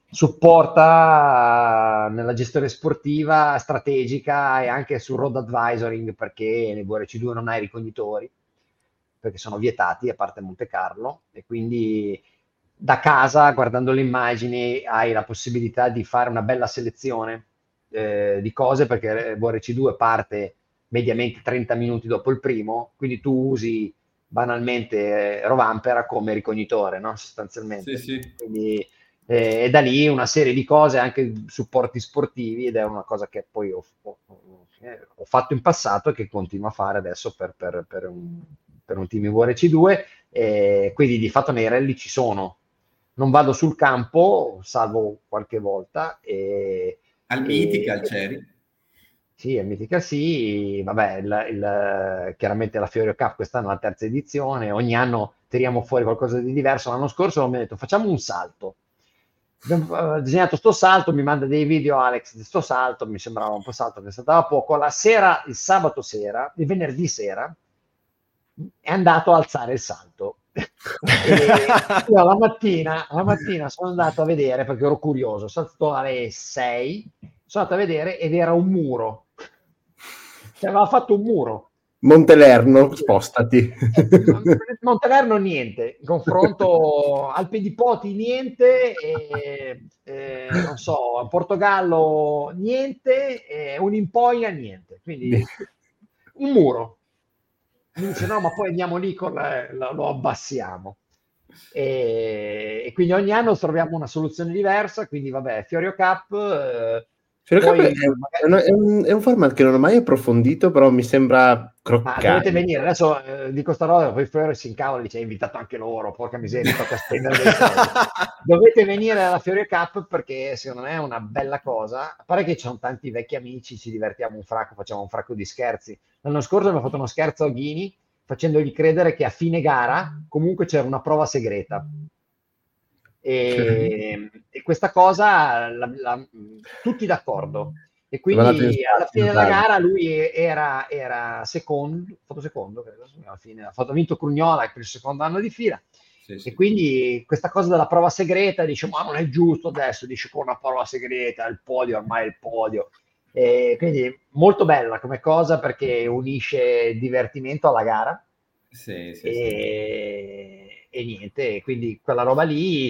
supporta nella gestione sportiva, strategica e anche sul road advisoring, perché nel V R C due non hai ricognitori, perché sono vietati a parte Monte Carlo, e quindi da casa, guardando le immagini, hai la possibilità di fare una bella selezione eh, di cose, perché V R C due parte mediamente trenta minuti dopo il primo, quindi tu usi banalmente eh, Rovanpera come ricognitore, no? Sostanzialmente. Sì, sì. Quindi e da lì una serie di cose, anche supporti sportivi, ed è una cosa che poi ho, ho, ho fatto in passato e che continuo a fare adesso per, per, per, un, per un team in V R C due, e quindi di fatto nei rally ci sono, non vado sul campo salvo qualche volta e, Al e, Mythical c'eri? Sì, al Mythical sì, vabbè, il, il, chiaramente la Fiorio Cup quest'anno è la terza edizione, ogni anno tiriamo fuori qualcosa di diverso. L'anno scorso mi ha detto facciamo un salto, abbiamo disegnato sto salto, mi manda dei video Alex di sto salto, mi sembrava un po' salto che saltava poco. La sera, il sabato sera, il venerdì sera è andato a alzare il salto e io la mattina, la mattina sono andato a vedere perché ero curioso, sono stato alle sei, sono andato a vedere ed era un muro, cioè aveva fatto un muro. Montelerno, spostati. Montelerno niente, in confronto Alpe di Poti niente, e, e, non so, Portogallo niente, e un'impoina niente, quindi un muro. Mi dice no, ma poi andiamo lì, con la, la, lo abbassiamo. E, e quindi ogni anno troviamo una soluzione diversa, quindi vabbè, Fiorio Cup... Eh, Fiorio Cup poi, è, magari... è, un, è un format che non ho mai approfondito, però mi sembra croccante. Ma dovete venire, adesso eh, dico sta roba, poi Fiorio si incavola e dice hai invitato anche loro, porca miseria, tocca spendere dei soldi. Dovete venire alla Fiorio Cup perché secondo me è una bella cosa, a parte che ci sono tanti vecchi amici, ci divertiamo un fracco, facciamo un fracco di scherzi. L'anno scorso abbiamo fatto uno scherzo a Ghini facendogli credere che a fine gara comunque c'era una prova segreta. E, e questa cosa la, la, tutti d'accordo, e quindi alla fine della gara lui era, era secondo, fatto secondo credo, alla fine ha fatto, vinto Crugnola per il secondo anno di fila, sì, sì. E quindi questa cosa della prova segreta dice ma non è giusto adesso, dice con una prova segreta il podio ormai è il podio, e quindi molto bella come cosa perché unisce divertimento alla gara, sì, sì, e, sì. e niente, quindi quella roba lì.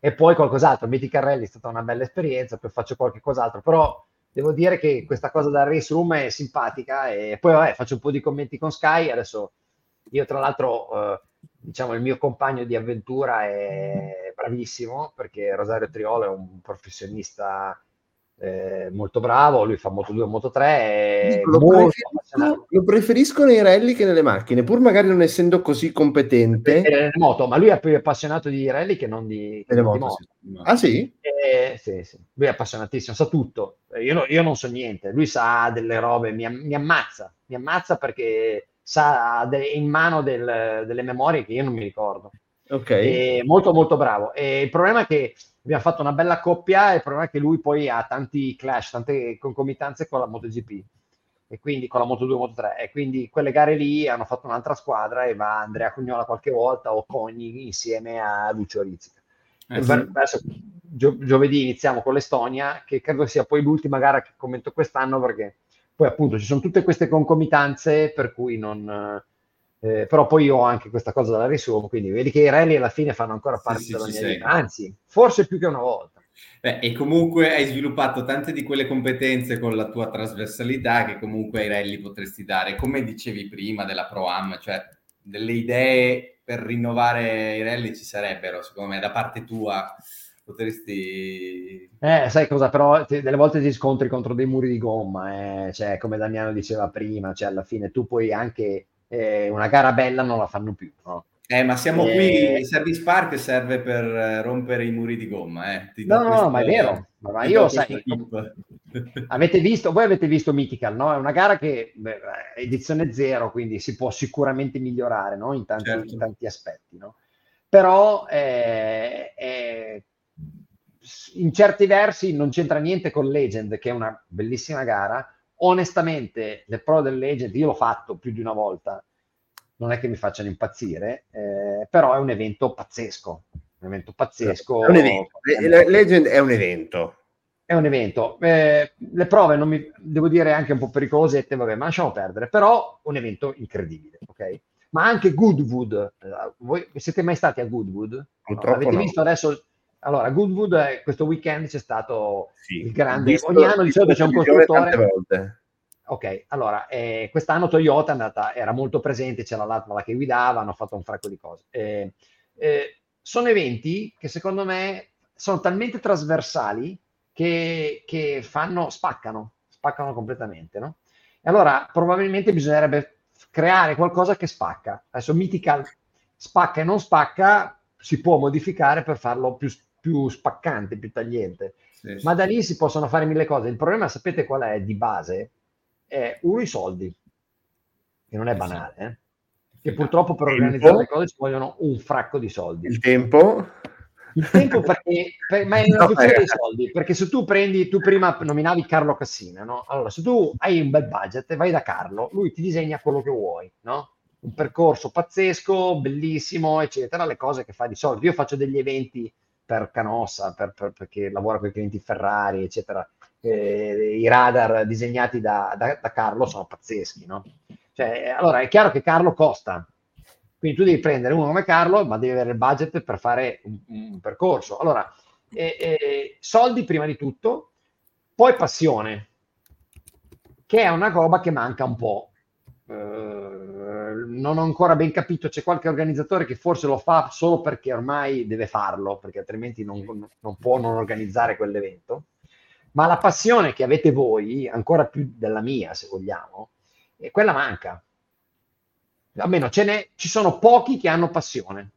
e poi qualcos'altro. Mythical Rally è stata una bella esperienza, poi faccio qualche cos'altro, però devo dire che questa cosa da race room è simpatica, e poi vabbè, faccio un po' di commenti con Sky. Adesso io tra l'altro eh, diciamo il mio compagno di avventura è bravissimo, perché Rosario Triolo è un professionista eh, molto bravo, lui fa Moto due e Moto tre, è Dico, lo, molto preferisco, appassionato. lo preferisco nei rally che nelle macchine, pur magari non essendo così competente. Eh, moto, ma lui è più appassionato di rally che non di, che Nelle non di moto, moto. sì. Ah sì? Eh, sì, sì. Lui è appassionatissimo, sa tutto. Eh, Io, no- io non so niente, lui sa delle robe, mi, am- mi ammazza, mi ammazza perché sa ha de- in mano del- delle memorie che io non mi ricordo. Ok. E molto molto bravo. E il problema è che abbiamo fatto una bella coppia, e il problema è che lui poi ha tanti clash, tante concomitanze con la MotoGP, e quindi con la Moto due e Moto tre, e quindi quelle gare lì hanno fatto un'altra squadra, e va Andrea Cugnola qualche volta o Cogni insieme a Lucio Rizzica. Eh, E sì. adesso gio- giovedì iniziamo con l'Estonia, che credo sia poi l'ultima gara che commento quest'anno, perché poi appunto ci sono tutte queste concomitanze per cui non... eh, però poi io ho anche questa cosa della riassumo, quindi vedi che i rally alla fine fanno ancora Sì, parte sì, della ci mia sei. vita, anzi, forse più che una volta. Beh, e comunque hai sviluppato tante di quelle competenze con la tua trasversalità che comunque ai rally potresti dare, come dicevi prima della Pro-Am, cioè delle idee per rinnovare i rally ci sarebbero, secondo me, da parte tua potresti... Eh, sai cosa? Però ti- delle volte ti scontri contro dei muri di gomma, eh, cioè, come Damiano diceva prima, cioè alla fine tu puoi anche eh, una gara bella non la fanno più, no? Eh, ma siamo qui, Eh, il Service Park serve per eh, rompere i muri di gomma, eh. Ti no, do no, questo, no, ma è vero, ma, ma ti io do questo sai, tip. avete visto, voi avete visto Mythical, no? È una gara che beh, è edizione zero, quindi si può sicuramente migliorare, no? In tanti, Certo. in tanti aspetti, no? Però eh, è- in certi versi non c'entra niente con Legend, che è una bellissima gara. Onestamente, le pro del Legend, io l'ho fatto più di una volta, non è che mi facciano impazzire, eh, però è un evento pazzesco, un evento pazzesco. È un evento. Le- Legend è un evento. È un evento. Eh, le prove non mi devo dire anche un po' pericolosette, vabbè, ma lasciamo perdere, però un evento incredibile, ok? Ma anche Goodwood, eh, voi siete mai stati a Goodwood? Purtroppo Avete no. visto adesso? Allora, Goodwood, eh, questo weekend c'è stato Sì. il grande, Visto- ogni anno di visto solito c'è un in televisione costruttore. tante volte. Ok, allora, eh, quest'anno Toyota è andata, era molto presente, c'era l'Atmala che guidava, hanno fatto un fracco di cose. Eh, eh, sono eventi che secondo me sono talmente trasversali che, che fanno, spaccano, spaccano completamente, no? E allora probabilmente bisognerebbe creare qualcosa che spacca. Adesso Mythical spacca e non spacca, si può modificare per farlo più, più spaccante, più tagliente. Sì, Ma sì, da sì. lì si possono fare mille cose. Il problema, sapete qual è di base? È uno i soldi, che non è Eh sì. banale, eh? Che purtroppo per Tempo. organizzare le cose ci vogliono un fracco di soldi. Il tempo? Il tempo perché, per- ma è una No, questione eh. dei soldi, perché se tu prendi, tu prima nominavi Carlo Cassina, no? Allora, se tu hai un bel budget e vai da Carlo, lui ti disegna quello che vuoi, no? Un percorso pazzesco, bellissimo, eccetera, le cose che fa di solito. Io faccio degli eventi per Canossa, per- per- perché lavoro con i clienti Ferrari, eccetera. Eh, i radar disegnati da, da- da Carlo sono pazzeschi, no? Cioè, allora è chiaro che Carlo costa, quindi tu devi prendere uno come Carlo, ma devi avere il budget per fare un, un percorso. Allora, eh, eh, soldi prima di tutto, poi passione, che è una roba che manca un po'. Eh, non ho ancora ben capito, c'è qualche organizzatore che forse lo fa solo perché ormai deve farlo, perché altrimenti non, non può non organizzare quell'evento. Ma la passione che avete voi, ancora più della mia, se vogliamo, e quella manca. Almeno ce n'è, ci sono pochi che hanno passione.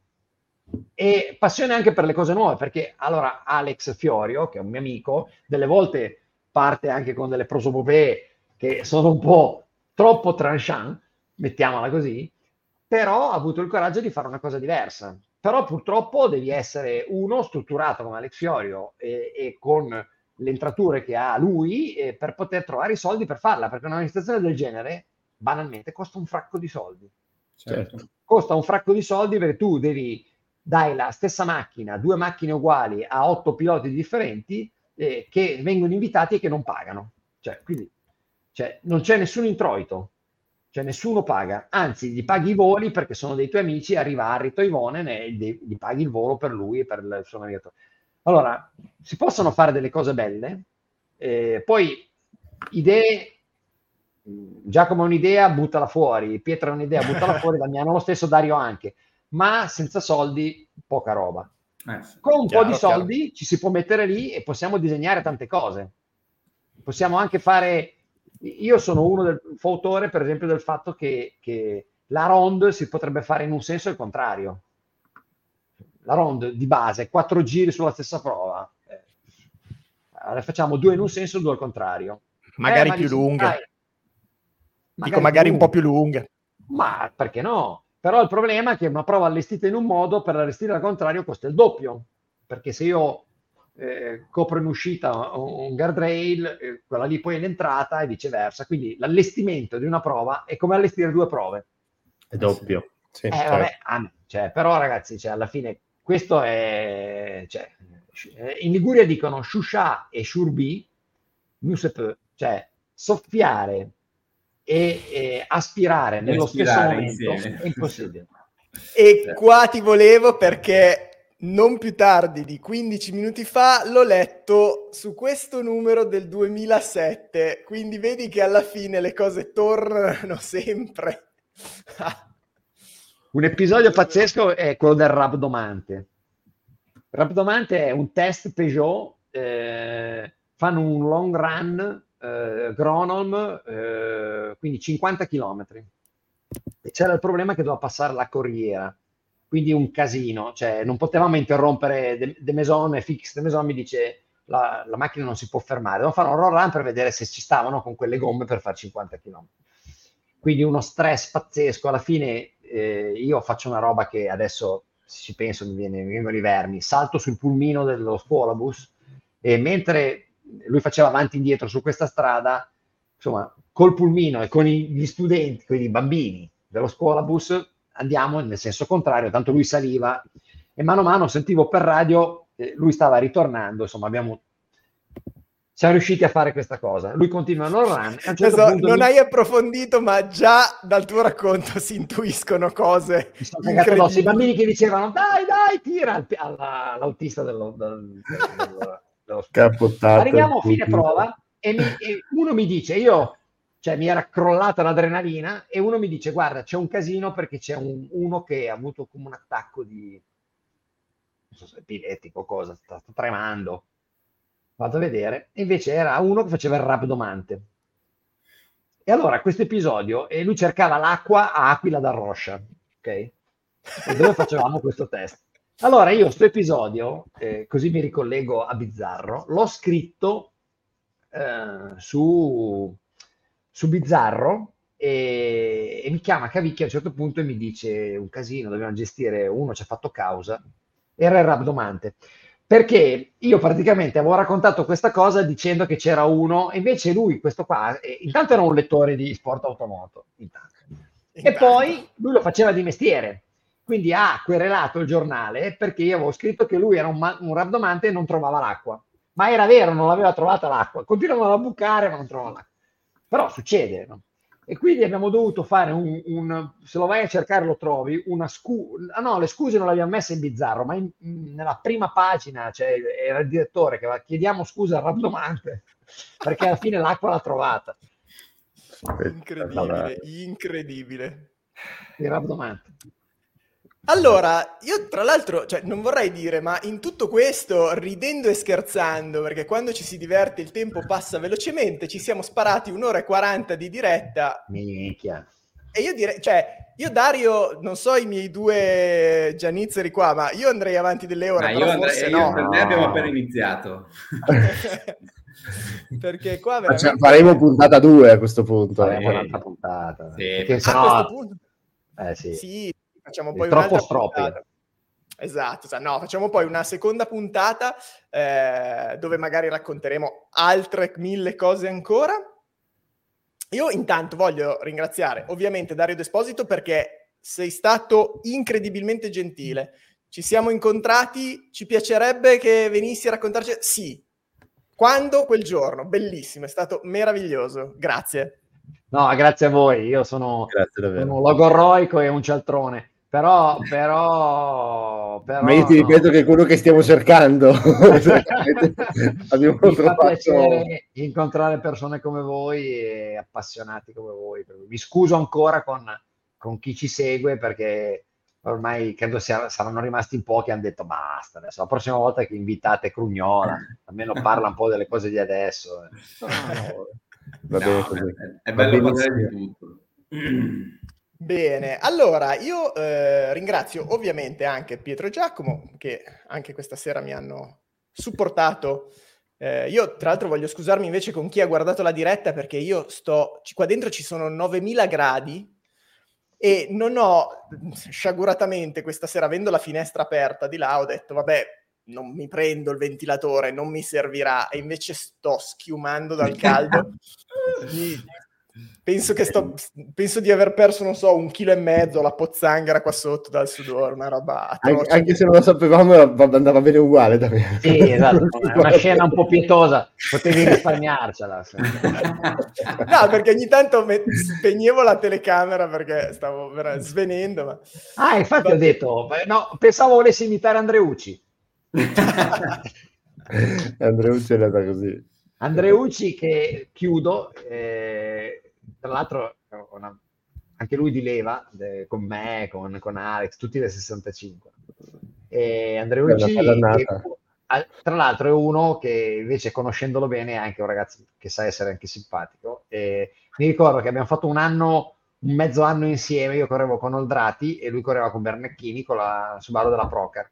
E passione anche per le cose nuove, perché allora Alex Fiorio, che è un mio amico, delle volte parte anche con delle prosopopee che sono un po' troppo tranchant, mettiamola così, però ha avuto il coraggio di fare una cosa diversa. Però purtroppo devi essere uno strutturato come Alex Fiorio e, e con le entrature che ha lui eh, per poter trovare i soldi per farla, perché un'amministrazione del genere banalmente costa un fracco di soldi. Certo. Costa un fracco di soldi perché tu devi dai la stessa macchina, due macchine uguali a otto piloti differenti eh, che vengono invitati e che non pagano. Cioè, quindi cioè, non c'è nessun introito, cioè nessuno paga, anzi gli paghi i voli perché sono dei tuoi amici, arriva Harry Toivonen e gli, gli paghi il volo per lui e per il suo navigatore. Allora, si possono fare delle cose belle, eh, poi idee, Giacomo ha un'idea, buttala fuori, Pietro ha un'idea, buttala fuori, Damiano lo stesso, Dario anche, ma senza soldi poca roba. Eh, sì. Con un Chiaro, po' di soldi chiaro. Ci si può mettere lì e possiamo disegnare tante cose. Possiamo anche fare... Io sono uno del fautore, per esempio, del fatto che, che la ronde si potrebbe fare in un senso e il contrario. La ronde di base, quattro giri sulla stessa prova. Eh, allora facciamo due in un senso e due al contrario. Magari eh, ma più dici, lunghe. dai, magari Dico magari un po' più lunghe. Ma perché no? Però il problema è che una prova allestita in un modo, per allestire al contrario costa il doppio. Perché se io eh, copro in uscita un guardrail, eh, quella lì poi è l'entrata e viceversa. Quindi l'allestimento di una prova è come allestire due prove. È doppio. Sì, eh, certo. vabbè, ah, cioè, però ragazzi, cioè, alla fine questo è... Cioè, in Liguria dicono shusha e shurbi, cioè soffiare e, e aspirare nello stesso momento insieme. È impossibile. E sì. Qua ti volevo perché non più tardi di quindici minuti fa l'ho letto su questo numero del duemilasette, quindi vedi che alla fine le cose tornano sempre. Un episodio pazzesco è quello del rabdomante. Il rabdomante è un test Peugeot, eh, fanno un long run eh, Gronom, eh, quindi cinquanta chilometri. E c'era il problema che doveva passare la corriera, quindi un casino, cioè non potevamo interrompere De, De Maison e Fix De Maison mi dice la, la macchina non si può fermare, devono fare un roll run per vedere se ci stavano con quelle gomme per fare cinquanta chilometri. Quindi uno stress pazzesco, alla fine eh, io faccio una roba che adesso se ci penso mi, viene, mi vengono i vermi, salto sul pulmino dello scuolabus e mentre lui faceva avanti e indietro su questa strada, insomma, col pulmino e con i, gli studenti, con i bambini dello scuolabus, andiamo nel senso contrario, tanto lui saliva e mano a mano sentivo per radio, eh, lui stava ritornando, insomma abbiamo... Siamo riusciti a fare questa cosa. Lui continua a non run. A un certo so, punto non lui... hai approfondito, ma già dal tuo racconto si intuiscono cose incredibili. I bambini che dicevano dai, dai, tira alla, all'autista dello, dello, dello, dello... Capottato. Arriviamo a fine prova e, mi, e uno mi dice, io, cioè mi era crollata l'adrenalina e uno mi dice, guarda, c'è un casino perché c'è un, uno che ha avuto come un attacco di, non so se epiletico o cosa, sta, sta tremando. Vado a vedere, e invece era uno che faceva il rabdomante. E allora questo episodio, e lui cercava l'acqua a Aquila da Rocha, ok? E dove facevamo questo test? Allora io questo episodio, eh, così mi ricollego a Bizzarro, l'ho scritto eh, su, su Bizzarro e, e mi chiama Cavicchia a un certo punto e mi dice un casino, dobbiamo gestire, uno ci ha fatto causa, era il rabdomante. Perché io praticamente avevo raccontato questa cosa dicendo che c'era uno, e invece lui, questo qua, eh, intanto era un lettore di sport automoto, intanto. E poi lui lo faceva di mestiere, quindi ha querelato il giornale perché io avevo scritto che lui era un, ma- un rabdomante e non trovava l'acqua. Ma era vero, non aveva trovata l'acqua. Continuavano a bucare ma non trovavano l'acqua. Però succede, no? E quindi abbiamo dovuto fare un, un, se lo vai a cercare lo trovi, una scusa, ah no, le scuse non le abbiamo messe in Bizzarro, ma in, in, nella prima pagina, cioè era il direttore che va, chiediamo scusa al rabdomante, perché alla fine l'acqua l'ha trovata. Incredibile, incredibile. Il rabdomante. Allora, io tra l'altro, cioè, non vorrei dire, ma in tutto questo, ridendo e scherzando, perché quando ci si diverte il tempo passa velocemente, ci siamo sparati un'ora e quaranta di diretta. Minchia. E io direi, cioè, io Dario, non so i miei due gianizzeri qua, ma io andrei avanti delle ore, ma però io andrei, forse io no. Per me abbiamo appena iniziato. Perché qua veramente... Facciamo, faremo puntata due a questo punto. Faremo un'altra puntata. Sì. Perché a no... questo punto? Eh sì. Sì. Facciamo poi troppo un'altra stroppi. puntata. Esatto, cioè, no, facciamo poi una seconda puntata eh, dove magari racconteremo altre mille cose ancora. Io intanto voglio ringraziare ovviamente Dario D'Esposito perché sei stato incredibilmente gentile. Ci siamo incontrati, ci piacerebbe che venissi a raccontarci. Sì, quando? Quel giorno, bellissimo, è stato meraviglioso. Grazie. No, grazie a voi, io sono, Grazie davvero. sono un logorroico e un cialtrone. Però, però, però Ma io ti ripeto no. che è quello che stiamo cercando. Abbiamo Mi fa trovato... piacere incontrare persone come voi e appassionati come voi. Mi scuso ancora con, con chi ci segue perché ormai credo sia, saranno rimasti in pochi e hanno detto basta, adesso la prossima volta che invitate Crugnola, almeno parla un po' delle cose di adesso. No, no, va No, bene così. è, è Va bello parlare benissimo. di tutto. Bene, allora io eh, ringrazio ovviamente anche Pietro e Giacomo che anche questa sera mi hanno supportato. Eh, io tra l'altro voglio scusarmi invece con chi ha guardato la diretta perché io sto, qua dentro ci sono novemila gradi e non ho, sciaguratamente questa sera avendo la finestra aperta di là ho detto vabbè non mi prendo il ventilatore, non mi servirà e invece sto schiumando dal caldo. Mi, penso che sto, penso di aver perso, non so, un chilo e mezzo la pozzanghera qua sotto dal sudore, una roba atroce. Anche, anche se non lo sapevamo andava bene uguale da me. Sì, esatto, una scena un po' pietosa, potevi risparmiarcela. No, perché ogni tanto me, spegnevo la telecamera perché stavo vera- svenendo. Ma... Ah, infatti ho detto, no, pensavo volessi imitare Andreucci. Andreucci è andata così. Andreucci che chiudo, eh, tra l'altro una, anche lui di leva de, con me, con, con Alex, tutti del sessantacinque. E Andreucci, che, tra l'altro, è uno che invece conoscendolo bene è anche un ragazzo che sa essere anche simpatico. E mi ricordo che abbiamo fatto un anno, un mezzo anno insieme, io correvo con Oldrati e lui correva con Bernacchini con la Subaru della Procar.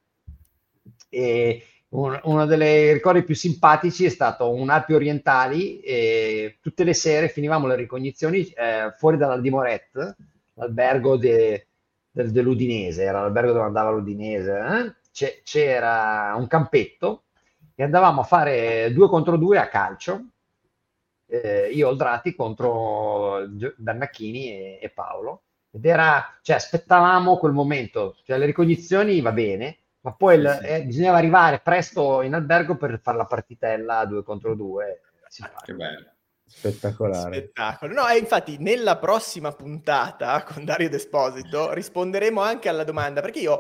E un, uno dei ricordi più simpatici è stato un Alpi Orientali e tutte le sere finivamo le ricognizioni eh, fuori dalla Dimoret, l'albergo de, del, dell'Udinese, era l'albergo dove andava l'Udinese, eh? C'è, c'era un campetto e andavamo a fare due contro due a calcio, eh, io Oldrati contro Bernacchini e, e Paolo, ed era, cioè aspettavamo quel momento, cioè le ricognizioni va bene, ma poi Sì, il, sì. eh, bisognava arrivare presto in albergo per fare la partitella due contro due. Che bello. Spettacolare. Spettacolo. No, e infatti nella prossima puntata con Dario D'Esposito risponderemo anche alla domanda, perché io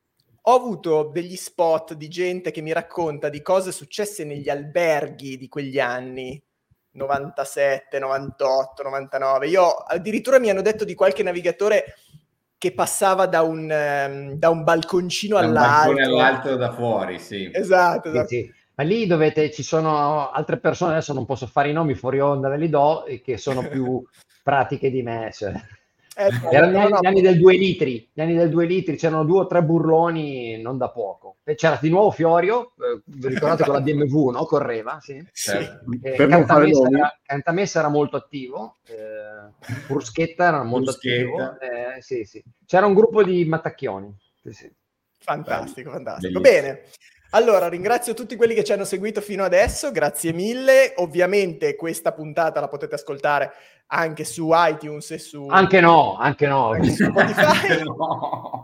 ho avuto degli spot di gente che mi racconta di cose successe negli alberghi di quegli anni, novantasette, novantotto, novantanove. Io addirittura mi hanno detto di qualche navigatore che passava da un, um, da un balconcino Da un all'altro. balcone all'altro da fuori, sì. Esatto, esatto. Sì, sì. Ma lì dovete, ci sono altre persone, adesso non posso fare i nomi fuori onda, ve li do, che sono più pratiche di me. Cioè. Eh, Erano no, gli, no, gli anni del due litri, gli anni del due litri, c'erano due o tre burloni, non da poco. E c'era di nuovo Fiorio, eh, vi ricordate con la B M W, no? Correva, sì. Certo. Eh, Per non fare Cantamessa, nomi. era, Cantamessa era molto attivo, eh, Bruschetta era molto Bruschetta. attivo, eh, sì, sì. C'era un gruppo di mattacchioni. Sì, sì. Fantastico, fantastico. Bellissimo. Bene. Allora, ringrazio tutti quelli che ci hanno seguito fino adesso, grazie mille. Ovviamente questa puntata la potete ascoltare anche su iTunes e su... Anche no, anche no. Anche su Spotify. No.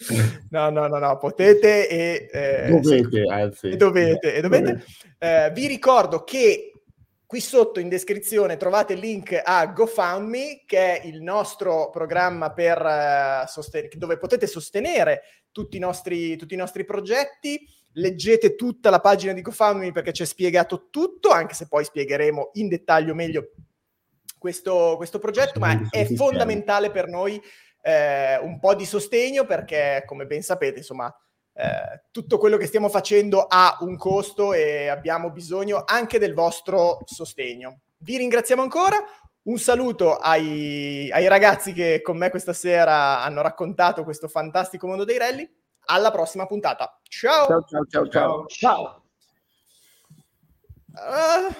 No, no, no, no, potete e... Eh, Dovete, anzi. E dovete, e dovete. Eh, vi ricordo che qui sotto in descrizione trovate il link a GoFundMe, che è il nostro programma per uh, sosten- dove potete sostenere tutti i nostri, tutti i nostri progetti. Leggete tutta la pagina di GoFundMe perché c'è spiegato tutto, anche se poi spiegheremo in dettaglio meglio questo, questo progetto, ma è fondamentale per noi eh, un po' di sostegno perché, come ben sapete, insomma, eh, tutto quello che stiamo facendo ha un costo e abbiamo bisogno anche del vostro sostegno. Vi ringraziamo ancora. Un saluto ai, ai ragazzi che con me questa sera hanno raccontato questo fantastico mondo dei rally. Alla prossima puntata. Ciao! Ciao, ciao, ciao, ciao. Ciao! Uh...